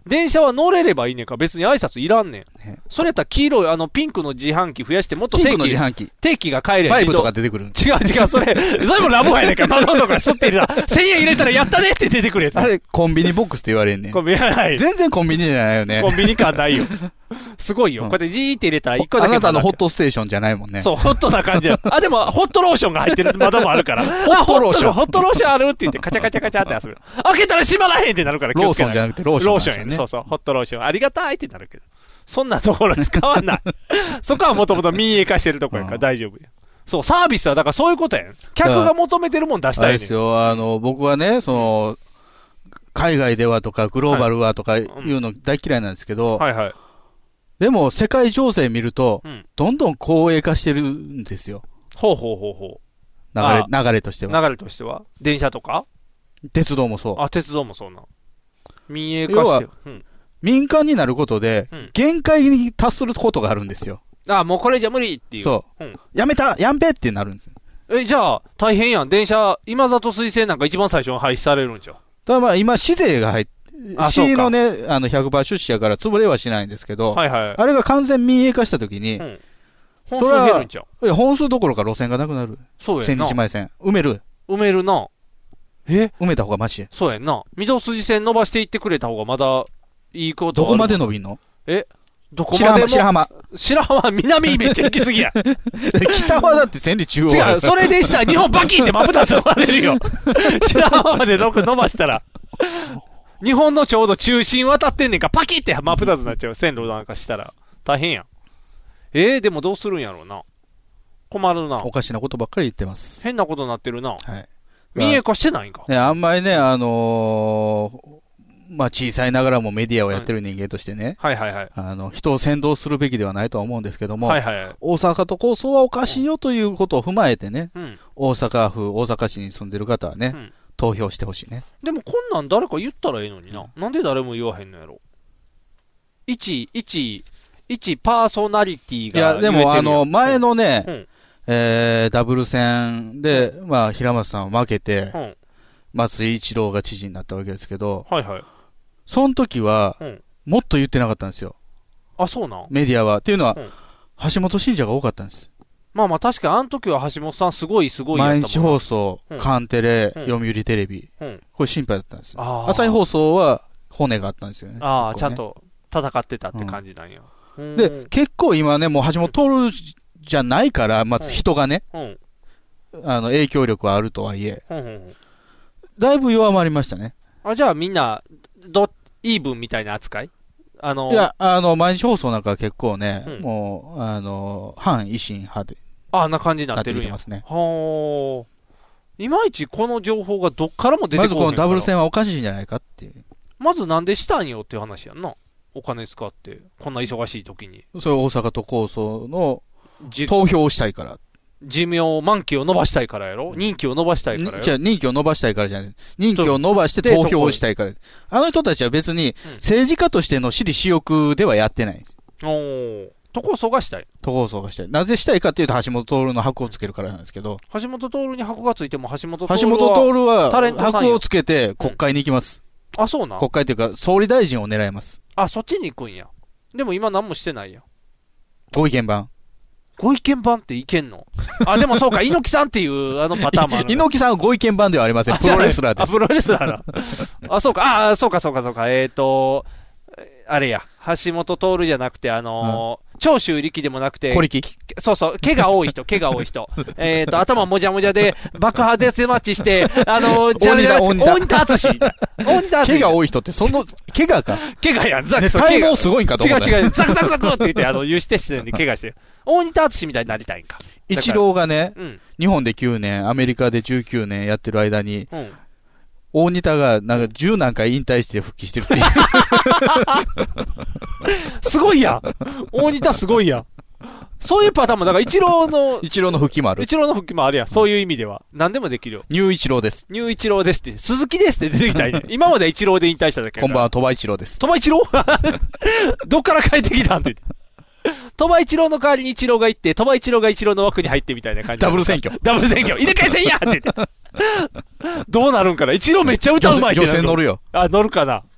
電車は乗れればいいねんから別に挨拶いらんねん。それやったら黄色いピンクの自販機増やしてもっとピンクの自販機。 定期が買えればバイブとか出てくる。 違う、それもラブホやねんから、窓とか吸ってるな。1000円入れたらやったねって出てくるやつ。 あれ、コンビニボックスって言われんねん。 コンビニじゃない。 全然コンビニじゃないよね。 コンビニ感ないよ。すごいよ。こうやってジーって入れたら1個だけ。 あなたのホットステーションじゃないもんね。 そう、ホットな感じや。でも、ホットローションが入ってる窓もあるから。ホットローションあるって言って、カチャカチャカチャって遊ぶ。開けたら閉まらへんってなるから気をつけない。 ローソンじゃなくてローション。 ローションやね。そう、ホットローション。ありがたいってなるけど。そんなところ使わない。そこはもともと民営化してるところやから大丈夫や。そう、サービスはだからそういうことやん。客が求めてるもん出したいねん。 ですよ。僕はね、海外ではとか、グローバルはとかいうの大嫌いなんですけど、 はいはい。 でも、世界情勢見ると、どんどん公営化してるんですよ。 ほう。 流れとしては。 流れとしては電車とか鉄道もそう。 鉄道もそうな。民営化してる。 民間になることで、限界に達することがあるんですよ。 もうこれじゃ無理っていう。 そう。やんべってなるんですよ。 じゃあ、大変やん。電車、今里水線なんか一番最初に廃止されるんちゃう？ ただ今、市税が入って、市のね、100% 出資やから潰れはしないんですけど、 はいはい。 あれが完全民営化したときに、 本数減るんちゃう？ 本数どころか路線がなくなる。 そうやんな。 千日前線。埋めるな。 埋めた方がマシや。 そうやんな。御堂筋線伸ばしていってくれた方がまだいいことどこまで伸びんの？ どこまでも白浜、 南めっちゃ行き過ぎや。 北はだって千里中央。 違う、それでしたら日本バキって真っ二つ割れるよ。白浜まで伸ばしたら。日本のちょうど中心渡ってんねんからパキって真っ二つになっちゃう。線路なんかしたら。大変やん。でもどうするんやろうな。困るな。 おかしなことばっかり言ってます。 変なことになってるな。 はい。 民営化してないんか。 ね、あんまりね、小さいながらもメディアをやってる人間としてね。 はいはいはい。 人を先導するべきではないとは思うんですけども。 はいはいはい。 大阪都構想はおかしいよということを踏まえてね。大阪市に住んでる方はね。投票してほしいね。 でもこんなん誰か言ったらええのにな。なんで誰も言わへんのやろ。一パーソナリティが。 いや、でも前のね、ダブル戦で、平松さんは負けて、松井一郎が知事になったわけですけど、 はいはい。 その時は、もっと言ってなかったんですよ。 そうなん？ メディアは。っていうのは、橋本信者が多かったんです。 確かにあの時は橋本さんすごいやったもん。 毎日放送、カンテレ、読売テレビ。これ心配だったんですよ。朝日放送は骨があったんですよね。 ちゃんと戦ってたって感じなんや。 で、結構今ね、もう橋本徹じゃないから、まず人がね、影響力はあるとはいえ、だいぶ弱まりましたね。 じゃあみんな、イーブンみたいな扱い？ いや、毎日放送なんか結構ね、もう、反維新派で。 な感じになってるんや。 なってきてますね。 いまいちこの情報がどっからも出てこない。 まずこのダブル戦はおかしいんじゃないかっていう。 まずなんでしたんよっていう話やんな。お金使って、こんな忙しい時に。 それ大阪都構想の投票をしたいから。 満期を伸ばしたいからやろ？任期を伸ばしたいからやろ？ じゃあ任期を伸ばしたいからじゃない。任期を伸ばして投票をしたいから。あの人たちは別に政治家としての私利私欲ではやってないんです。 都構想がしたい。 都構想がしたい。なぜしたいかっていうと橋本徹の箔をつけるからなんですけど。 橋本徹に箔がついても橋本徹は箔をつけて国会に行きます。 そうなん？ 国会というか総理大臣を狙います。 そっちに行くんや。でも今何もしてないや。 ご意見番っていけんの？でもそうか、猪木さんっていうパターンもある。 猪木さんはご意見番ではありません。プロレスラーです。 プロレスラーだ。そうか。そうか。あれや、橋本徹じゃなくて、長州力でもなくて、 小力。 そう、毛が多い人。頭もじゃもじゃで、爆破デスマッチして、大仁田敦。 毛が多い人って、毛がか。 毛がやん、 体毛すごいんかと思った。 違う、ザクって言って、有してしてんで、毛がして。大仁田敦みたいになりたいんか。 一郎がね、日本で9年、アメリカで19年やってる間に、大仁田が10何回引退して復帰してるっていう。 すごいやん。大仁田すごいやん。そういうパターンも、だから一郎の復帰もある。 一郎の復帰もあるやん。そういう意味では。何でもできるよ。 ニュー一郎です。 ニュー一郎ですって、鈴木ですって出てきたいね。今まで一郎で引退しただけ。 こんばんは、鳥羽一郎です。 鳥羽一郎どっから帰ってきたんって言って。鳥羽一郎の代わりに一郎が行って、鳥羽一郎が一郎の枠に入ってみたいな感じ。 ダブル選挙。 入れ替え戦やって言って。どうなるんかな？一郎めっちゃ歌うまいって。 予選乗るよ。 乗るかな。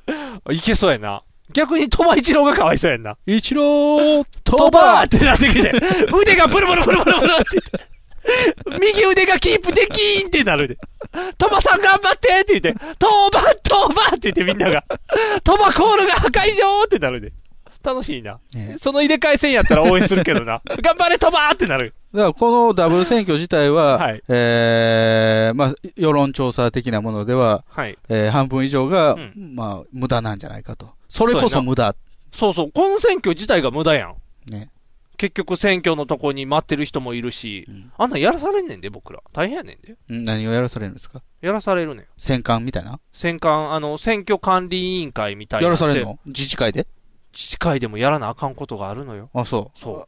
いけそうやな。逆に鳥羽一郎がかわいそうやんな。 一郎鳥羽ってなってきて、腕がブルブルブルブルブルって言って、右腕がキープできーんってなるで。鳥羽さん頑張ってって言って、鳥羽って言ってみんなが、鳥羽コールが破壊状ってなるで。楽しいな。その入れ替え戦やったら応援するけどな。頑張れ鳥羽ってなる。 だからこのダブル選挙自体は、はい、まあ、世論調査的なものでは、はい、半分以上が、まあ、無駄なんじゃないかと。それこそ無駄。 そうそう。この選挙自体が無駄やん。ね。結局選挙のとこに待ってる人もいるし、あんなんやらされんねんで、僕ら。大変やねんで。 何をやらされるんですか？ やらされるねん。 選管みたいな？ 選管、選挙管理委員会みたいな。 やらされるの？自治会で？ 自治会でもやらなあかんことがあるのよ。 あ、そう。 そう。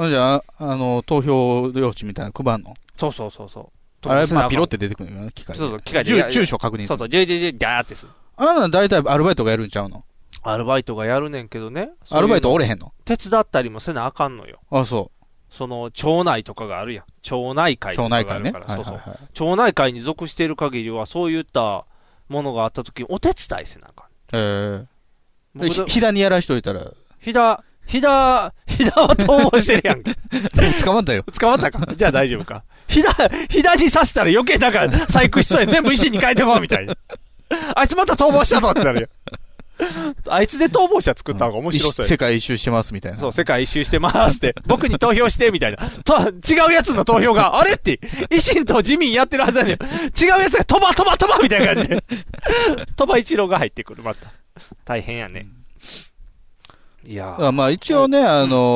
じゃあ、投票用紙みたいなの配んの？ そうそうそうそう。 あれ、まあ、ピロって出てくるよね、機械で。 そうそう、機械で。 住所確認する。 そうそう、ガーってする。 あんな大体アルバイトがやるんちゃうの？ アルバイトがやるねんけどね。 アルバイトおれへんの？ 手伝ったりもせなあかんのよ。 あ、そう。 その、町内とかがあるやん。町内会とかがあるから。 町内会ね。 そうそう。町内会に属している限りは、そういったものがあった時にお手伝いせなあかん。 飛騨にやらしといたら。 飛騨は逃亡してるやんけ。 捕まったよ。 捕まったか。じゃあ大丈夫か。飛騨に刺したら余計だから細工しそうや。全部石に変えてこうみたいな。あいつまた逃亡したぞってなるよ。あいつで逃亡者作った方が面白そうや。 世界一周してますみたいな。 そう、世界一周してますって。僕に投票してみたいな。違うやつの投票が、あれって、維新と自民やってるはずだね。違うやつが飛ばみたいな感じで。鳥羽一郎が入ってくる、また。大変やね。いやー。 まあ一応ね、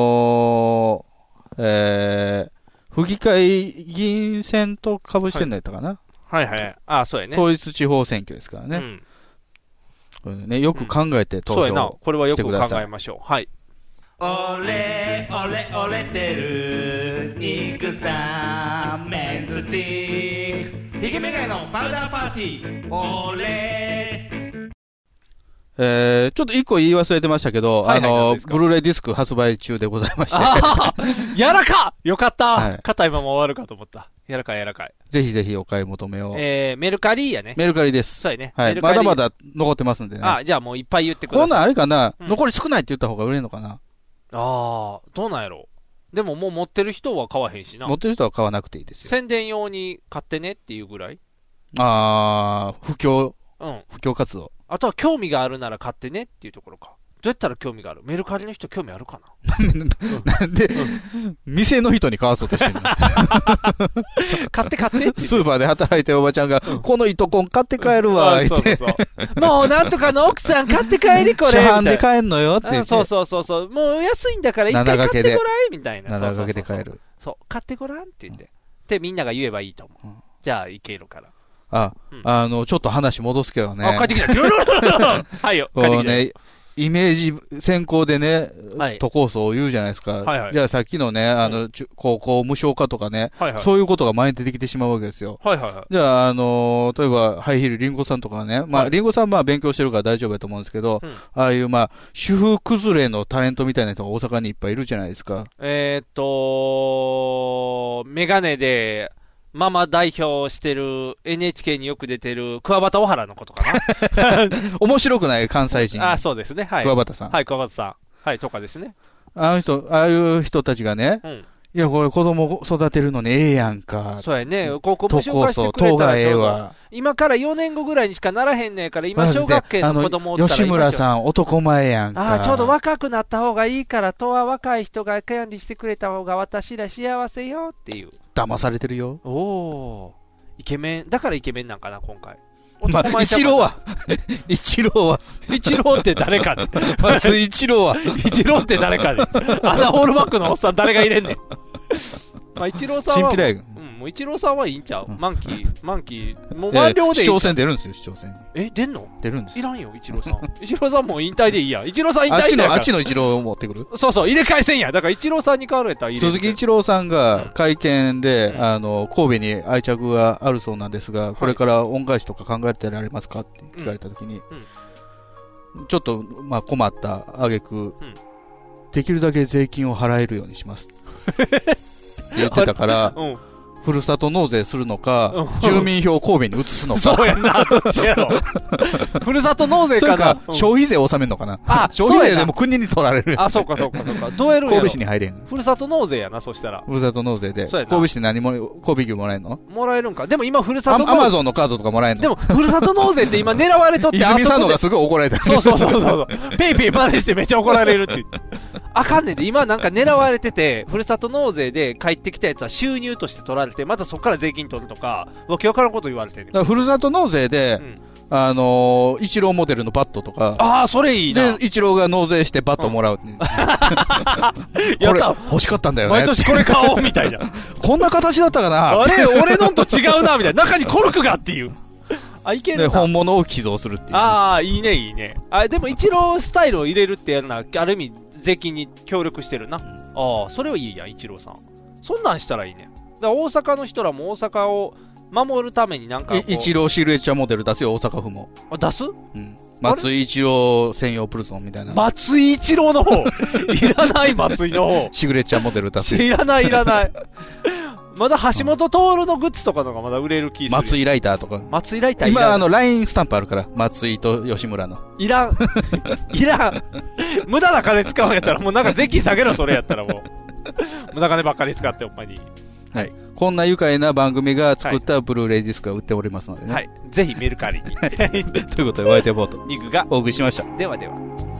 府議会議員選と被してんのやったかな。 はいはい。あ、そうやね。 統一地方選挙ですからね。これね、よく考えて投票してください。そうやな。 これはよく考えましょう。はい。 俺てる肉さんメンズティーヒゲメガネのパウダーパーティーちょっと一個言い忘れてましたけど、ブルーレイディスク発売中でございまして。 やらかよかった、硬いまま終わるかと思った。やらかい。 ぜひぜひお買い求めを。 メルカリやね。 メルカリです。 そうやね。 はい。まだまだ残ってますんでね。 じゃあもういっぱい言ってください。 こんなんあれかな、残り少ないって言った方が売れるのかな。 どうなんやろう。でももう持ってる人は買わへんしな。 持ってる人は買わなくていいですよ。 宣伝用に買ってねっていうぐらい。 布教活動。 あとは興味があるなら買ってねっていうところか。どうやったら興味がある？メルカリの人興味あるかな？ なんで、店の人に買わそうとしてんの？ 買ってスーパーで働いてるおばちゃんが、この糸コン買って帰るわ、言って。 もうなんとかの奥さん買って帰りこれ。 市販で買えんのよって言って。 そう。もう安いんだから一回買ってごらんみたいな。 7掛けで買える。 そう、買ってごらんって言って。で、みんなが言えばいいと思う。じゃあ、いけるから。 ちょっと話戻すけどね。 帰ってきた。はいよ。帰ってきた。 ね、イメージ先行でね、都構想を言うじゃないですか。じゃあさっきのね、高校無償化とかね、そういうことが前に出てきてしまうわけですよ。じゃあ、例えば、ハイヒールリンゴさんとかね、リンゴさん勉強してるから大丈夫だと思うんですけど、ああいう主婦崩れのタレントみたいな人が大阪にいっぱいいるじゃないですか。 メガネで、ママ代表してる NHK によく出てる桑畑小原のことかな。 面白くない関西人。 そうですね。はい。 桑畑さん。 はい、桑畑さん。はい、とかですね。 ああいう人たちがね、いや、これ子供育てるのにええやんか。 そうやね。高校無償化してくれたらちょうど。今から4年後ぐらいにしかならへんねんから、今小学校の子供おったら吉村さん、男前やんか。 ちょうど若くなった方がいいから、とは若い人が管理してくれた方が私ら幸せよっていう。 騙されてるよ。 イケメン。だからイケメンなんかな、今回。 一郎って誰かね。 まず一郎って誰かね。あんなオールバックのおっさん誰が入れんねん。一郎さんは。もう一郎さんはいいんちゃう？満期、もう満了でいい。 市長選出るんですよ、市長選。 出んの？ 出るんです。 いらんよ、一郎さん。一郎さんもう引退でいいや。一郎さん引退してあっちの一郎を持ってくる？ そう、入れ替え戦や。だから一郎さんに変わるやったらいい。 鈴木一郎さんが会見で、神戸に愛着があるそうなんですが、これから恩返しとか考えてられますかって聞かれたときに、ちょっと、困った挙句、できるだけ税金を払えるようにします。って言ってたから、 ふるさと納税するのか、住民票を神戸に移すのか。 そうやんな、どっちやろ。ふるさと納税かな。 それか、消費税を納めるのかな。消費税でも国に取られる。 そうか。どうやるんやろ。 神戸市に入れん。 ふるさと納税やな、そしたら。 ふるさと納税で。神戸市で何も、神戸牛もらえるの？ もらえるんか。でも今、ふるさと納税。 アマゾンのカードとかもらえるの？ でも、ふるさと納税って今狙われとって、 泉佐野がすごい怒られた。 そう。ペイペイ真似してめっちゃ怒られるって言って。あかんねんで、今なんか狙われてて、ふるさと納税で帰ってきたやつは収入として取られて、またそこから税金取るとか、わけわからんこと言われてる。 だからふるさと納税で、イチローモデルのバットとか。 それいいな。 で、イチローが納税してバットもらう。 やった。 欲しかったんだよね。 毎年これ買おうみたいな。 こんな形だったかな。 あれ、俺のと違うな、みたいな。中にコルクがっていう。いけるな。 で、本物を寄贈するっていう。 いいね。でもイチロースタイルを入れるってやるのは、ある意味、税金に協力してるな。それはいいやん、イチローさん。そんなんしたらいいね。だから大阪の人らも大阪を守るためになんかイチローシルエッチャーモデル出すよ、大阪府も。 出す？ 松井一郎専用プルソンみたいな。 松井一郎の方いらない松井の方。 シグレッチャーモデル出す。 いらない。まだ橋本徹のグッズとかのがまだ売れる気する。 松井ライターとか。 松井ライター今ラインスタンプあるから。松井と吉村の。 いらん。無駄な金使うんやったらもうなんか税金下げろ、それやったらもう。無駄金ばっかり使ってお前に。 はい。こんな愉快な番組が作ったブルーレイディスクが売っておりますのでね。 はい。ぜひメルカリに。 ということで、ワイテボート。 ニグがお送りしました。 では。